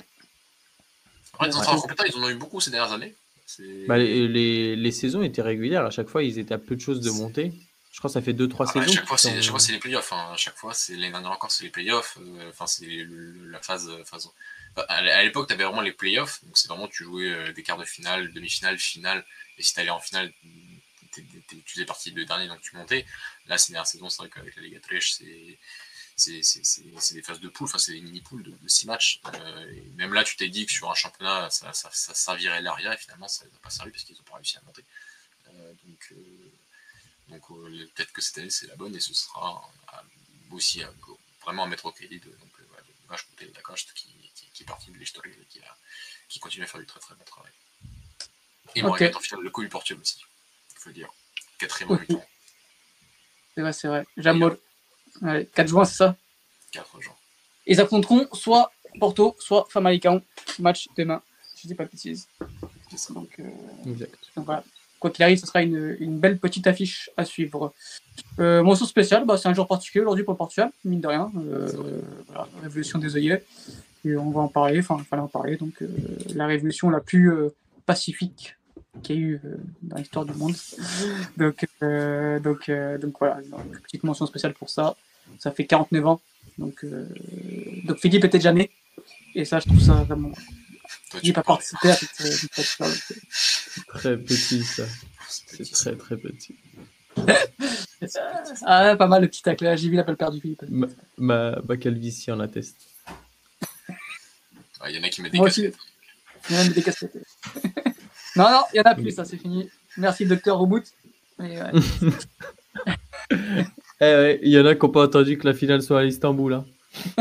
Après, les Ouais. entraîneurs compétents, ils en ont eu beaucoup ces dernières années. C'est... Bah, les, les, les saisons étaient régulières. À chaque fois, ils étaient à peu de choses de monter. Je crois que ça fait deux trois Ah bah, à saisons. chaque fois, qu'ils c'est, sont- chaque fois, c'est les playoffs. Hein. À chaque fois, c'est l'année dernière encore, c'est les playoffs. Euh, Enfin, c'est le- le- la phase. phase... Enfin, à à l'époque, tu avais vraiment les playoffs. Donc, c'est vraiment, tu jouais euh, des quarts de finale, demi-finale, finale. Et si tu allais en finale, t'es- t'es- tu faisais partie de dernier, donc tu montais. Là, ces dernières saisons, c'est vrai qu'avec la Liga Trèche, c'est. C'est, c'est, c'est, c'est des phases de poule, enfin c'est des mini-poules de six matchs. Euh, et même là, tu t'es dit que sur un championnat, ça, ça, ça servirait l'arrière, et finalement, ça n'a pas servi parce qu'ils n'ont pas réussi à monter. Euh, donc, euh, donc euh, peut-être que cette année, c'est la bonne, et ce sera à, aussi à, vraiment à mettre au crédit de, donc, euh, de Vache Coupé de Lacoste qui, qui, qui est parti de l'histoire et qui, a, qui continue à faire du très très bon travail. Et Ok. Moragat en finale de Coupe du Portugal aussi, il faut le dire. Quatrième Ok. mi-temps. C'est vrai, c'est vrai. Jamol. Ouais, quatre juin, c'est ça. quatre juin. Ils affronteront soit Porto, soit Famalicão. Match demain, si je dis pas de bêtises. C'est ça. Donc, euh, Exact. donc voilà. Quoi qu'il arrive, ce sera une, une belle petite affiche à suivre. Euh, mention spéciale, bah, c'est un jour particulier aujourd'hui pour le Portugal, mine de rien. Euh, voilà, la révolution des œillets. Et on va en parler, enfin, il fallait en parler. Donc, euh, la révolution la plus euh, pacifique qu'il y a eu euh, dans l'histoire du monde. Donc, euh, donc, euh, donc voilà, une petite mention spéciale pour ça. Ça fait quarante-neuf ans. Donc, euh, donc Philippe était déjà né. Et ça, je trouve ça vraiment. Toi, tu Philippe a parlais. participé à cette euh, dictature. Donc, euh, Très petit, ça. C'est C'est petit, très, très petit. Ah, ouais, pas mal le petit tacle. J'ai vu l'appel perdu Philippe. Ma, ma, ma calvitie en atteste. Ah, il y en a qui mettent des Moi aussi. casquettes. Il y en a même des casquettes. Non, non, il y en a plus, ça c'est fini. Merci, docteur Reboot. Mais, ouais, Eh ouais, il y en a qui n'ont pas entendu que la finale soit à Istanbul. Hein.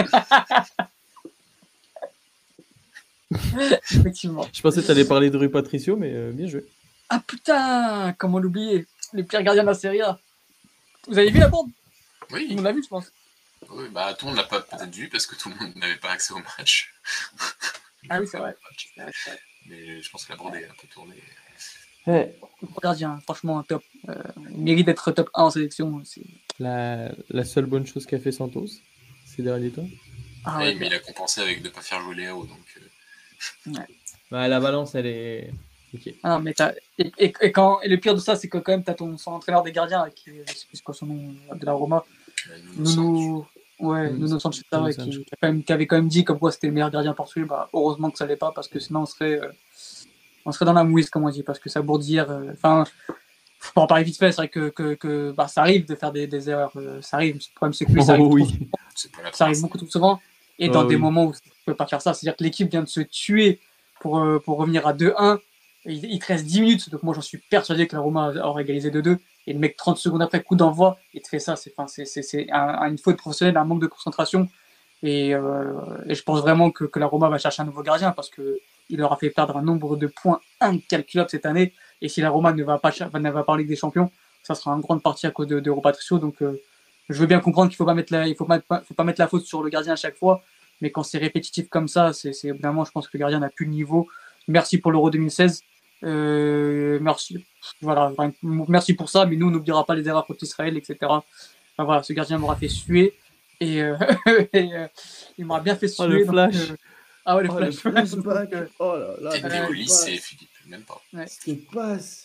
effectivement. Je pensais que tu allais parler de Rui Patricio, mais euh, bien joué. Ah putain, comment l'oublier? Les pires gardiens de la Serie A. Vous avez vu la bande? Tout le Oui, monde l'a vu, je pense. oui, bah tout le monde l'a pas peut-être vu parce que tout le monde n'avait pas accès au match. Ah oui, c'est vrai. Match. C'est vrai, c'est vrai. Mais je pense que la bande est un peu tournée. Ouais. Gardien, franchement, top. Euh, il mérite d'être top un en sélection. C'est... La, la seule bonne chose qu'a fait Santos ces derniers temps. Ah Ouais, ouais, mais il a compensé avec de ne pas faire jouer Léo. Donc, euh, Bah, la balance, elle est. Ok. ah, mais t'as... Et, et, et, quand... et le pire de ça, c'est que quand même, t'as ton son entraîneur des gardiens, qui est, je sais plus quoi son nom, de la Roma, euh, Nuno Santos. Nuno, ouais, Nuno Nuno Sanches, Nuno ouais, Sanches. qui, qui, a quand même, qui avait quand même dit comme quoi c'était le meilleur gardien portugais. Bah, heureusement que ça l'est pas, parce que sinon on serait, euh, on serait dans la mouise, comme on dit, parce que ça bourdire. Enfin, euh, pour en parler vite fait, c'est vrai que, que, que bah, ça arrive de faire des, des erreurs. Euh, ça arrive. Le problème, c'est que lui, ça arrive, Oh, trop oui. souvent, C'est pas la ça arrive première beaucoup trop souvent. Et dans Oh, des oui. moments où tu peux pas faire ça, c'est-à-dire que l'équipe vient de se tuer pour, euh, pour revenir à deux un. Il, il te reste dix minutes, donc moi j'en suis persuadé que la Roma aurait égalisé deux deux. Et le mec, trente secondes après, coup d'envoi, il te fait ça. C'est, c'est, c'est, c'est un, une faute professionnelle, un manque de concentration. Et, euh, et je pense vraiment que, que la Roma va chercher un nouveau gardien parce qu'il leur a fait perdre un nombre de points incalculable cette année. Et si la Roma ne va pas, ne va pas en Ligue des Champions, ça sera en grande partie à cause de, de Rui Patricio. Donc euh, je veux bien comprendre qu'il ne faut pas mettre la, il faut pas, faut pas mettre la faute sur le gardien à chaque fois. Mais quand c'est répétitif comme ça, c'est, c'est vraiment, je pense que le gardien n'a plus le niveau. Merci pour l'Euro deux mille seize. Euh, merci. Voilà, merci pour ça, mais nous, on n'oubliera pas les erreurs contre Israël, et cetera. Enfin, voilà, ce gardien m'aura fait suer. Et, euh, et euh, il m'aura bien fait suer. Oh, le donc, flash. euh, Ah ouais, le Oh, flash. le flashback. Donc, euh, Oh là là. Technique euh, au lycée, Philippe, même pas. ouais. C'était passe.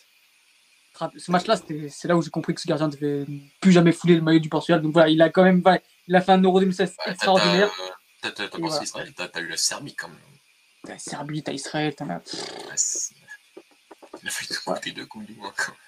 Ce match-là, c'était, c'est là où j'ai compris que ce gardien devait plus jamais fouler le maillot du Portugal. Donc voilà, il a quand même, ouais, il a fait un Euro deux mille seize Ouais, extraordinaire. T'as, t'as, t'as, t'as Et pensé voilà. Israël, t'as, t'as eu la Serbie quand même. T'as Serbie, t'as Israël, t'as. Ouais, il a fallu te coûter deux coupes du moins quand même.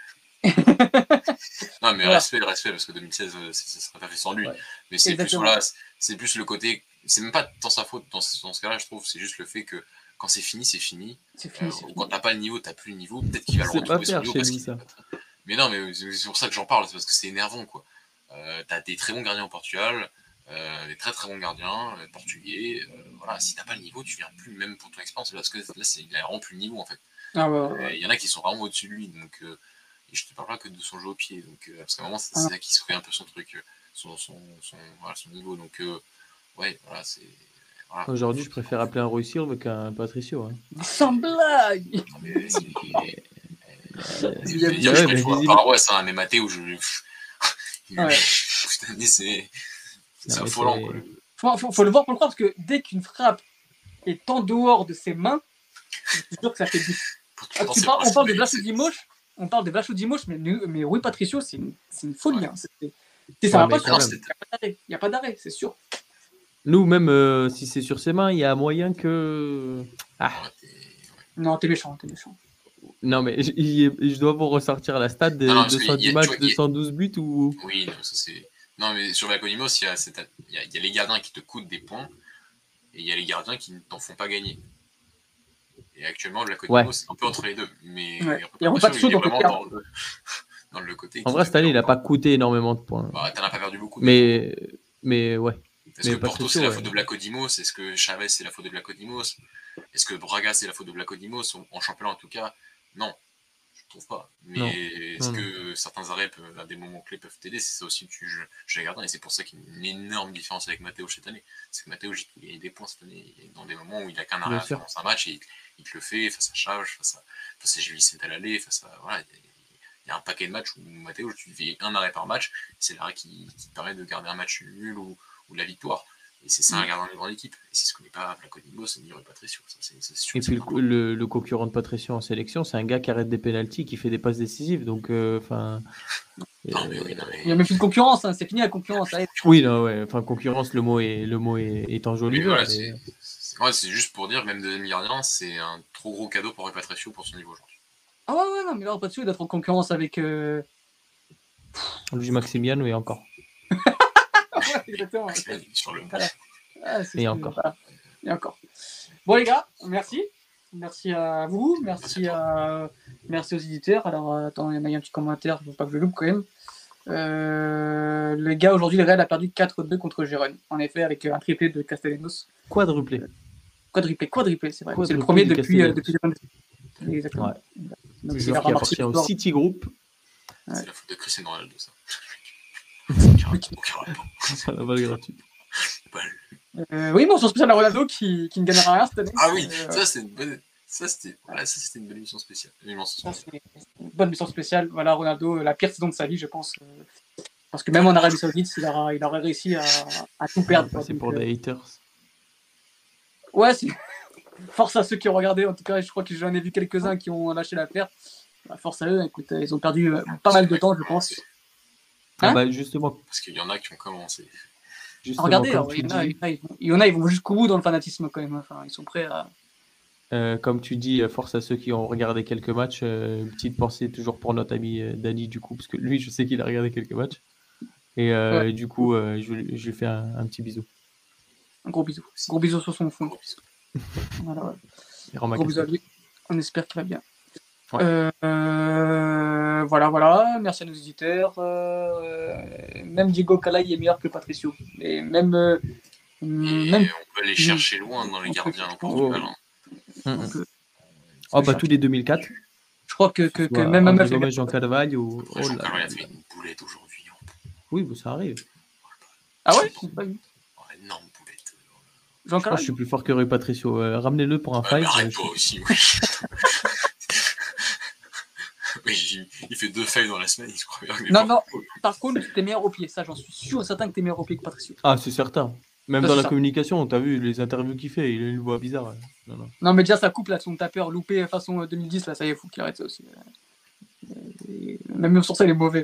Non mais Voilà. respect, le respect parce que deux mille seize ça serait pas fait sans lui. Ouais. Mais c'est Exactement. plus voilà, c'est plus le côté, c'est même pas tant sa faute dans ce, dans ce cas-là, je trouve, c'est juste le fait que quand c'est fini, c'est fini. C'est fini. Euh, c'est fini. quand t'as pas le niveau, t'as plus le niveau. Peut-être qu'il va le C'est pas retrouver son faire niveau chez parce lui, qu'il- ça. Mais non, mais c'est pour ça que j'en parle, c'est parce que c'est énervant quoi. Euh, t'as des très bons gardiens au Portugal, euh, des très très bons gardiens euh, portugais. Euh, voilà, si t'as pas le niveau, tu viens plus même pour ton expérience parce que là, c'est, il a vraiment plus le niveau en fait. Ah ouais, ouais, Il ouais. y en a qui sont vraiment au-dessus de lui, donc euh, et je te parle pas que de son jeu au pied, donc euh, parce qu'à un moment c'est, Ah. c'est là qu'il se fait un peu son truc, euh, son, son, son, voilà, son niveau, donc euh, ouais, voilà, c'est. Voilà. Aujourd'hui, je préfère appeler un Rui Silva qu'un Patricio. Hein. Sans blague. Non, mais c'est- Euh, je vais dire, bah je ouais, préfère mais dis- Parois à un Mématé où je. Ouais. Cette année, c'est. C'est Non, mais affolant, c'est- quoi. Faut, faut, faut le voir pour le croire parce que dès qu'une frappe est en dehors de ses mains, je suis sûr que ça fait but. Ah, Pourtant, tu c'est parles- pas- on parle de c'est- Vlacho Dimos, on parle de Vlacho Dimos, mais, mais Rui Patricio, c'est une, c'est une folie. Ouais. Hein. C'est, c'est- ça Ouais, va mais pas quand sur- même. Il n'y a pas d'arrêt, il y a pas d'arrêt, c'est sûr. Nous, même euh, si c'est sur ses mains, il y a moyen que. Ah, Ouais, t'es- Non, t'es méchant, t'es méchant. non, mais je, il- je dois vous ressortir la stat de Non, non, parce deux cent qu'il y dix a- tu matchs, vois, il y a- deux cent douze buts ou. Oui, non, ça c'est. Non, mais sur Vlachodimos, il y a, cette- il y a- il y a les gardiens qui te coûtent des points et il y a les gardiens qui ne t'en font pas gagner. Et actuellement, Vlachodimos, Ouais. c'est un peu entre les deux. Mais Ouais. Rui Il y a Rui Patricio, il est Patricio, vraiment donc, dans le, dans le côté. En qui vrai, te cette année, il n'a perd pas coûté énormément de points. Bah, t'en as pas perdu beaucoup. Mais, mais ouais. Est-ce mais que Porto, Patricio, c'est la ouais. faute de Vlachodimos? Est-ce que Chavez, c'est la faute de Vlachodimos? Est-ce que Braga, c'est la faute de Vlachodimos? En championnat, en tout cas, non. trouve pas. Mais Non. est-ce Non, non. que certains arrêts peuvent, à des moments clés peuvent t'aider? C'est ça aussi que je, je, je regarde, et c'est pour ça qu'il y a une énorme différence avec Matteo cette année. C'est que Matteo, il gagne des points cette année, dans des moments où il a qu'un arrêt Bien à faire sûr. dans un match, et il, il te le fait face à Charge, face à, face à G V C à l'aller, face à. Voilà, il y a un paquet de matchs où Matteo, tu fais un arrêt par match, c'est l'arrêt qui, qui te permet de garder un match nul ou, ou la victoire. Et c'est ça, Mm. regarder une grande équipe. Et c'est ce qu'on n'est pas Placodimos, c'est ni Rui Patricio. Ça, c'est, c'est sûr, Et c'est puis le, le, le concurrent de Patricio en sélection, c'est un gars qui arrête des pénaltys, qui fait des passes décisives. Donc, enfin. Euh, non, mais oui, non, mais... Il n'y a même plus de concurrence, hein. C'est fini la concurrence. Allez. Oui, non, ouais. Enfin, concurrence, le mot est, le mot est, est enjoliveur. Voilà, mais... c'est, c'est, ouais, c'est juste pour dire, même deuxième gardien, c'est un trop gros cadeau pour Rui Patricio pour son niveau aujourd'hui. Ah ouais, ouais, non, mais là, pas dessus d'être en concurrence avec. Euh... Luigi Maximiano et encore. ouais, exactement. Sur le... Voilà. Ah, c'est et ce encore. Que... Voilà. Et encore. Bon, les gars, merci. Merci à vous. Merci, merci, à... À... merci aux éditeurs. Alors, attends, il y en a un petit commentaire, je ne veux pas que je le loupe quand même. Euh... Le gars, aujourd'hui, le Real a perdu quatre deux contre Gérone. En effet, avec un triplé de Castellanos. Quadruplé. Quadruplé, quadruplé, c'est vrai. Quadruplé c'est le premier de depuis, euh, depuis le Exactement. Ouais. Donc, le joueur qui appartient au City Group. Ouais. C'est la faute de Cristiano Ronaldo, ça. Ça la balle gratuite. Euh, oui, mention spéciale à Ronaldo qui, qui ne gagnera rien cette année. Ah oui, euh, ça c'est une bonne. Ça c'était, voilà, ça, c'était une bonne émission spéciale. Une, ça, spéciale. Une bonne émission spéciale. Voilà, Ronaldo, la pire saison de sa vie, je pense. Euh, parce que même en Arabie Saoudite, il, aura, il aurait réussi à, à tout perdre. Quoi, c'est donc, pour euh... des haters. Ouais, c'est... force à ceux qui ont regardé. En tout cas, je crois que j'en ai vu quelques-uns qui ont lâché l'affaire. Bah, force à eux. Écoute, ils ont perdu euh, pas mal de temps, je pense. Hein ah bah justement. Parce qu'il y en a qui ont commencé. Justement, regardez, alors, il, y en a, il, y en a, il y en a, ils vont jusqu'au bout dans le fanatisme quand même. Enfin, ils sont prêts à. Euh, comme tu dis, force à ceux qui ont regardé quelques matchs. Euh, une petite pensée toujours pour notre ami euh, Dani, du coup, parce que lui, je sais qu'il a regardé quelques matchs. Et, euh, ouais. et du coup, euh, je, je lui fais un, un petit bisou. Un gros bisou. Gros bisou sur son fond. Voilà, ouais. Gros bisou à lui. On espère qu'il va bien. Ouais. Euh, euh, voilà, voilà. Merci à nos éditeurs. Euh, même Diego Calai est meilleur que Patricio. Et même. Euh, et même... on peut aller chercher loin dans les gardiens en Portugal. Oh. Hein. Peut... Oh, bah, tous les deux mille quatre. Je crois que, que, que même M F. Gomes, Jean Carvalho. Oh, Jean Carvalho a fait une boulette aujourd'hui. Oui, bah, ça arrive. Ah ouais, je pas vu. Oh, énorme boulette. Jean Carvalho. Je suis plus fort que Rui Patricio. Euh, ramenez-le pour un fight. Bah, arrête je... toi aussi, oui. Oui, il fait deux failles dans la semaine, il se croit bien. Non, non, par contre, t'es meilleur au pied. Ça, j'en suis sûr et certain que t'es meilleur au pied que Patricio. Ah, c'est certain. Même ça, dans la ça. communication, t'as vu les interviews qu'il fait, il a une voix bizarre. Non, non. non mais déjà, ça coupe là, son tapeur loupé façon deux mille dix, là, ça y est, faut qu'il arrête ça aussi. Et même sur ça, il est mauvais.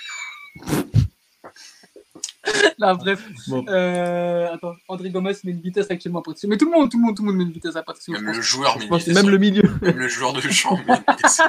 Là, bref. Bon. Euh, attends, André Gomes met une vitesse actuellement à Patricio. Mais tout le monde, tout le monde, tout le monde met une vitesse à Patricio. Même le joueur met une vitesse. Même le milieu. Même le joueur de champ met une vitesse.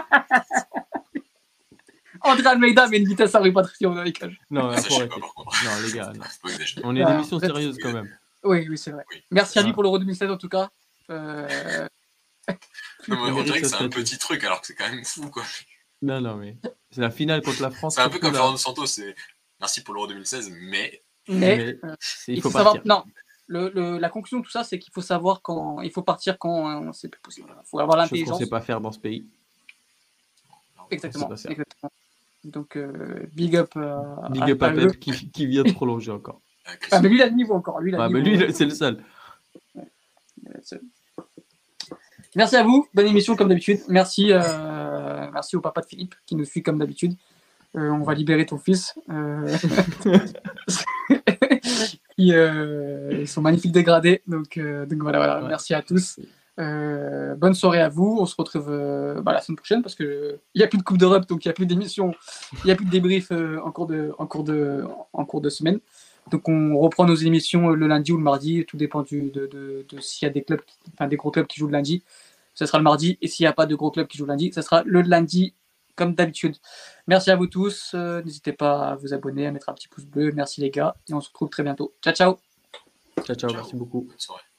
André Almeida met une vitesse à Rui Patricio dans les cages. Non, ça, non les gars, non. On est une émission bref. sérieuse quand même. Oui, oui, c'est vrai. Oui. Merci à lui pour l'Euro deux mille seize en tout cas. Euh... Non, mais on dirait que c'est un petit truc alors que c'est quand même fou quoi. Non, non, mais c'est la finale contre la France. C'est un peu comme Fernando Santos, c'est merci pour l'Euro deux mille seize, mais. Mais, mais euh, il, il faut, faut savoir. Non, le, le, la conclusion de tout ça, c'est qu'il faut savoir quand. Il faut partir quand euh, c'est plus possible. Il faut avoir l'intelligence. Chose qu'on ne sait pas faire dans ce pays. Exactement. exactement. Donc, euh, big up. Euh, big up à Pep qui, qui vient de prolonger encore. Ah, mais lui, il a le niveau encore. Lui, il a ah, le mais niveau. lui, c'est le seul. Ouais. Merci à vous. Bonne émission, comme d'habitude. Merci, euh, merci au papa de Philippe qui nous suit comme d'habitude. Euh, on va libérer ton fils. Euh... Qui, euh, ils sont magnifiques dégradés. Donc, euh, donc voilà, voilà. Ouais. Merci à tous. Euh, bonne soirée à vous. On se retrouve euh, bah, la semaine prochaine parce que il n'y a plus de Coupe d'Europe, donc il n'y a plus d'émission, il n'y a plus de débrief euh, en cours de, en cours de, en cours de semaine. Donc on reprend nos émissions le lundi ou le mardi. Tout dépend du, de, de, de s'il y a des clubs, qui, enfin des gros clubs qui jouent le lundi, ce sera le mardi. Et s'il n'y a pas de gros clubs qui jouent le lundi, ce sera le lundi comme d'habitude. Merci à vous tous. Euh, n'hésitez pas à vous abonner, à mettre un petit pouce bleu. Merci les gars. Et on se retrouve très bientôt. Ciao, ciao. Ciao, ciao. ciao. Merci beaucoup. Bonne soirée.